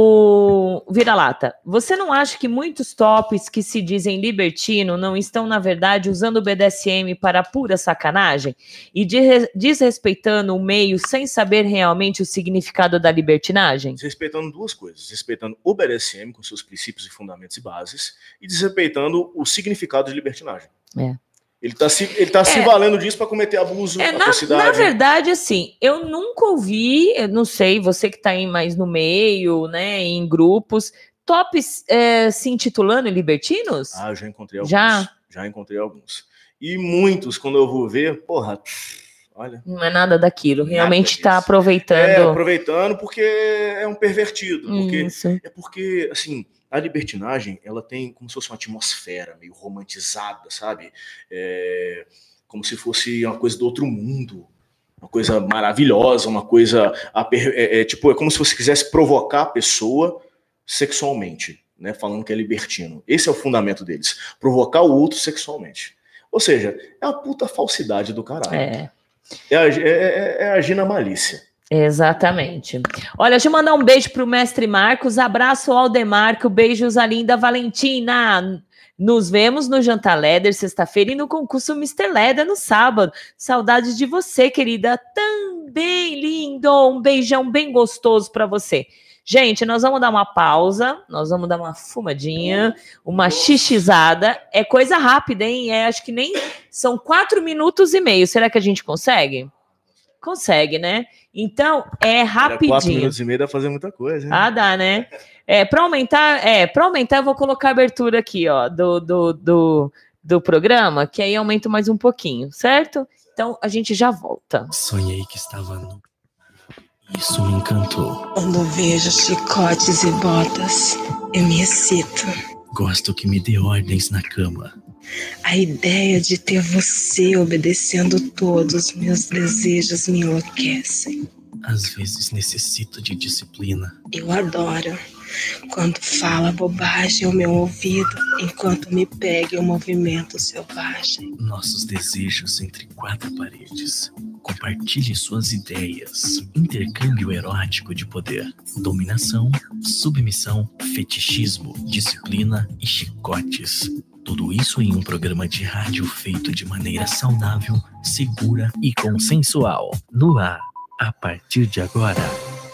o Vira-lata, você não acha que muitos tops que se dizem libertino não estão, na verdade, usando o B D S M para pura sacanagem e de desrespeitando o meio sem saber realmente o significado da libertinagem? Desrespeitando duas coisas. Desrespeitando o B D S M com seus princípios e fundamentos e bases e desrespeitando o significado de libertinagem. É. Ele tá se, ele tá é, se valendo disso para cometer abuso, é, atrocidade. Na, na verdade, assim, eu nunca ouvi, eu não sei, você que tá aí mais no meio, né, em grupos, tops é, se intitulando libertinos? Ah, eu já encontrei alguns. Já? Já encontrei alguns. E muitos, quando eu vou ver, porra, olha... Não é nada daquilo, realmente está aproveitando... É, aproveitando porque é um pervertido. Porque, Isso. é porque, assim, a libertinagem, ela tem como se fosse uma atmosfera meio romantizada, sabe? É, como se fosse uma coisa do outro mundo. Uma coisa maravilhosa, uma coisa... É, é, tipo, é como se você quisesse provocar a pessoa sexualmente, né? Falando que é libertino. Esse é o fundamento deles. Provocar o outro sexualmente. Ou seja, é uma puta falsidade do caralho. É. É, é, é agir na malícia. Exatamente. Olha, deixa eu mandar um beijo pro mestre Marcos, abraço ao Demarco, beijos à linda Valentina. Nos vemos no Jantar Leder sexta-feira e no concurso mister Leder no sábado. Saudades de você, querida. Também lindo. Um beijão bem gostoso para você. Gente, nós vamos dar uma pausa, nós vamos dar uma fumadinha, uma xixizada. É coisa rápida, hein? É, acho que nem... São quatro minutos e meio. Será que a gente consegue? Consegue, né? Então, é rapidinho. Quatro minutos e meio dá pra fazer muita coisa, hein? Ah, dá, né? É, para aumentar, é, para aumentar, eu vou colocar a abertura aqui, ó, do, do, do, do programa, que aí aumenta mais um pouquinho, certo? Então, a gente já volta. Sonhei que estava nu. Isso me encantou. Quando vejo chicotes e botas, eu me excito. Gosto que me dê ordens na cama. A ideia de ter você obedecendo todos os meus desejos me enlouquecem. Às vezes necessito de disciplina. Eu adoro quando fala bobagem ao meu ouvido, enquanto me pega em um movimento selvagem. Nossos desejos entre quatro paredes. Compartilhe suas ideias. Intercâmbio erótico de poder. Dominação, submissão, fetichismo, disciplina e chicotes. Tudo isso em um programa de rádio feito de maneira saudável, segura e consensual. No ar, a partir de agora,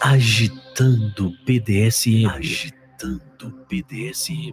Agitando B D S M. Agitando B D S M.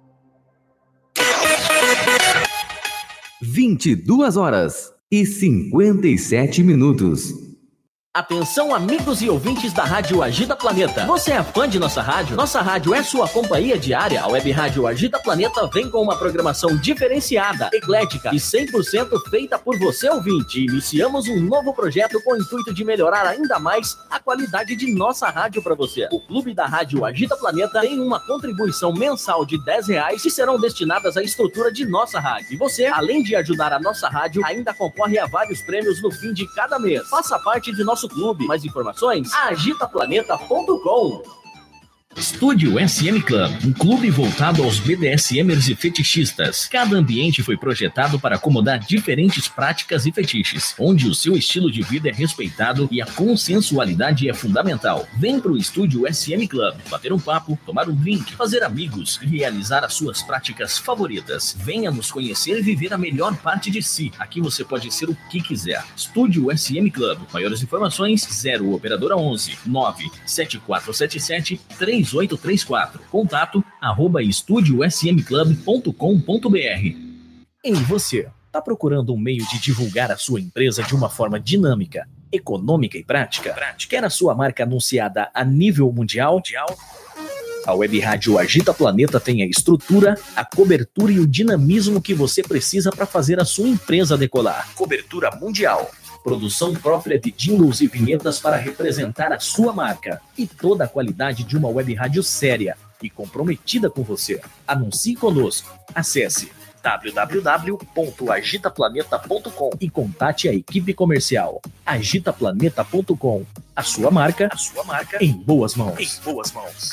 vinte e duas horas e cinquenta e sete minutos. Atenção, amigos e ouvintes da Rádio Agita Planeta. Você é fã de nossa rádio? Nossa rádio é sua companhia diária. A Web Rádio Agita Planeta vem com uma programação diferenciada, eclética e cem por cento feita por você, ouvinte. Iniciamos um novo projeto com o intuito de melhorar ainda mais a qualidade de nossa rádio para você. O Clube da Rádio Agita Planeta tem uma contribuição mensal de dez reais que serão destinadas à estrutura de nossa rádio. E você, além de ajudar a nossa rádio, ainda concorre a vários prêmios no fim de cada mês. Faça parte de nosso clube. Mais informações? agita planeta ponto com. Estúdio S M Club, um clube voltado aos BDSMers e fetichistas. Cada ambiente foi projetado para acomodar diferentes práticas e fetiches, onde o seu estilo de vida é respeitado e a consensualidade é fundamental. Vem pro Estúdio S M Club, bater um papo, tomar um drink, fazer amigos e realizar as suas práticas favoritas. Venha nos conhecer e viver a melhor parte de si. Aqui você pode ser o que quiser. Estúdio S M Club. Maiores informações, zero operadora onze nove sete quatro sete sete três oito três quatro. Contato arroba estúdio s m club ponto com ponto b r. E você, está procurando um meio de divulgar a sua empresa de uma forma dinâmica, econômica e prática? Quer a sua marca anunciada a nível mundial? A Web Rádio Agita Planeta tem a estrutura, a cobertura e o dinamismo que você precisa para fazer a sua empresa decolar. Cobertura mundial. Produção própria de jingles e vinhetas para representar a sua marca. E toda a qualidade de uma web rádio séria e comprometida com você. Anuncie conosco. Acesse w w w ponto agita planeta ponto com e contate a equipe comercial. agita planeta ponto com. A sua marca, a sua marca em boas mãos. Em boas mãos.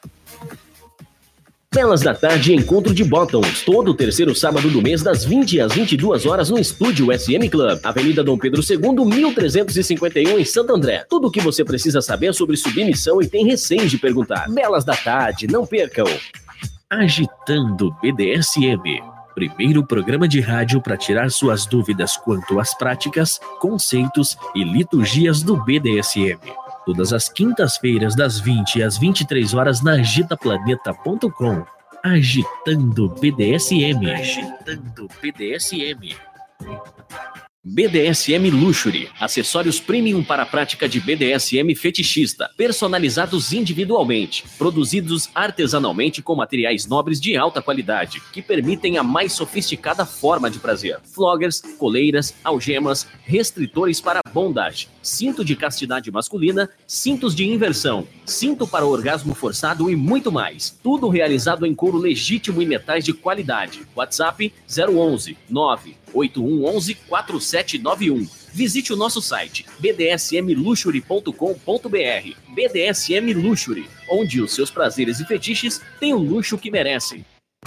Belas da Tarde, encontro de Bottoms, todo terceiro sábado do mês, das vinte às vinte e duas horas, no Estúdio S M Club, Avenida Dom Pedro segundo, mil trezentos e cinquenta e um, em Santo André. Tudo o que você precisa saber sobre submissão e tem receio de perguntar. Belas da Tarde, não percam! Agitando B D S M, primeiro programa de rádio para tirar suas dúvidas quanto às práticas, conceitos e liturgias do B D S M. Todas as quintas-feiras, das vinte às vinte e três horas, na agita planeta ponto com. Agitando B D S M. Agitando B D S M. B D S M Luxury, acessórios premium para a prática de B D S M fetichista, personalizados individualmente, produzidos artesanalmente com materiais nobres de alta qualidade, que permitem a mais sofisticada forma de prazer. Floggers, coleiras, algemas, restritores para bondage, cinto de castidade masculina, cintos de inversão, cinto para orgasmo forçado e muito mais. Tudo realizado em couro legítimo e metais de qualidade. WhatsApp zero onze nove oito um um um quatro sete nove um. Visite o nosso site b d s m luxury ponto com ponto b r. B D S M Luxury, onde os seus prazeres e fetiches têm o luxo que merecem.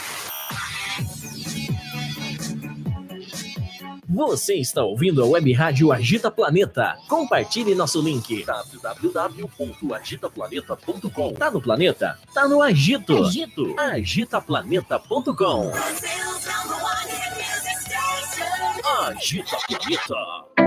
Você está ouvindo a Web Rádio Agita Planeta. Compartilhe nosso link w w w ponto agita planeta ponto com. Tá no planeta? Tá no Agito. Agito. agita planeta ponto com. Agita Planeta.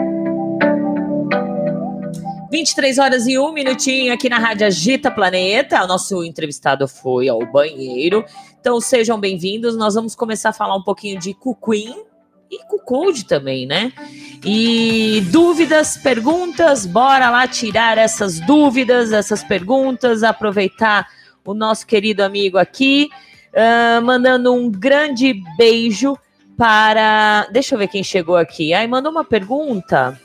vinte e três horas e um minutinho aqui na Rádio Agita Planeta. O nosso entrevistado foi ao banheiro. Então sejam bem-vindos. Nós vamos começar a falar um pouquinho de Cuquin e Cuckold também, né? E dúvidas, perguntas, bora lá tirar essas dúvidas, essas perguntas, aproveitar o nosso querido amigo aqui, uh, mandando um grande beijo para... Deixa eu ver quem chegou aqui. Aí mandou uma pergunta.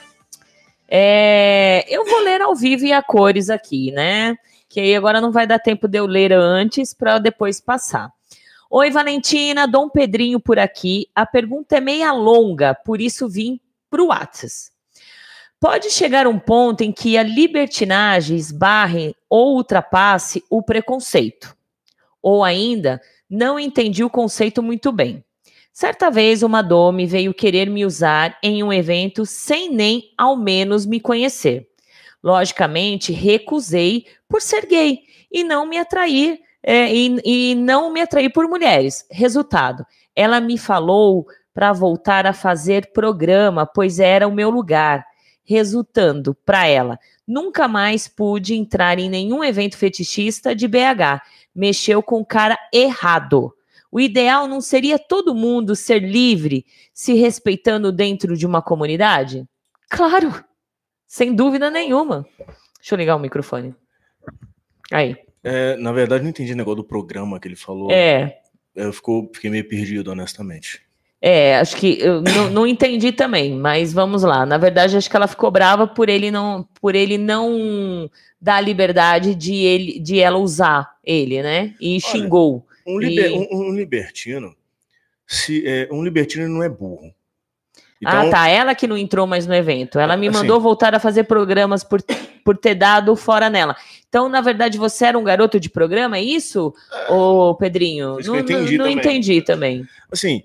É, eu vou ler ao vivo e a cores aqui, né? Que aí agora não vai dar tempo de eu ler antes para depois passar. Oi, Valentina, Dom Pedrinho por aqui. A pergunta é meia longa, por isso vim para o WhatsApp. Pode chegar um ponto em que a libertinagem esbarre ou ultrapasse o preconceito. Ou ainda, não entendi o conceito muito bem. Certa vez uma dome veio querer me usar em um evento sem nem ao menos me conhecer. Logicamente, recusei por ser gay e não me atrair. É, e, e não me atrair por mulheres. Resultado, ela me falou para voltar a fazer programa, pois era o meu lugar. Resultando, para ela, nunca mais pude entrar em nenhum evento fetichista de B H. Mexeu com o cara errado. O ideal não seria todo mundo ser livre, se respeitando dentro de uma comunidade? Claro, sem dúvida nenhuma. Deixa eu ligar o microfone. Aí. É, na verdade, não entendi o negócio do programa que ele falou. É. Eu ficou, fiquei meio perdido, honestamente. É, acho que eu não, não entendi também, mas vamos lá. Na verdade, acho que ela ficou brava por ele não, por ele não dar liberdade de, ele, de ela usar ele, né? E xingou. Olha, um, liber, e... um, um libertino, se, é, um libertino não é burro. Então, ah, tá. Ela que não entrou mais no evento. Ela me assim, mandou voltar a fazer programas por, por ter dado fora nela. Então, na verdade, você era um garoto de programa, é isso, é, ô Pedrinho? Isso não que eu entendi não, não também. entendi também. Assim,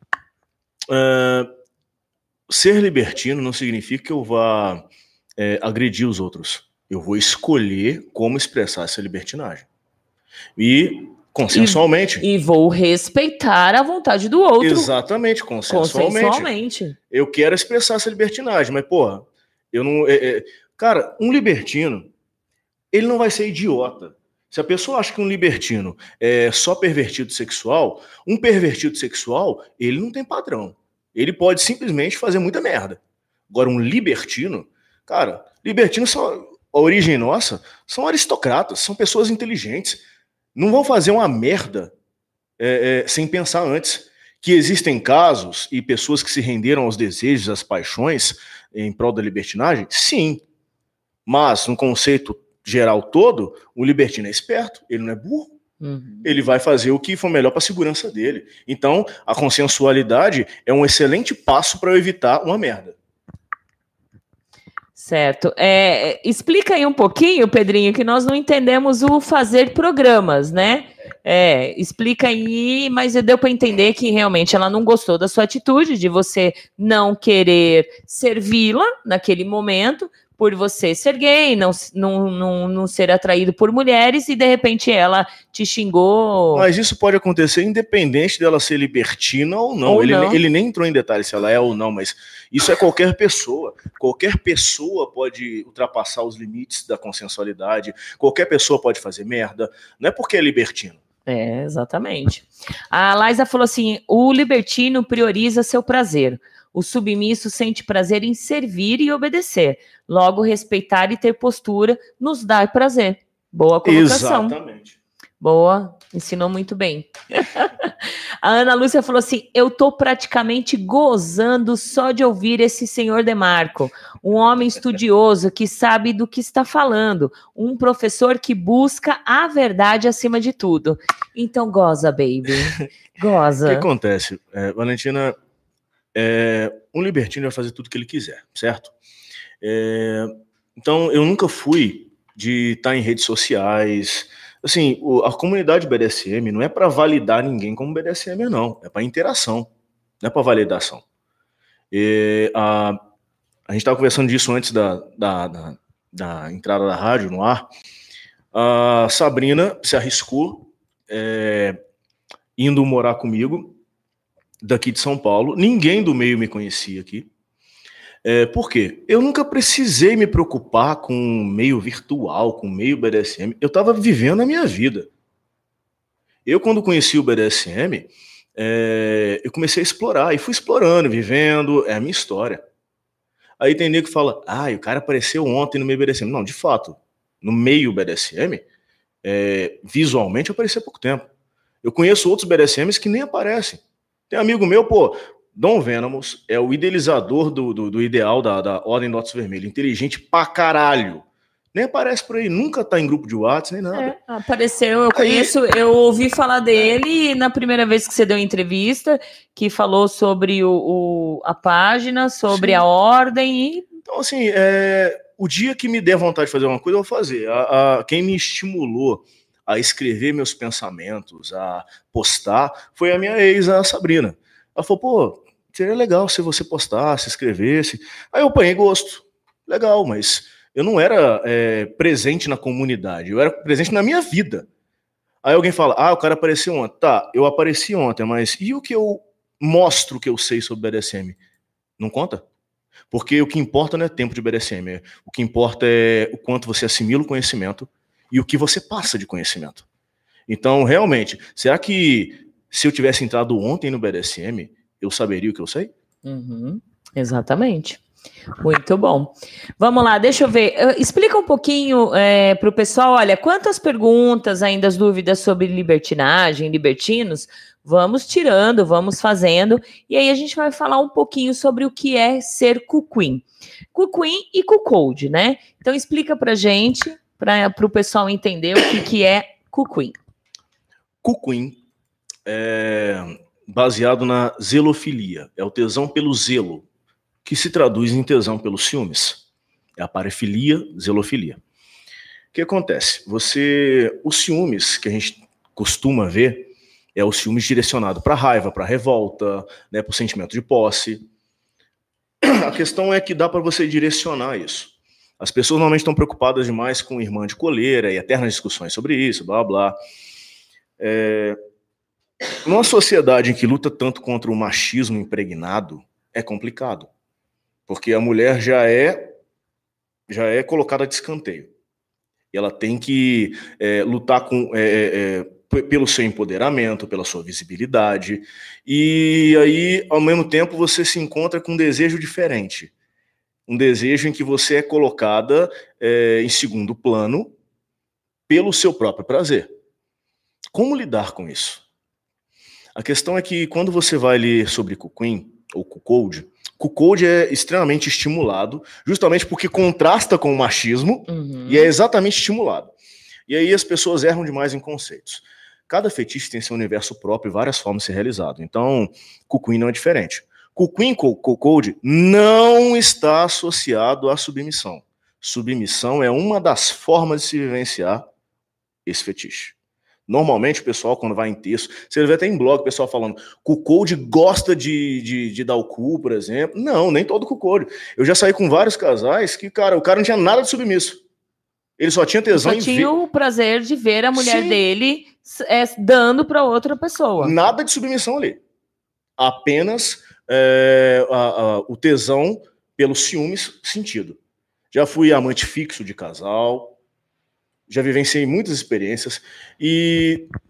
uh, ser libertino não significa que eu vá é, agredir os outros. Eu vou escolher como expressar essa libertinagem. E... consensualmente. E, e vou respeitar a vontade do outro. Exatamente, consensualmente. Consensualmente. Eu quero expressar essa libertinagem, mas, porra, eu não... É, é, cara, um libertino, ele não vai ser idiota. Se a pessoa acha que um libertino é só pervertido sexual, um pervertido sexual, ele não tem padrão. Ele pode simplesmente fazer muita merda. Agora, um libertino, cara, libertinos são... A origem nossa são aristocratas, são pessoas inteligentes. Não vão fazer uma merda é, é, sem pensar antes. Que existem casos e pessoas que se renderam aos desejos, às paixões em prol da libertinagem? Sim. Mas, no conceito geral todo, o libertino é esperto, ele não é burro. Uhum. Ele vai fazer o que for melhor para a segurança dele. Então, a consensualidade é um excelente passo para eu evitar uma merda. Certo. É, explica aí um pouquinho, Pedrinho, que nós não entendemos o fazer programas, né? É, explica aí, mas deu para entender que realmente ela não gostou da sua atitude, de você não querer servi-la naquele momento, por você ser gay, não, não, não, não ser atraído por mulheres, e de repente ela te xingou. Mas isso pode acontecer independente dela ser libertina ou não. Ou ele, não. ele nem entrou em detalhes se ela é ou não, mas isso é qualquer pessoa. Qualquer pessoa pode ultrapassar os limites da consensualidade, qualquer pessoa pode fazer merda, não é porque é libertino. É, exatamente. A Laísa falou assim, o libertino prioriza seu prazer. O submisso sente prazer em servir e obedecer. Logo, respeitar e ter postura nos dá prazer. Boa colocação. Exatamente. Boa, ensinou muito bem. A Ana Lúcia falou assim, eu tô praticamente gozando só de ouvir esse senhor Demarco, um homem estudioso que sabe do que está falando, um professor que busca a verdade acima de tudo. Então goza, baby, goza. O que acontece? É, Valentina, é, um libertino vai fazer tudo o que ele quiser, certo? É, então, eu nunca fui de estar em redes sociais. Assim, o, a comunidade B D S M não é para validar ninguém como B D S M, não. É para interação, não é para validação. E, a, a gente estava conversando disso antes da, da, da, da entrada da rádio no ar. A Sabrina se arriscou é, indo morar comigo daqui de São Paulo. Ninguém do meio me conhecia aqui. É, por quê? Eu nunca precisei me preocupar com meio virtual, com meio B D S M. Eu estava vivendo a minha vida. Eu, quando conheci o B D S M, é, eu comecei a explorar, e fui explorando, vivendo, é a minha história. Aí tem nego que fala, ah, o cara apareceu ontem no meio B D S M. Não, de fato, no meio B D S M, é, visualmente eu apareci há pouco tempo. Eu conheço outros B D S Ms que nem aparecem. Tem amigo meu, pô, Dom Venomous é o idealizador do, do, do ideal da, da Ordem do Lotus Vermelho. Inteligente pra caralho. Nem aparece por aí, nunca tá em grupo de WhatsApp, nem nada. É, apareceu, eu conheço, aí, eu ouvi falar dele na primeira vez que você deu entrevista, que falou sobre o, o, a página, sobre sim. a ordem. E... Então, assim, é, o dia que me der vontade de fazer uma coisa, eu vou fazer. A, a, quem me estimulou a escrever meus pensamentos, a postar, foi a minha ex, a Sabrina. Ela falou, pô, seria legal se você postasse, escrevesse. Aí eu apanhei gosto. Legal, mas eu não era é, presente na comunidade, eu era presente na minha vida. Aí alguém fala, ah, o cara apareceu ontem. Tá, eu apareci ontem, mas e o que eu mostro que eu sei sobre B D S M? Não conta? Porque o que importa não é tempo de B D S M, o que importa é o quanto você assimila o conhecimento e o que você passa de conhecimento. Então, realmente, será que se eu tivesse entrado ontem no B D S M, eu saberia o que eu sei? Uhum, exatamente. Muito bom. Vamos lá, deixa eu ver. Explica um pouquinho é, para o pessoal, olha, quantas perguntas, ainda as dúvidas sobre libertinagem, libertinos, vamos tirando, vamos fazendo, e aí a gente vai falar um pouquinho sobre o que é ser cuquim. Cuquim e cuckold, né? Então explica pra gente, para o pessoal entender o que, que é cuquim. Cuquim é baseado na zelofilia, é o tesão pelo zelo, que se traduz em tesão pelos ciúmes. É a parafilia, zelofilia. O que acontece? Você, os ciúmes que a gente costuma ver é o ciúmes direcionado para raiva, para revolta, né, para o sentimento de posse. A questão é que dá para você direcionar isso. As pessoas normalmente estão preocupadas demais com irmã de coleira e eternas discussões sobre isso, blá blá. É... Numa sociedade em que luta tanto contra o machismo impregnado, é complicado. Porque a mulher já é, já é colocada de escanteio. E ela tem que é, lutar com, é, é, pelo seu empoderamento, pela sua visibilidade. E aí, ao mesmo tempo, você se encontra com um desejo diferente. Um desejo em que você é colocada é, em segundo plano pelo seu próprio prazer. Como lidar com isso? A questão é que quando você vai ler sobre cuquim, ou cuckold, cuckold é extremamente estimulado, justamente porque contrasta com o machismo, uhum. e é exatamente estimulado. E aí as pessoas erram demais em conceitos. Cada fetiche tem seu universo próprio e várias formas de ser realizado. Então, cuquim não é diferente. Cuquim, cuckold, não está associado à submissão. Submissão é uma das formas de se vivenciar esse fetiche. Normalmente o pessoal, quando vai em texto, você vê até em blog o pessoal falando cuckold gosta de, de, de dar o cu, por exemplo. Não, nem todo cuckold. Eu já saí com vários casais que, cara, o cara não tinha nada de submisso. Ele só tinha tesão em ver... Só tinha ver... o prazer de ver a mulher Sim. dele é, dando para outra pessoa. Nada de submissão ali. Apenas é, a, a, o tesão pelo ciúmes sentido. Já fui amante fixo de casal, já vivenciei muitas experiências e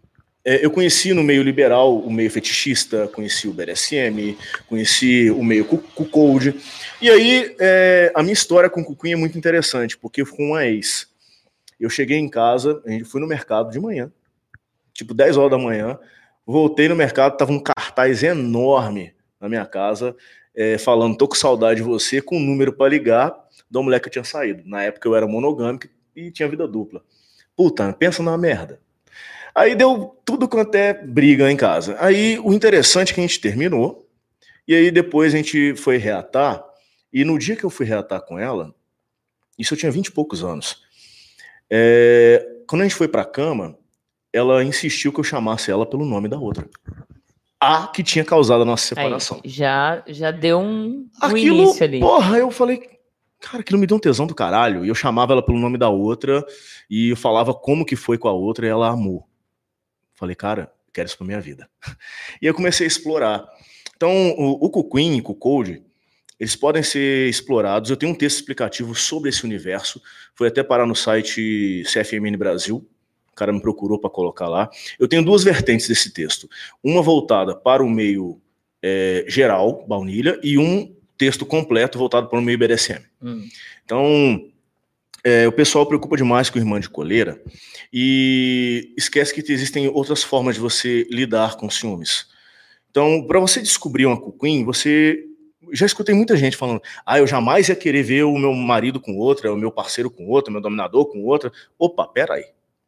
é, eu conheci no meio liberal o meio fetichista, conheci o B D S M, conheci o meio cuckold. E aí, é, a minha história com o cuquinho é muito interessante, porque eu fui com uma ex. Eu cheguei em casa, a gente foi no mercado de manhã, tipo dez horas da manhã, voltei no mercado, tava um cartaz enorme na minha casa, é, falando, tô com saudade de você, com um número para ligar da mulher que eu tinha saído. Na época eu era monogâmico e tinha vida dupla. Puta, pensa numa merda. Aí deu tudo quanto é briga em casa. Aí o interessante é que a gente terminou, e aí depois a gente foi reatar, e no dia que eu fui reatar com ela, isso eu tinha vinte e poucos anos, é, quando a gente foi pra cama, ela insistiu que eu chamasse ela pelo nome da outra. A que tinha causado a nossa separação. Aí, já, já deu um, um aquilo, início ali. Porra, eu falei, cara, aquilo me deu um tesão do caralho. E eu chamava ela pelo nome da outra, e eu falava como que foi com a outra, e ela amou. Falei, cara, quero isso pra minha vida. E eu comecei a explorar. Então, o, o Cuquin e o Cuckold, eles podem ser explorados. Eu tenho um texto explicativo sobre esse universo. Foi até parar no site C F M N Brasil. O cara me procurou para colocar lá. Eu tenho duas vertentes desse texto. Uma voltada para o meio é, geral, baunilha, e um texto completo voltado para o meio B D S M. Hum. Então, é, o pessoal preocupa demais com irmã de coleira e esquece que existem outras formas de você lidar com ciúmes. Então, para você descobrir uma cuquin, você... Já escutei muita gente falando, ah, eu jamais ia querer ver o meu marido com outra, o meu parceiro com outra, o meu dominador com outra. Opa, peraí.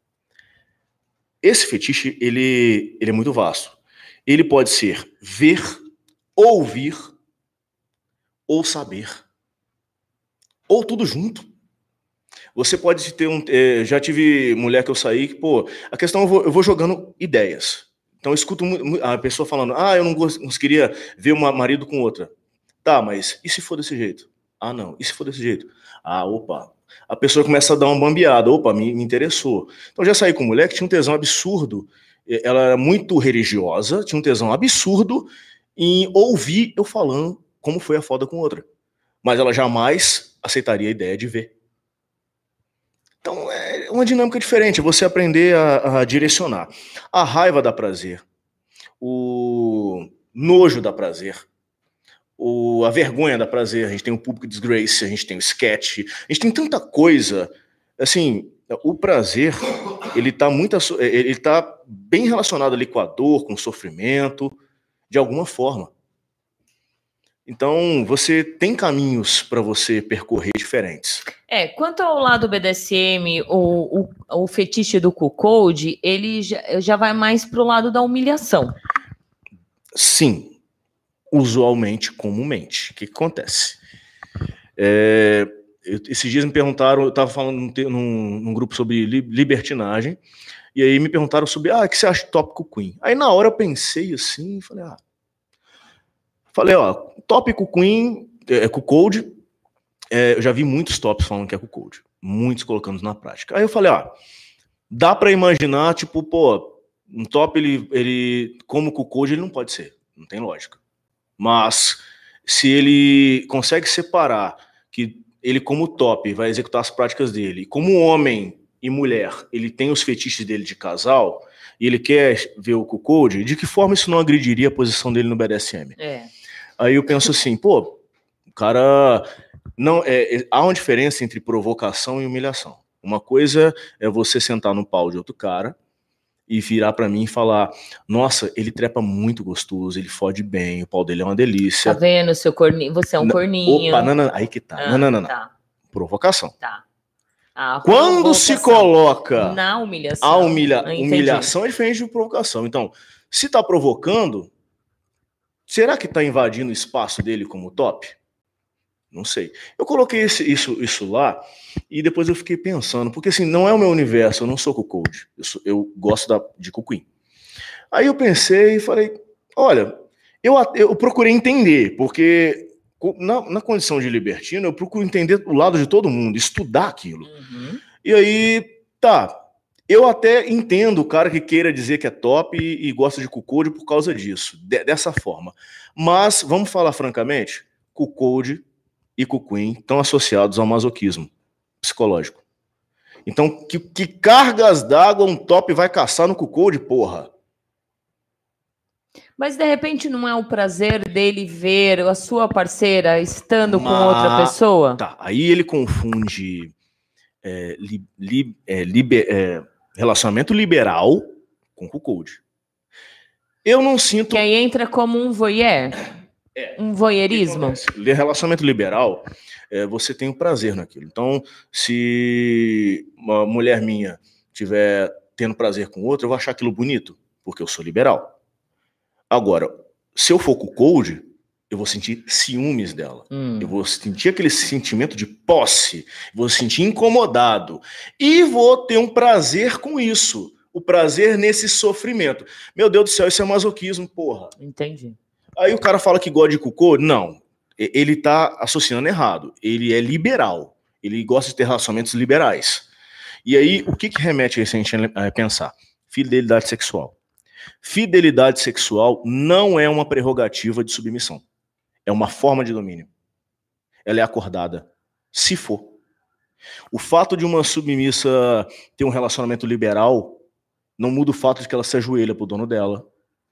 Esse fetiche, ele, ele é muito vasto. Ele pode ser ver, ouvir ou saber. Ou tudo junto. Você pode ter um... Eh, já tive mulher que eu saí que, pô, a questão eu vou, eu vou jogando ideias. Então eu escuto a pessoa falando, ah, eu não conseguiria ver um marido com outra. Tá, mas e se for desse jeito? Ah, não. E se for desse jeito? Ah, opa. A pessoa começa a dar uma bambeada. Opa, me, me interessou. Então, eu já saí com mulher que tinha um tesão absurdo. Ela era muito religiosa, tinha um tesão absurdo em ouvir eu falando como foi a foda com outra. Mas ela jamais aceitaria a ideia de ver. Então, é uma dinâmica diferente. É você aprender a, a direcionar. A raiva dá prazer. O nojo dá prazer. O, a vergonha dá prazer, a gente tem o Public Disgrace, a gente tem o sketch, a gente tem tanta coisa, assim, o prazer, ele tá muito, ele tá bem relacionado ali com a dor, com o sofrimento, de alguma forma. Então, você tem caminhos para você percorrer diferentes. É, quanto ao lado B D S M, o, o, o fetiche do cuckold, ele já, já vai mais pro lado da humilhação. Sim. Usualmente, comumente. O que, que acontece? É, eu, esses dias me perguntaram, eu estava falando num, num grupo sobre li, libertinagem, e aí me perguntaram sobre, ah, o que você acha de tópico Queen? Aí na hora eu pensei assim, falei, ah... Falei, ó, tópico Queen, é, é cuckold, é, eu já vi muitos tops falando que é cuckold, muitos colocando na prática. Aí eu falei, ó, dá para imaginar, tipo, pô, um top, ele, ele como cuckold, ele não pode ser, não tem lógica. Mas se ele consegue separar que ele como top vai executar as práticas dele, como homem e mulher, ele tem os fetiches dele de casal, e ele quer ver o cuckold, de que forma isso não agrediria a posição dele no B D S M? É. Aí eu penso assim, pô, o cara... não é, é, há uma diferença entre provocação e humilhação. Uma coisa é você sentar no pau de outro cara e virar pra mim e falar, nossa, ele trepa muito gostoso, ele fode bem, o pau dele é uma delícia. Tá vendo, seu corninho? Você é um não, corninho. Opa, não, não, aí que tá. Ah, não, não, não, não. Tá. Provocação. Tá. A Quando provocação. Se coloca na humilhação, a humilha, humilhação é diferente de provocação. Então, se tá provocando, será que tá invadindo o espaço dele como top? Não sei. Eu coloquei esse, isso, isso lá e depois eu fiquei pensando, porque assim, não é o meu universo, eu não sou cuckold, eu, sou, eu gosto da, de cuquim. Aí eu pensei e falei, olha, eu, eu procurei entender, porque na, na condição de libertino eu procuro entender o lado de todo mundo, estudar aquilo. Uhum. E aí, tá, eu até entendo o cara que queira dizer que é top e, e gosta de cuckold por causa disso, de, dessa forma. Mas, vamos falar francamente, cuckold e cuquim estão associados ao masoquismo psicológico. Então, que, que cargas d'água um top vai caçar no cuckold, porra? Mas de repente não é o prazer dele ver a sua parceira estando Mas, com outra pessoa? Tá, aí ele confunde é, li, li, é, liber, é, relacionamento liberal com cuckold. Eu não sinto... Que aí entra como um voyeur? É, um voyeurismo? Relacionamento liberal, é, você tem o prazer naquilo. Então, se uma mulher minha estiver tendo prazer com outra, eu vou achar aquilo bonito, porque eu sou liberal. Agora, se eu for cuckold, eu vou sentir ciúmes dela. Hum. Eu vou sentir aquele sentimento de posse, vou sentir incomodado. E vou ter um prazer com isso. O prazer nesse sofrimento. Meu Deus do céu, isso é masoquismo, porra. Entendi. Aí o cara fala que gosta de cuckold. Não, ele tá associando errado. Ele é liberal. Ele gosta de ter relacionamentos liberais. E aí, o que que remete a isso a gente a pensar? Fidelidade sexual. Fidelidade sexual não é uma prerrogativa de submissão. É uma forma de domínio. Ela é acordada, se for. O fato de uma submissa ter um relacionamento liberal não muda o fato de que ela se ajoelha pro dono dela.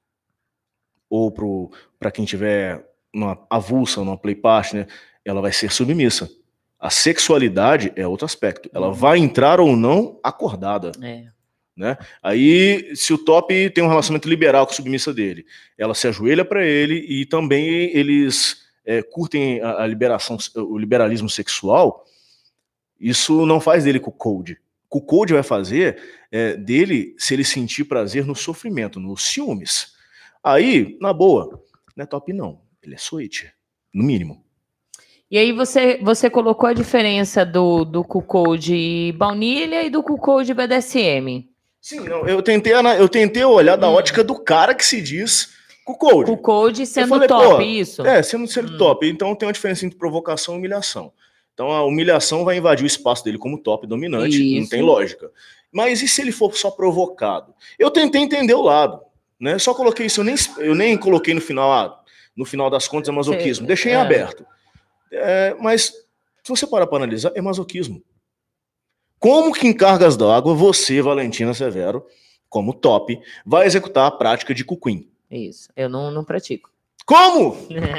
Ou para quem tiver uma avulsa, numa play partner, ela vai ser submissa. A sexualidade é outro aspecto. Ela vai entrar ou não acordada. É. Né? Aí, se o top tem um relacionamento liberal com a submissa dele, ela se ajoelha para ele e também eles é, curtem a, a liberação, o liberalismo sexual, isso não faz dele cuckold. Cuckold vai fazer é, dele se ele sentir prazer no sofrimento, nos ciúmes. Aí, na boa, não é top não, ele é sweet, no mínimo. E aí você, você colocou a diferença do, do cuckold baunilha e do cuckold B D S M. Sim, não, eu tentei, eu tentei olhar da hum. ótica do cara que se diz cuckold. Cuckold sendo falei, top, isso? É, sendo, sendo hum. top. Então tem uma diferença entre provocação e humilhação. Então a humilhação vai invadir o espaço dele como top dominante, isso. Não tem lógica. Mas e se ele for só provocado? Eu tentei entender o lado, né? Só coloquei isso, eu nem, eu nem coloquei no final, ah, no final das contas é masoquismo. Deixei é. em aberto. É, mas se você parar para analisar, é masoquismo. Como que em cargas d'água você, Valentina Severo, como top, vai executar a prática de cuquim? Isso, eu não, não pratico. Como?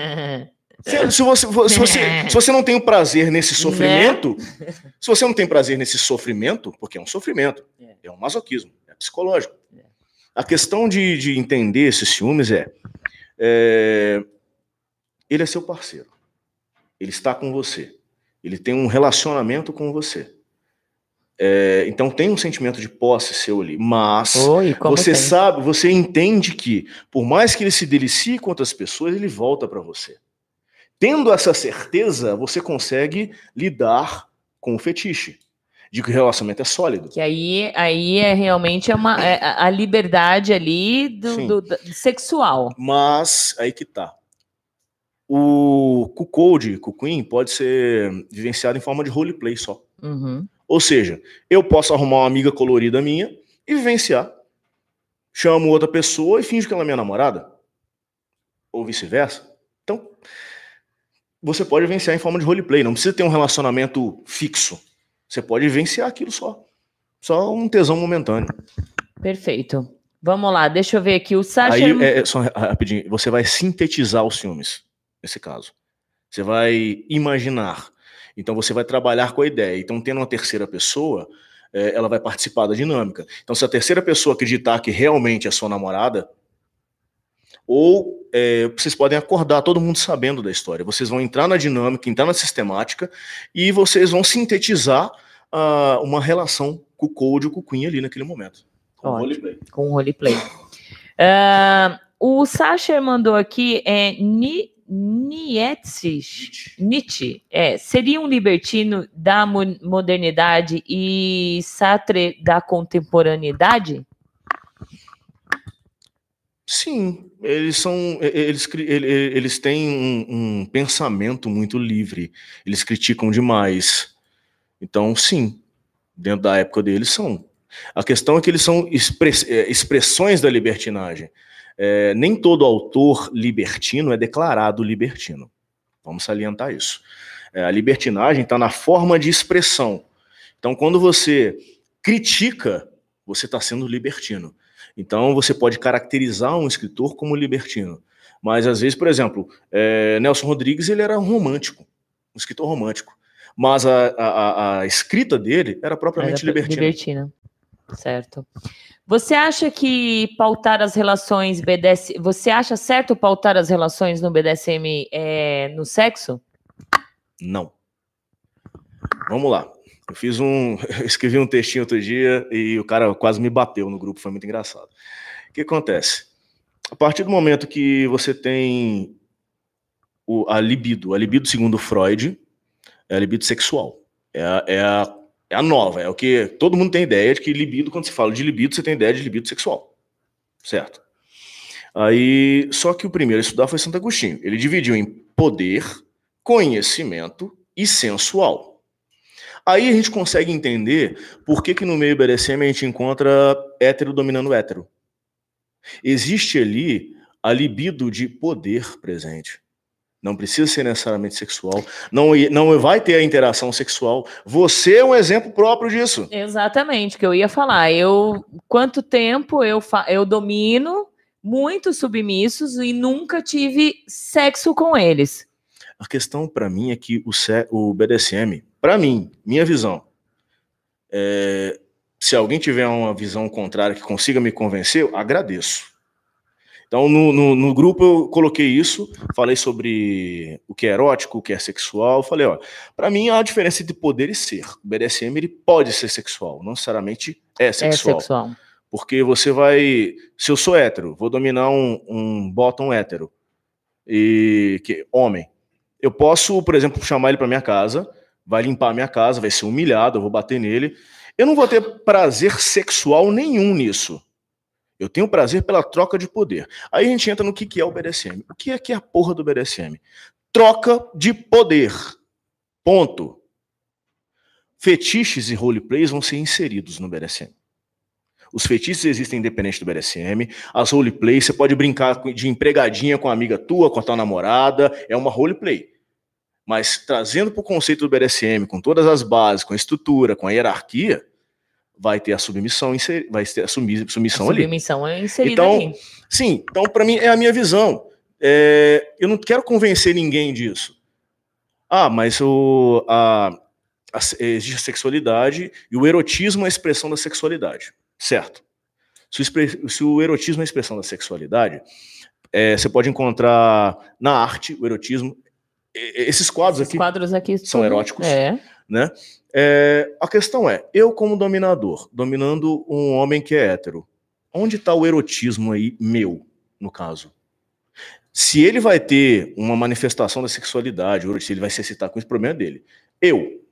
se, se, você, se, você, se você não tem o prazer nesse sofrimento, né? Se você não tem prazer nesse sofrimento, porque é um sofrimento, é, é um masoquismo, é psicológico. É. A questão de, de entender esses ciúmes é, é, ele é seu parceiro, ele está com você, ele tem um relacionamento com você. É, então tem um sentimento de posse seu ali, mas Oi, você tem? sabe, você entende que por mais que ele se delicie com outras pessoas, ele volta para você. Tendo essa certeza, você consegue lidar com o fetiche, de que o relacionamento é sólido. Que aí, aí é realmente uma, é a liberdade ali do, do, do sexual. Mas aí que tá. O cuckold, cuquim, pode ser vivenciado em forma de roleplay só. Uhum. Ou seja, eu posso arrumar uma amiga colorida minha e vivenciar. Chamo outra pessoa e finjo que ela é minha namorada. Ou vice-versa. Então, você pode vivenciar em forma de roleplay. Não precisa ter um relacionamento fixo. Você pode vivenciar aquilo só. Só um tesão momentâneo. Perfeito. Vamos lá, deixa eu ver aqui. O Sasha... Aí, é, só rapidinho, você vai sintetizar os ciúmes, nesse caso. Você vai imaginar. Então você vai trabalhar com a ideia. Então, tendo uma terceira pessoa, é, ela vai participar da dinâmica. Então, se a terceira pessoa acreditar que realmente é sua namorada, ou é, vocês podem acordar todo mundo sabendo da história. Vocês vão entrar na dinâmica, entrar na sistemática, e vocês vão sintetizar uh, uma relação com o Code ou com o Queen ali naquele momento. Com o roleplay. Com o roleplay. Uh, o Sacher mandou aqui, é... Ni Nietzsche, Nietzsche é, seria um libertino da mo modernidade e Sartre da contemporaneidade? Sim, eles são, eles, eles têm um, um pensamento muito livre, eles criticam demais, então sim, dentro da época deles são. A questão é que eles são express, expressões da libertinagem. É, nem todo autor libertino é declarado libertino. Vamos salientar isso. É, a libertinagem está na forma de expressão. Então, quando você critica, você está sendo libertino. Então, você pode caracterizar um escritor como libertino. Mas, às vezes, por exemplo, é, Nelson Rodrigues ele era um romântico, um escritor romântico. Mas a, a, a escrita dele era propriamente era libertina. libertina. Certo. Você acha que pautar as relações B D S... Você acha certo pautar as relações no B D S M é, no sexo? Não. Vamos lá. Eu fiz um... Eu escrevi um textinho outro dia e o cara quase me bateu no grupo, foi muito engraçado. O que acontece? A partir do momento que você tem o, a libido, a libido segundo Freud, é a libido sexual. É a, é, a, é a nova, é o que todo mundo tem ideia de que libido, quando se fala de libido, você tem ideia de libido sexual. Certo? Aí, só que o primeiro a estudar foi Santo Agostinho. Ele dividiu em poder, conhecimento e sensual. Aí a gente consegue entender por que que no meio B D S M a gente encontra hétero dominando hétero. Existe ali a libido de poder presente. Não precisa ser necessariamente sexual. Não, não vai ter a interação sexual. Você é um exemplo próprio disso. Exatamente, que eu ia falar. Eu, quanto tempo eu, fa eu domino muitos submissos e nunca tive sexo com eles. A questão para mim é que o, o B D S M, para mim, minha visão, é, se alguém tiver uma visão contrária que consiga me convencer, eu agradeço. Então, no, no, no grupo eu coloquei isso, falei sobre o que é erótico, o que é sexual, falei, ó, para mim há a diferença entre poder e ser. O B D S M ele pode ser sexual, não necessariamente é sexual. É sexual. Porque você vai, se eu sou hétero, vou dominar um, um bottom hétero, e que homem, eu posso, por exemplo, chamar ele para minha casa, vai limpar a minha casa, vai ser humilhado, eu vou bater nele, eu não vou ter prazer sexual nenhum nisso. Eu tenho prazer pela troca de poder. Aí a gente entra no que, que é o B D S M. O que é que é a porra do B D S M? Troca de poder. Ponto. Fetiches e roleplays vão ser inseridos no B D S M. Os fetiches existem independente do B D S M. As roleplays, você pode brincar de empregadinha com a amiga tua, com a tua namorada. É uma roleplay. Mas trazendo para o conceito do B D S M, com todas as bases, com a estrutura, com a hierarquia, vai ter a submissão, vai ter a submissão ali. A submissão é inserida então, ali. Sim, então para mim é a minha visão. É, eu não quero convencer ninguém disso. Ah, mas o, a, a, existe a sexualidade e o erotismo é a expressão da sexualidade. Certo. Se o, se o erotismo é a expressão da sexualidade, é, você pode encontrar na arte o erotismo. Esses quadros Esses aqui, quadros aqui são eróticos. É. Né? É, a questão é, eu como dominador, dominando um homem que é hétero, onde está o erotismo aí meu, no caso? Se ele vai ter uma manifestação da sexualidade, se ele vai se excitar com esse problema dele, eu,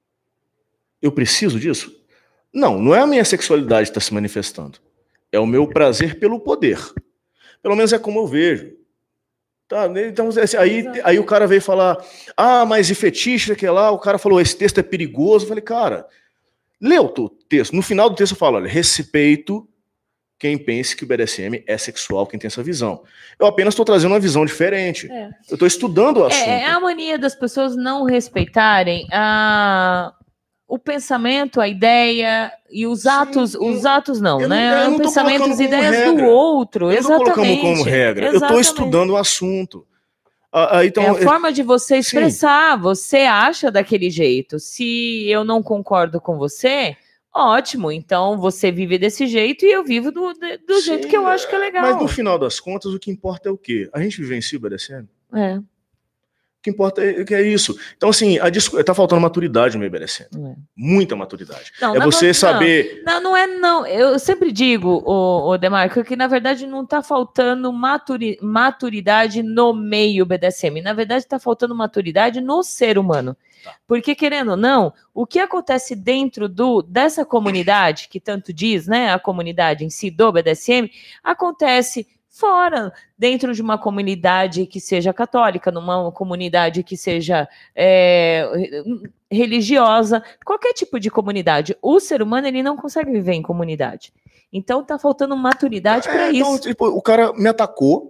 eu preciso disso? Não, não é a minha sexualidade que está se manifestando, é o meu prazer pelo poder. Pelo menos é como eu vejo. Tá, então, assim, aí, aí o cara veio falar, ah, mas e fetiche, que lá, o cara falou, esse texto é perigoso. Eu falei, cara, lê o texto. No final do texto eu falo, olha, respeito quem pense que o B D S M é sexual, quem tem essa visão. Eu apenas estou trazendo uma visão diferente. É. Eu estou estudando o assunto. É, é a mania das pessoas não respeitarem a... o pensamento, a ideia e os Sim, atos, eu, os atos não, eu né? Não, eu não pensamentos e ideias regra. do outro, eu exatamente. Não estou colocando como regra, exatamente. Eu estou estudando o assunto. Ah, então, é a forma de você expressar, Sim. você acha daquele jeito. Se eu não concordo com você, ótimo, então você vive desse jeito e eu vivo do, do jeito que eu acho que é legal. Mas no final das contas, o que importa é o quê? A gente vivencia o B D S M? É. O que importa é, é isso. Então, assim, a discu- tá faltando maturidade no meu B D S M. É. Muita maturidade. Não, é você não, saber... Não, não é não. Eu sempre digo, o, o Demarco, que na verdade não tá faltando maturi- maturidade no meio B D S M. Na verdade, tá faltando maturidade no ser humano. Tá. Porque, querendo ou não, o que acontece dentro do, dessa comunidade, que tanto diz, né, a comunidade em si do B D S M, acontece... fora, dentro de uma comunidade que seja católica, numa comunidade que seja é, religiosa, qualquer tipo de comunidade. O ser humano, ele não consegue viver em comunidade. Então, tá faltando maturidade é, para então, isso. Tipo, o cara me atacou,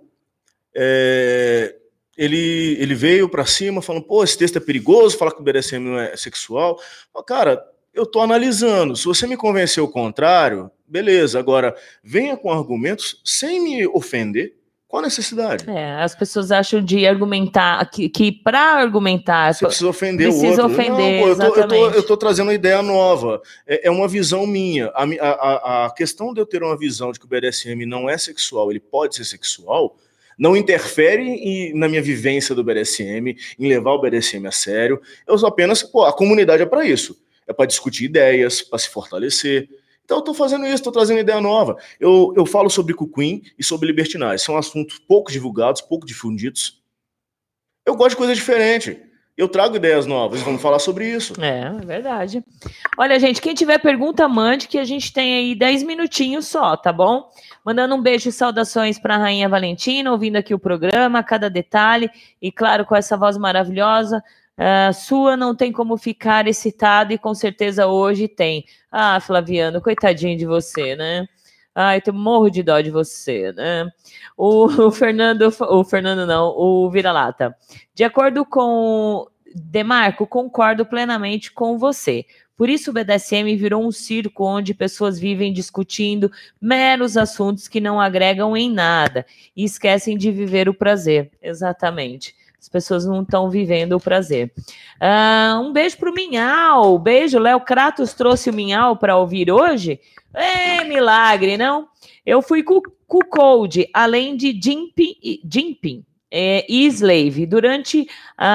é, ele, ele veio para cima falando, pô, esse texto é perigoso, falar que o B D S M não é sexual. Cara, eu estou analisando. Se você me convencer o contrário, beleza. Agora, venha com argumentos sem me ofender. Qual a necessidade? É, as pessoas acham de argumentar, que, que para argumentar... Você precisa ofender precisa o outro. ofender, Não, pô, eu, tô, eu, tô, eu tô trazendo uma ideia nova. É, é uma visão minha. A, a, a questão de eu ter uma visão de que o B D S M não é sexual, ele pode ser sexual, não interfere em, na minha vivência do B D S M, em levar o B D S M a sério. Eu só apenas... Pô, a comunidade é para isso. É para discutir ideias, para se fortalecer. Então eu estou fazendo isso, estou trazendo ideia nova. Eu, eu falo sobre Cuquim e sobre libertinagem. São assuntos pouco divulgados, pouco difundidos. Eu gosto de coisa diferente. Eu trago ideias novas, vamos falar sobre isso. É, é verdade. Olha, gente, quem tiver pergunta, mande, que a gente tem aí dez minutinhos só, tá bom? Mandando um beijo e saudações para a Rainha Valentina, ouvindo aqui o programa, cada detalhe, e claro, com essa voz maravilhosa. Uh, sua não tem como ficar excitado e com certeza hoje tem. Ah, Flaviano, coitadinho de você, né? Ai, eu morro de dó de você, né? O, o Fernando, o Fernando não, o Vira-Lata. De acordo com Demarco, concordo plenamente com você. Por isso o B D S M virou um circo onde pessoas vivem discutindo meros assuntos que não agregam em nada e esquecem de viver o prazer. Exatamente. As pessoas não estão vivendo o prazer. Uh, um beijo pro Minhal. Beijo, Léo Kratos trouxe o Minhal para ouvir hoje. É milagre, não? Eu fui com o Cold, além de Jimping, Jimping é, e Slave, durante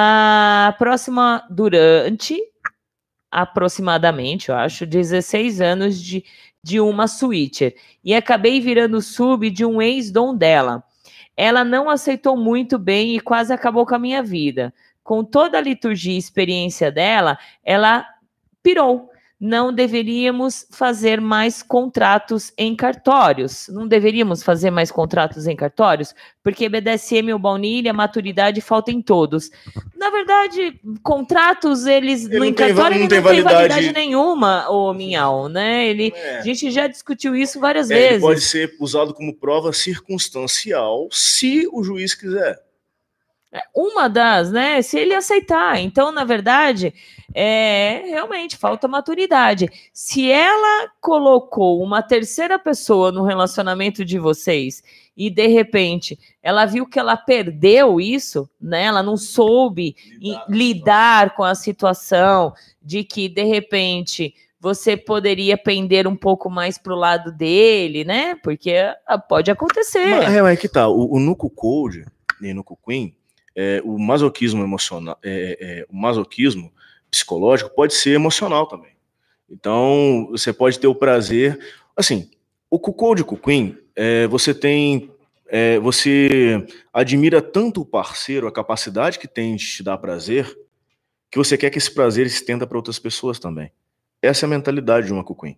a próxima, durante aproximadamente, eu acho, dezesseis anos de, de uma Switcher. E acabei virando sub de um ex-dom dela. Ela não aceitou muito bem e quase acabou com a minha vida. Com toda a liturgia e experiência dela, ela pirou. Não deveríamos fazer mais contratos em cartórios. Não deveríamos fazer mais contratos em cartórios, porque B D S M, o baunilha, a maturidade falta em todos. Na verdade, contratos, eles Ele no não tem, cartório não ele tem não tem validade. validade nenhuma, o Minhal, né? Ele, É. A gente já discutiu isso várias É, vezes. ele pode ser usado como prova circunstancial se o juiz quiser. Uma das, né? Se ele aceitar. Então, na verdade, é realmente falta maturidade. Se ela colocou uma terceira pessoa no relacionamento de vocês e de repente ela viu que ela perdeu isso, né? Ela não soube lidar, lidar com a situação de que de repente você poderia pender um pouco mais para o lado dele, né? Porque pode acontecer. Mas, é, mas que tá, o, o Nuco Cold e o Nuco Queen, é, o masoquismo emocional, é, é, o masoquismo psicológico pode ser emocional também. Então, você pode ter o prazer, assim, o Cold e o Queen, é, você tem, é, você admira tanto o parceiro, a capacidade que tem de te dar prazer, que você quer que esse prazer estenda para outras pessoas também. Essa é a mentalidade de uma Queen.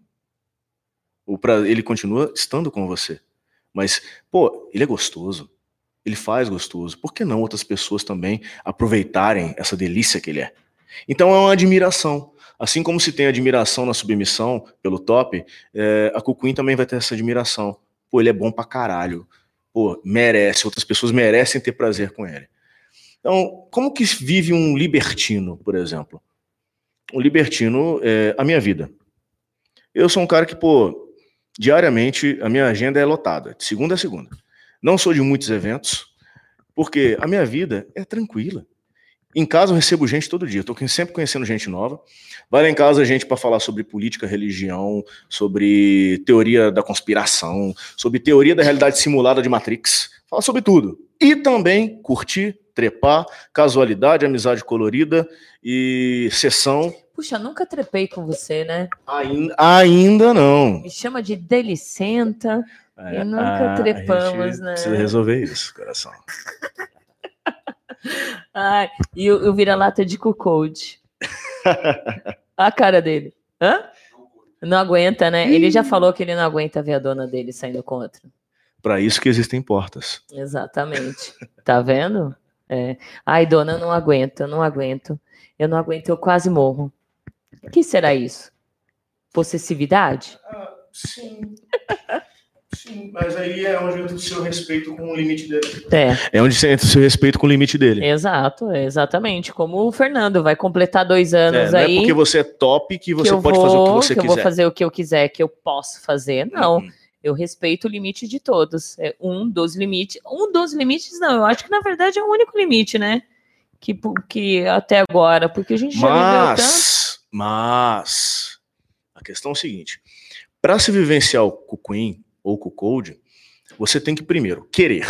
O pra, ele continua estando com você, mas, pô, ele é gostoso. Ele faz gostoso. Por que não outras pessoas também aproveitarem essa delícia que ele é? Então é uma admiração. Assim como se tem admiração na submissão pelo top, é, a Cuquim também vai ter essa admiração. Pô, ele é bom pra caralho. Pô, merece. Outras pessoas merecem ter prazer com ele. Então, como que vive um libertino, por exemplo? Um libertino é a minha vida. Eu sou um cara que, pô, diariamente a minha agenda é lotada, de segunda a segunda. Não sou de muitos eventos, porque a minha vida é tranquila. Em casa eu recebo gente todo dia, estou sempre conhecendo gente nova. Vai lá em casa gente para falar sobre política, religião, sobre teoria da conspiração, sobre teoria da realidade simulada de Matrix. Fala sobre tudo. E também curtir, trepar, casualidade, amizade colorida e sessão. Puxa, nunca trepei com você, né? Ainda, ainda não. Me chama de delicenta. É, e nunca a, trepamos, a né? Precisa resolver isso, coração. Ai, e o, o vira-lata de Cuckold. A cara dele. Hã? Não aguenta, né? Ele já falou que ele não aguenta ver a dona dele saindo com outra. Para isso que existem portas. Exatamente. Tá vendo? É. Ai, dona, eu não aguento, eu não aguento. Eu não aguento, eu quase morro. O que será isso? Possessividade? Ah, sim. Sim, mas aí é onde entra o seu respeito com o limite dele. É. É onde você entra o seu respeito com o limite dele. Exato, exatamente. Como o Fernando vai completar dois anos é, não aí. Não é porque você é top que você que pode vou, fazer o que você que quiser. Eu vou fazer o que eu quiser, que eu posso fazer. Não, uhum. Eu respeito o limite de todos. É um dos limites. Um dos limites, não. Eu acho que, na verdade, é o único limite, né? Que, que até agora, porque a gente já mas, viveu tanto. Mas, a questão é o seguinte. Para se vivenciar o com o Queen ou com o Cold, você tem que primeiro querer.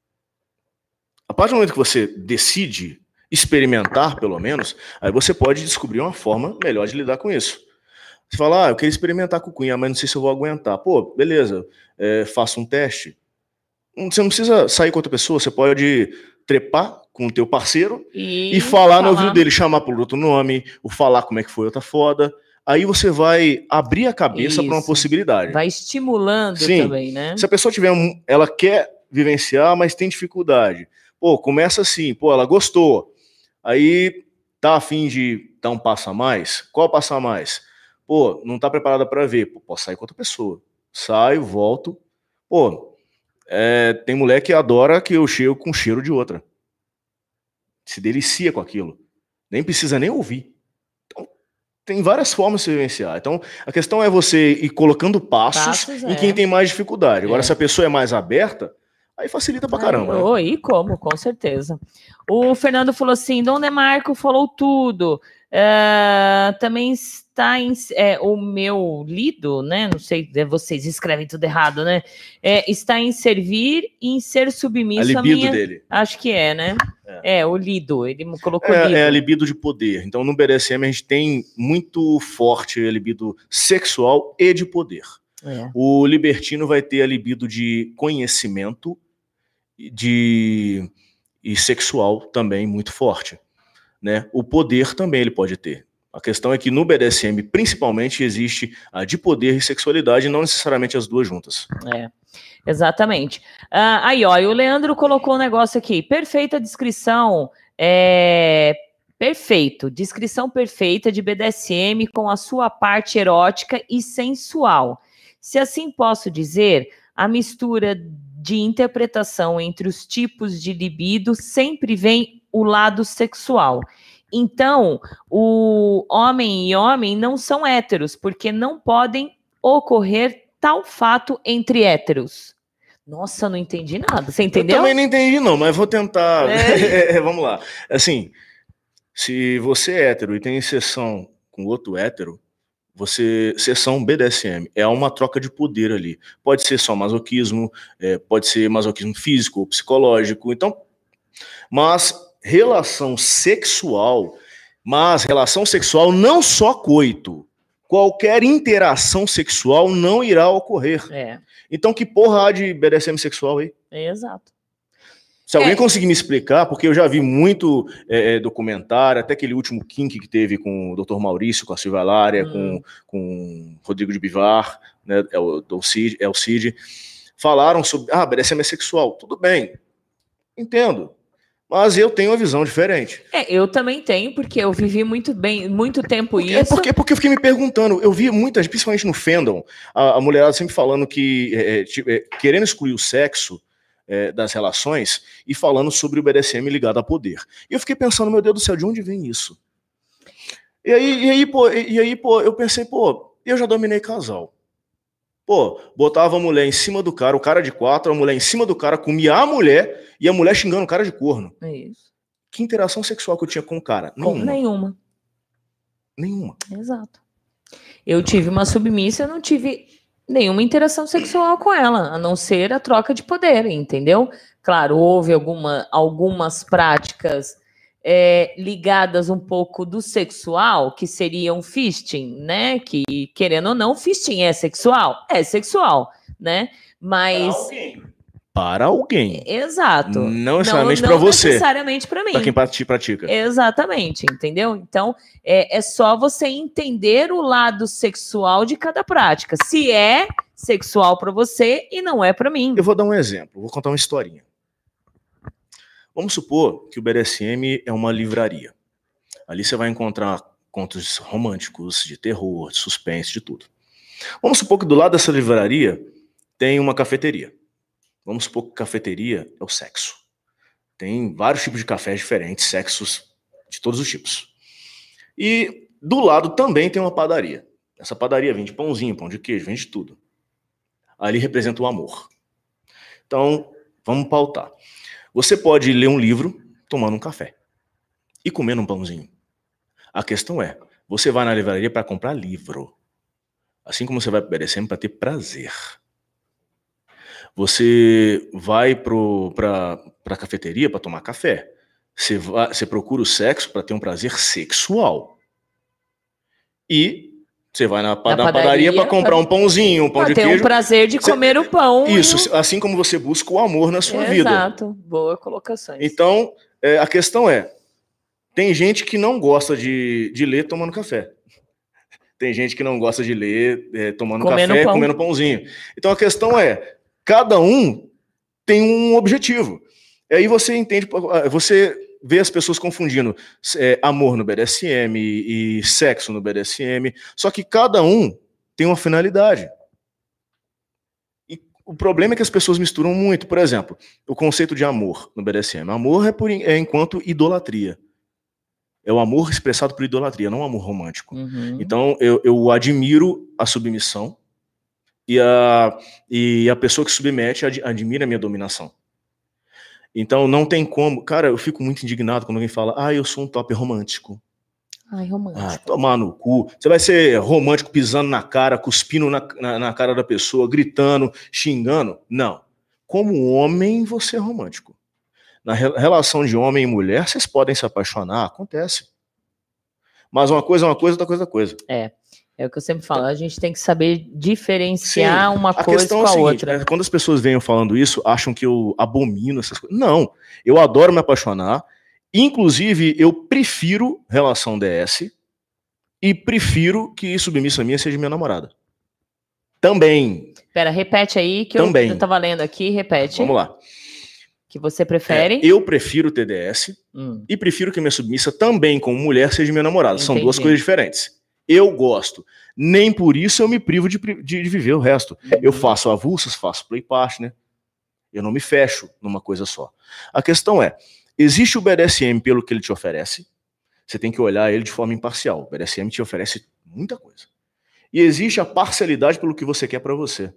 A partir do momento que você decide experimentar, pelo menos, aí você pode descobrir uma forma melhor de lidar com isso. Você fala, ah, eu queria experimentar com o Queen, mas não sei se eu vou aguentar. Pô, beleza, é, faça um teste. Você não precisa sair com outra pessoa, você pode trepar com o teu parceiro e, e falar, falar no ouvido dele, chamar por outro nome, ou falar como é que foi outra foda. Aí você vai abrir a cabeça para uma possibilidade. Vai estimulando Sim. também, né? Se a pessoa tiver um, ela quer vivenciar, mas tem dificuldade. Pô, começa assim, pô, ela gostou. Aí tá a fim de dar um passo a mais? Qual passo a mais? Pô, não tá preparada para ver. Pô, posso sair com outra pessoa. Saio, volto. Pô, é, tem mulher que adora que eu chego com cheiro de outra. Se delicia com aquilo. Nem precisa nem ouvir. Então, tem várias formas de se vivenciar. Então, a questão é você ir colocando passos, passos em é. quem tem mais dificuldade. Agora, é. se a pessoa é mais aberta, aí facilita pra caramba. Ai, né? Oh, e como, com certeza. O Fernando falou assim, Dom Demarco falou tudo. Uh, também está em é, o meu lido, né? Não sei, vocês escrevem tudo errado, né? É, está em servir e em ser submisso a à minha. Dele. Acho que é, né? É. é, o lido, ele colocou é, lido. É a libido de poder. Então, no B D S M, a gente tem muito forte a libido sexual e de poder. É. O libertino vai ter a libido de conhecimento de... e sexual também muito forte. Né? O poder também ele pode ter. A questão é que no B D S M, principalmente, existe a de poder e sexualidade, não necessariamente as duas juntas. É, exatamente. Uh, aí, ó, e o Leandro colocou um negócio aqui. Perfeita descrição. É... Perfeito. Descrição perfeita de B D S M com a sua parte erótica e sensual. Se assim posso dizer, a mistura de interpretação entre os tipos de libido sempre vem o lado sexual. Então, o homem e homem não são héteros, porque não podem ocorrer tal fato entre héteros. Nossa, não entendi nada. Você entendeu? Eu também não entendi, não, mas vou tentar. É. Vamos lá. Assim, se você é hétero e tem inserção com outro hétero, você, sessão B D S M, é uma troca de poder ali. Pode ser só masoquismo, é, pode ser masoquismo físico ou psicológico, então, mas relação sexual, mas relação sexual não só coito, qualquer interação sexual não irá ocorrer. É. Então que porra há de B D S M sexual aí? É, exato. Se alguém é. conseguir me explicar, porque eu já vi muito é, documentário, até aquele último Kink que teve com o doutor Maurício, com a Silvia Lária, hum. com, com o Rodrigo de Bivar, né, é, o, o Cid, é o Cid, falaram sobre, ah, B D S M é sexual. Tudo bem, entendo, mas eu tenho uma visão diferente. É, eu também tenho, porque eu vivi muito bem, muito tempo porque, isso. É porque, porque eu fiquei me perguntando, eu vi muitas, principalmente no fandom, a, a mulherada sempre falando que, é, é, querendo excluir o sexo, É, das relações e falando sobre o B D S M ligado a poder. E eu fiquei pensando, meu Deus do céu, de onde vem isso? E aí, e aí, pô, e, e aí, pô, eu pensei, pô, eu já dominei casal. Pô, botava a mulher em cima do cara, o cara de quatro, a mulher em cima do cara, comia a mulher e a mulher xingando o cara de corno. É isso. Que interação sexual que eu tinha com o cara? Nenhuma. Com nenhuma. Nenhuma. Exato. Eu tive uma submissa, eu não tive nenhuma interação sexual com ela, a não ser a troca de poder, entendeu? Claro, houve alguma, algumas práticas é, ligadas um pouco do sexual, que seriam fisting, né? Que, querendo ou não, fisting é sexual? É sexual, né? Mas... Para alguém. Para alguém. Exato. Não necessariamente para você. Não necessariamente para mim. Para quem pratica. Exatamente, entendeu? Então, é, é só você entender o lado sexual de cada prática. Se é sexual para você e não é para mim. Eu vou dar um exemplo, vou contar uma historinha. Vamos supor que o B D S M é uma livraria. Ali você vai encontrar contos românticos, de terror, de suspense, de tudo. Vamos supor que do lado dessa livraria tem uma cafeteria. Vamos supor que cafeteria é o sexo. Tem vários tipos de cafés diferentes, sexos de todos os tipos. E do lado também tem uma padaria. Essa padaria vende pãozinho, pão de queijo, vende tudo. Ali representa o amor. Então, vamos pautar. Você pode ler um livro tomando um café e comendo um pãozinho. A questão é, você vai na livraria para comprar livro. Assim como você vai para o B D S M para ter prazer. Você vai para a cafeteria para tomar café. Você, vai, você procura o sexo para ter um prazer sexual. E você vai na, na, na padaria, padaria para comprar pra... um pãozinho, um pão pra de ter queijo. Ter um prazer de você... comer o pão. Isso, e... assim como você busca o amor na sua é, vida. Exato, boa colocação. Então, é, a questão é, tem gente que não gosta de, de ler tomando café. Tem gente que não gosta de ler é, tomando comendo café e comendo pãozinho. Então a questão é, cada um tem um objetivo. E aí você entende, você vê as pessoas confundindo é, amor no B D S M e, e sexo no B D S M, só que cada um tem uma finalidade. E o problema é que as pessoas misturam muito. Por exemplo, o conceito de amor no B D S M. Amor é, por, é enquanto idolatria. É o amor expressado por idolatria, não o amor romântico. Uhum. Então, eu, eu admiro a submissão e a, e a pessoa que submete ad, admira a minha dominação. Então, não tem como... Cara, eu fico muito indignado quando alguém fala ah, eu sou um top romântico. Ai, romântico. Ah, tomar no cu. Você vai ser romântico pisando na cara, cuspindo na, na, na cara da pessoa, gritando, xingando? Não. Como homem, você é romântico. Na relação de homem e mulher, vocês podem se apaixonar, acontece. Mas uma coisa é uma coisa, outra coisa é coisa. É, é o que eu sempre falo, a gente tem que saber diferenciar Sim, uma coisa com a, é a seguinte, outra. É, quando as pessoas venham falando isso, acham que eu abomino essas coisas. Não, eu adoro me apaixonar, inclusive eu prefiro relação D S e prefiro que submissa minha seja minha namorada. Também. Pera, repete aí que Também. eu, eu tava lendo aqui, repete. Vamos lá. Que você prefere? É, eu prefiro T D S hum. e prefiro que minha submissa também, como mulher, seja minha namorada. Entendi. São duas coisas diferentes. Eu gosto. Nem por isso eu me privo de, de, de viver o resto. Uhum. Eu faço avulsas, faço play partner. Eu não me fecho numa coisa só. A questão é, existe o B D S M pelo que ele te oferece. Você tem que olhar ele de forma imparcial. O B D S M te oferece muita coisa. E existe a parcialidade pelo que você quer para você.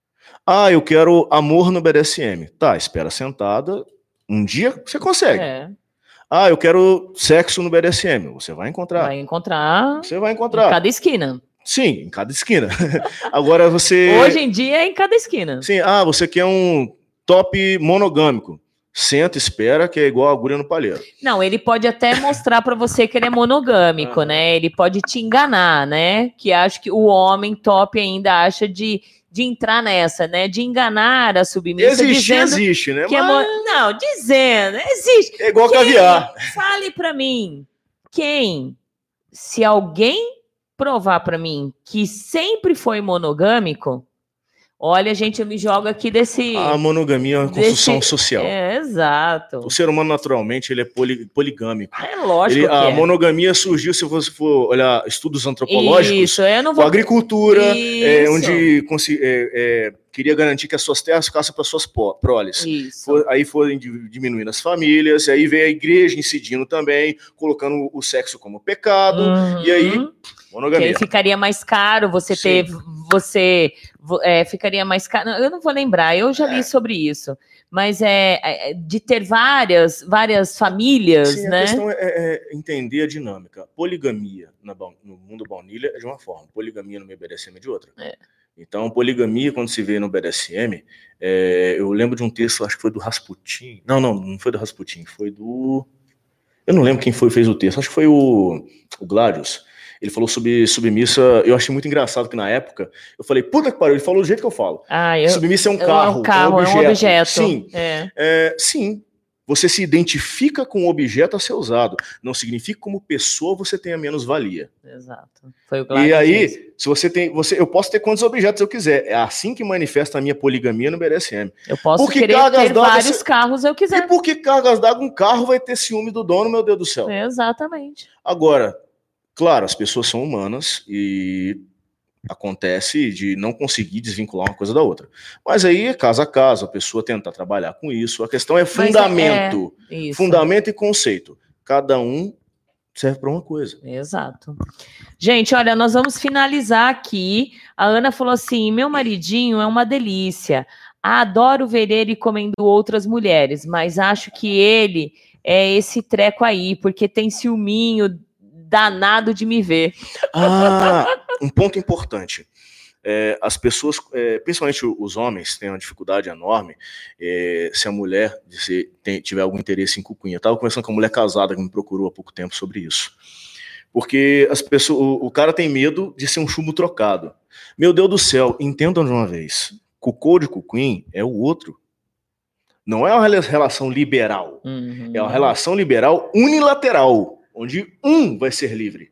Ah, eu quero amor no B D S M. Tá, espera sentada. Um dia você consegue. É. Ah, eu quero sexo no B D S M. Você vai encontrar. Vai encontrar. Você vai encontrar. Em cada esquina. Sim, em cada esquina. Agora você... Hoje em dia é em cada esquina. Sim, ah, você quer um top monogâmico. Senta, espera, que é igual a agulha no palheiro. Não, ele pode até mostrar para você que ele é monogâmico, ah. né? Ele pode te enganar, né? Que acho que o homem top ainda acha de... de entrar nessa, né? De enganar a submissa. Existe, existe, né? Que Mas... é mo... Não, dizendo, existe. É igual quem? Caviar. Fale pra mim, quem? Se alguém provar pra mim que sempre foi monogâmico, olha, gente, eu me jogo aqui desse... A monogamia é uma construção desse... social. É, exato. O ser humano, naturalmente, ele é poli... poligâmico. É lógico ele, que A é. monogamia surgiu, se você for olhar estudos antropológicos, Isso, eu não vou... com a agricultura, é, onde é, é, queria garantir que as suas terras ficassem para suas proles. Isso. For, aí foram diminuindo as famílias, aí veio a igreja incidindo também, colocando o sexo como pecado, uhum. e aí... Monogamia. Que aí ficaria mais caro você Sim. ter, você é, ficaria mais caro, eu não vou lembrar, eu já li é. sobre isso, mas é, é de ter várias, várias famílias, Sim, né? A questão é, é entender a dinâmica. Poligamia na, no mundo baunilha é de uma forma, poligamia no B D S M é de outra. É. Então, poligamia, quando se vê no B D S M, é, eu lembro de um texto, acho que foi do Rasputin, não, não, não foi do Rasputin, foi do... Eu não lembro quem foi fez o texto, acho que foi o, o Gladius. Ele falou sobre submissa, eu achei muito engraçado que na época, eu falei, puta que pariu, ele falou do jeito que eu falo. Ah, eu, submissa é um carro, é um carro, é um objeto. É um objeto. Sim, é. É, sim, você se identifica com o objeto a ser usado. Não significa que como pessoa você tenha menos valia. Exato. Foi o Gladius. E aí, se você tem, você, eu posso ter quantos objetos eu quiser. É assim que manifesta a minha poligamia no B D S M. Eu posso Porque querer ter vários você... carros eu quiser. E por que cargas d'água um carro vai ter ciúme do dono, meu Deus do céu? Exatamente. Agora... Claro, as pessoas são humanas e Acontece de não conseguir desvincular uma coisa da outra. Mas aí é caso a caso, a pessoa tentar trabalhar com isso. A questão é fundamento. É, é fundamento e conceito. Cada um serve para uma coisa. Exato. Gente, olha, nós vamos finalizar aqui. A Ana falou assim, meu maridinho é uma delícia. Adoro ver ele comendo outras mulheres, mas acho que ele é esse treco aí, porque tem ciúminho danado de me ver. Ah, um ponto importante. É, as pessoas, é, principalmente os homens, têm uma dificuldade enorme é, se a mulher se tem, tiver algum interesse em cucunha. Eu estava conversando com uma mulher casada que me procurou há pouco tempo sobre isso. Porque as pessoas, o, o cara tem medo de ser um chumbo trocado. Meu Deus do céu, entendam de uma vez. Cucô de cucuim é o outro. Não é uma relação liberal. Uhum. É uma relação liberal unilateral, onde um vai ser livre.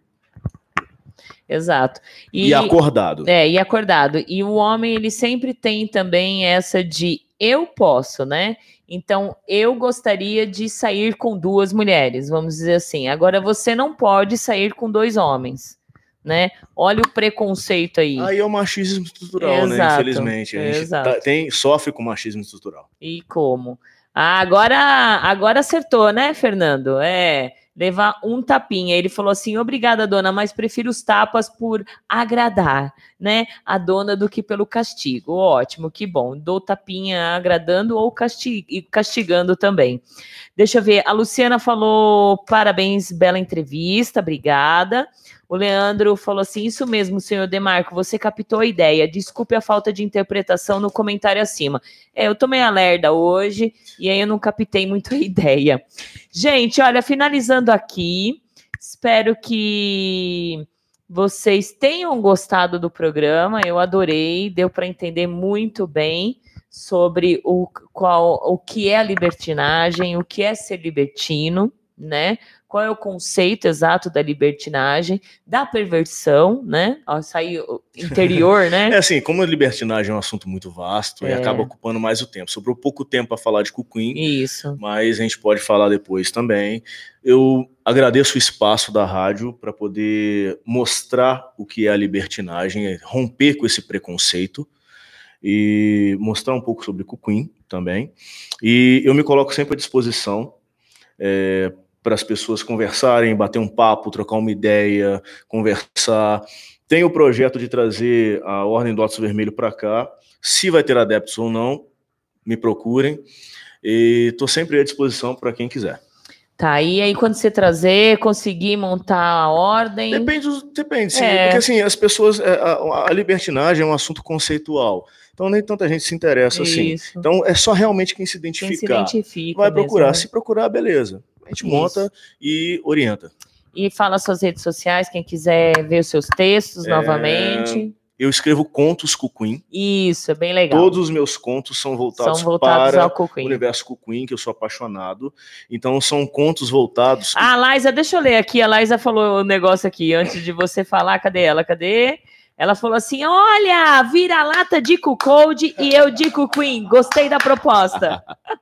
Exato. E, e acordado. É, e acordado. E o homem, ele sempre tem também essa de eu posso, né? Então, eu gostaria de sair com duas mulheres, vamos dizer assim. Agora, você não pode sair com dois homens, né? Olha o preconceito aí. Aí é o machismo estrutural, exato, né? Infelizmente. A gente tá, tem, sofre com machismo estrutural. E como? Ah, agora, agora acertou, né, Fernando? É... levar um tapinha. Ele falou assim, obrigada, dona, mas prefiro os tapas por agradar, né, a dona do que pelo castigo. Ótimo, que bom. Dou tapinha agradando ou castigando também. Deixa eu ver, a Luciana falou, parabéns, bela entrevista, obrigada. O Leandro falou assim, isso mesmo, senhor Demarco, você captou a ideia. Desculpe a falta de interpretação no comentário acima. É, eu tô meio alerta hoje, e aí eu não captei muito a ideia. Gente, olha, finalizando aqui, espero que vocês tenham gostado do programa, eu adorei, deu para entender muito bem sobre o, qual, o que é a libertinagem, o que é ser libertino, né? Qual é o conceito exato da libertinagem, da perversão, né? Ó, saiu interior, né? É assim, como a libertinagem é um assunto muito vasto é. e acaba ocupando mais o tempo. Sobrou pouco tempo para falar de cucuim. Isso. Mas a gente pode falar depois também. Eu agradeço o espaço da rádio para poder mostrar o que é a libertinagem, romper com esse preconceito e mostrar um pouco sobre cucuim também. E eu me coloco sempre à disposição é, para as pessoas conversarem, bater um papo, trocar uma ideia, conversar. Tem o projeto de trazer a Ordem do Lótus Vermelho para cá. Se vai ter adeptos ou não, me procurem. E estou sempre à disposição para quem quiser. Tá, e aí quando você trazer, conseguir montar a ordem... Depende, depende sim. É. Porque assim, as pessoas... A, a libertinagem é um assunto conceitual. Então nem tanta gente se interessa assim. Isso. Então é só realmente quem se identificar. Quem se identifica vai procurar. Mesmo, né? Se procurar, beleza. A gente Isso. monta e orienta. E fala suas redes sociais, quem quiser ver os seus textos é... novamente. Eu escrevo contos cucuim. Isso, é bem legal. Todos os meus contos são voltados, são voltados para ao cucuim. o universo cucuim, que eu sou apaixonado. Então são contos voltados... Ah, Laísa, deixa eu ler aqui. A Laísa falou um negócio aqui, antes de você falar. Cadê ela? Cadê? Ela falou assim, olha, vira-lata de Cuckold e eu de cucuim. Gostei da proposta.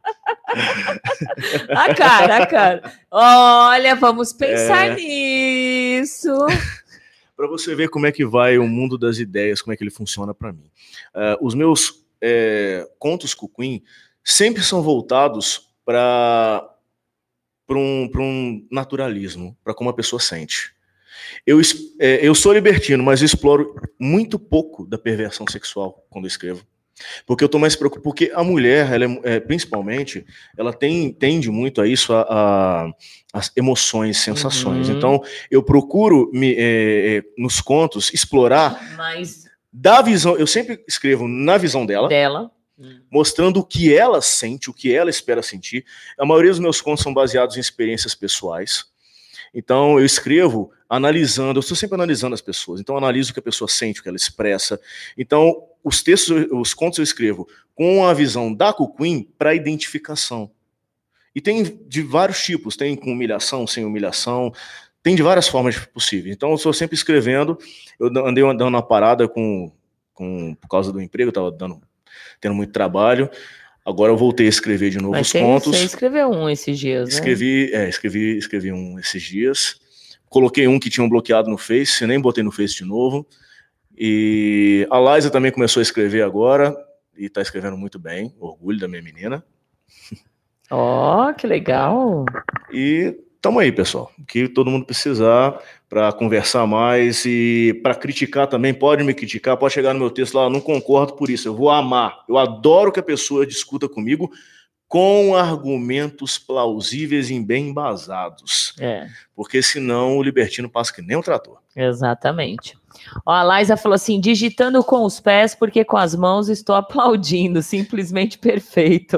A cara, a cara. Olha, vamos pensar é... nisso. Para você ver como é que vai o mundo das ideias, como é que ele funciona para mim. Uh, os meus é, contos cucuim sempre são voltados para um, um naturalismo, para como a pessoa sente. Eu, é, eu sou libertino, mas eu exploro muito pouco da perversão sexual quando eu escrevo. Porque eu tô mais preocupado, porque a mulher, ela é, é, principalmente, ela tem, tende muito a isso, a, a, as emoções, sensações. Uhum. Então, eu procuro, me, é, nos contos, explorar Mas... da visão, eu sempre escrevo na visão dela, dela. mostrando o que ela sente, o que ela espera sentir. A maioria dos meus contos são baseados em experiências pessoais. Então, eu escrevo analisando, eu estou sempre analisando as pessoas, então eu analiso o que a pessoa sente, o que ela expressa. Então, os textos, os contos eu escrevo com a visão da cucuim para identificação. E tem de vários tipos, tem com humilhação, sem humilhação, tem de várias formas possíveis. Então, eu estou sempre escrevendo, eu andei dando uma parada com, com, por causa do emprego, eu estava dando, tendo muito trabalho. Agora eu voltei a escrever de novo Mas os você, contos. Você escreveu um esses dias, né? Escrevi, é, escrevi, escrevi um esses dias. Coloquei um que tinham bloqueado no Face, nem botei no Face de novo. E a Laísa também começou a escrever agora, e está escrevendo muito bem, orgulho da minha menina. Ó, oh, que legal. E tamo aí, pessoal, o que todo mundo precisar para conversar mais e para criticar também, pode me criticar, pode chegar no meu texto lá, eu não concordo por isso, eu vou amar, eu adoro que a pessoa discuta comigo com argumentos plausíveis e bem embasados, é. Porque senão o libertino passa que nem um trator. Exatamente. Ó, a Laísa falou assim, digitando com os pés, porque com as mãos estou aplaudindo, simplesmente perfeito.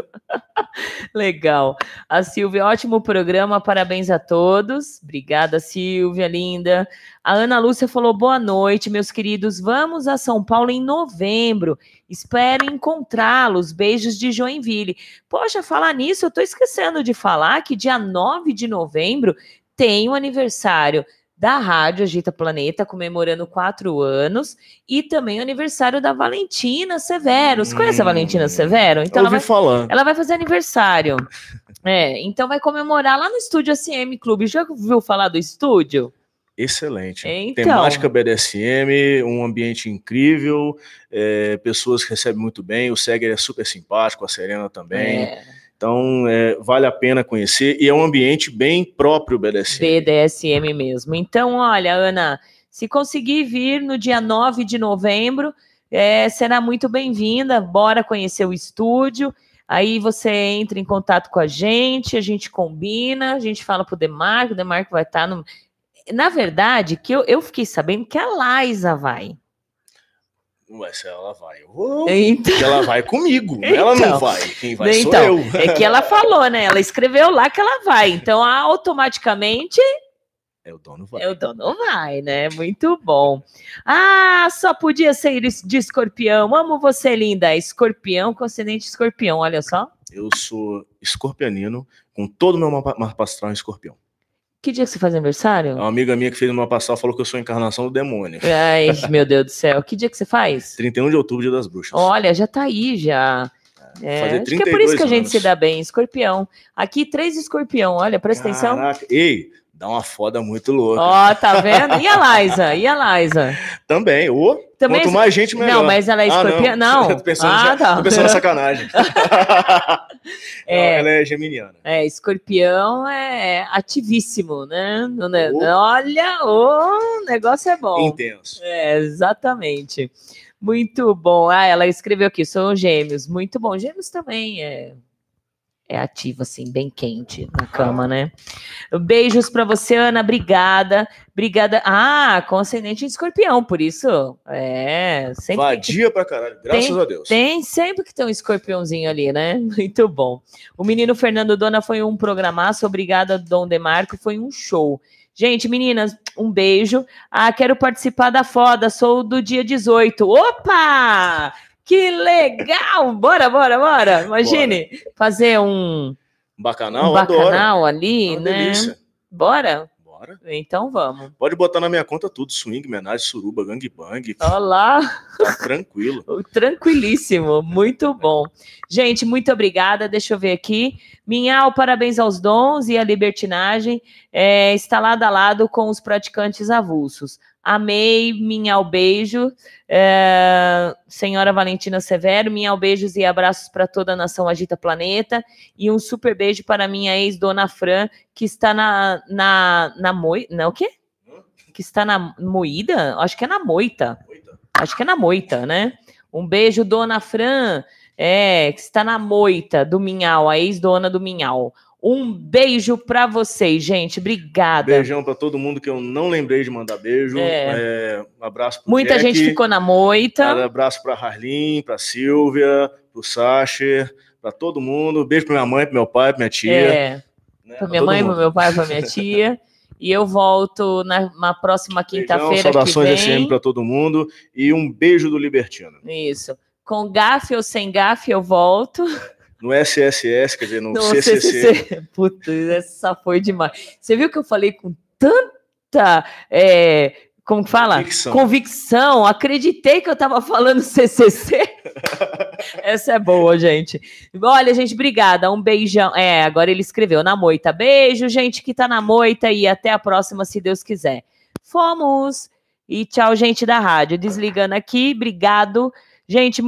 Legal. A Silvia, ótimo programa, parabéns a todos. Obrigada, Silvia, linda. A Ana Lúcia falou, boa noite, meus queridos, vamos a São Paulo em novembro, espero encontrá-los, beijos de Joinville. Poxa, falar nisso, eu tô esquecendo de falar que dia nove de novembro tem o aniversário da Rádio Agita Planeta, comemorando quatro anos, e também o aniversário da Valentina Severo. Você hum, conhece a Valentina Severo? Então eu ouvi ela vai, falando. Ela vai fazer aniversário. É, então vai comemorar lá no Estúdio S M Clube. Já ouviu falar do estúdio? Excelente. Então, temática B D S M, um ambiente incrível, é, pessoas que recebem muito bem, o Seger é super simpático, a Serena também. É. Então, é, vale a pena conhecer, e é um ambiente bem próprio B D S M. B D S M mesmo. Então, olha, Ana, se conseguir vir no dia nove de novembro, é, será muito bem-vinda, bora conhecer o estúdio, aí você entra em contato com a gente, a gente combina, a gente fala pro Demarco, o Demarco vai estar no... Na verdade, que eu, eu fiquei sabendo que a Laísa vai. Ué, se ela vai, eu vou. Então... Ela vai comigo, então, ela não vai. Quem vai então, sou eu. É que ela falou, né? Ela escreveu lá que ela vai. Então, automaticamente... É o dono vai. É o dono vai, né? Muito bom. Ah, só podia ser de escorpião. Amo você, linda. Escorpião com ascendente escorpião, olha só. Eu sou escorpianino, com todo o meu mapa astral em escorpião. Que dia que você faz aniversário? Uma amiga minha que fez no mapa astral falou que eu sou a encarnação do demônio. Ai, meu Deus do céu. Que dia que você faz? trinta e um de outubro, dia das bruxas. Olha, já tá aí, já. É, Fazer acho que é por isso que a gente anos. se dá bem. Escorpião. Aqui, três escorpião. Olha, presta Caraca. atenção. Ei, dá uma foda muito louca. Ó, oh, tá vendo? E a Laísa? E a Laísa? Também. Ô, Também quanto mais gente, melhor. Não, mas ela é escorpião? Ah, não. não. Tô pensando, ah, já, tá. tô pensando na sacanagem. É, não, ela é geminiana. É, escorpião é ativíssimo, né? Oh. Olha, o negócio é bom. Intenso. É, exatamente. Muito bom. Ah, ela escreveu aqui, são gêmeos. Muito bom. Gêmeos também é... É ativo, assim, bem quente na cama, né? Beijos pra você, Ana, obrigada. Obrigada. Ah, com ascendente em escorpião, por isso, é... Sempre Vadia que... pra caralho, graças tem, a Deus. Tem, sempre que tem um escorpiãozinho ali, né? Muito bom. O menino Fernando Dona foi um programaço, obrigada, Dom Demarco, foi um show. Gente, meninas, um beijo. Ah, quero participar da foda, sou do dia dezoito. Opa! Que legal! Bora, bora, bora! Imagine bora. Fazer um bacanal, um bacanal adoro. ali, Uma né? Delícia. Bora? Bora. Então vamos. Pode botar na minha conta tudo: swing, homenagem, suruba, gangbang. Olá! Tá tranquilo. Tranquilíssimo, muito bom. Gente, muito obrigada. Deixa eu ver aqui. Minhal, parabéns aos dons e à libertinagem. É, está lado a lado com os praticantes avulsos. Amei, Minhal, beijo. É, senhora Valentina Severo, Minhal, beijos e abraços para toda a nação Agita Planeta. E um super beijo para minha ex-dona Fran, que está na, na, na moita. Não, o quê? Que está na moída? Acho que é na moita. Acho que é na moita, né? Um beijo, dona Fran, é, que está na moita do Minhal, a ex-dona do Minhal. Um beijo para vocês, gente. Obrigada. Beijão para todo mundo que eu não lembrei de mandar beijo. É. É, um abraço pro Muita Jack, gente ficou na moita. Um abraço para Harlin, para Silvia, pro Sacher, para todo mundo. Beijo para minha mãe, para meu pai, para minha tia. É. Né? Para minha mãe, para meu pai, para minha tia. E eu volto na, na próxima quinta-feira. Saudações que S M para todo mundo e um beijo do Libertino. Isso. Com gafe ou sem gafe, eu volto. No S S S, quer dizer, no, no C C C. C C C. Putz, essa foi demais. Você viu que eu falei com tanta, é, como que fala? Convicção. Convicção. Acreditei que eu estava falando C C C. Essa é boa, gente. Olha, gente, obrigada. Um beijão. É, agora ele escreveu na moita. Beijo, gente que tá na moita e até a próxima, se Deus quiser. Fomos! E tchau, gente da rádio. Desligando aqui, obrigado. Gente,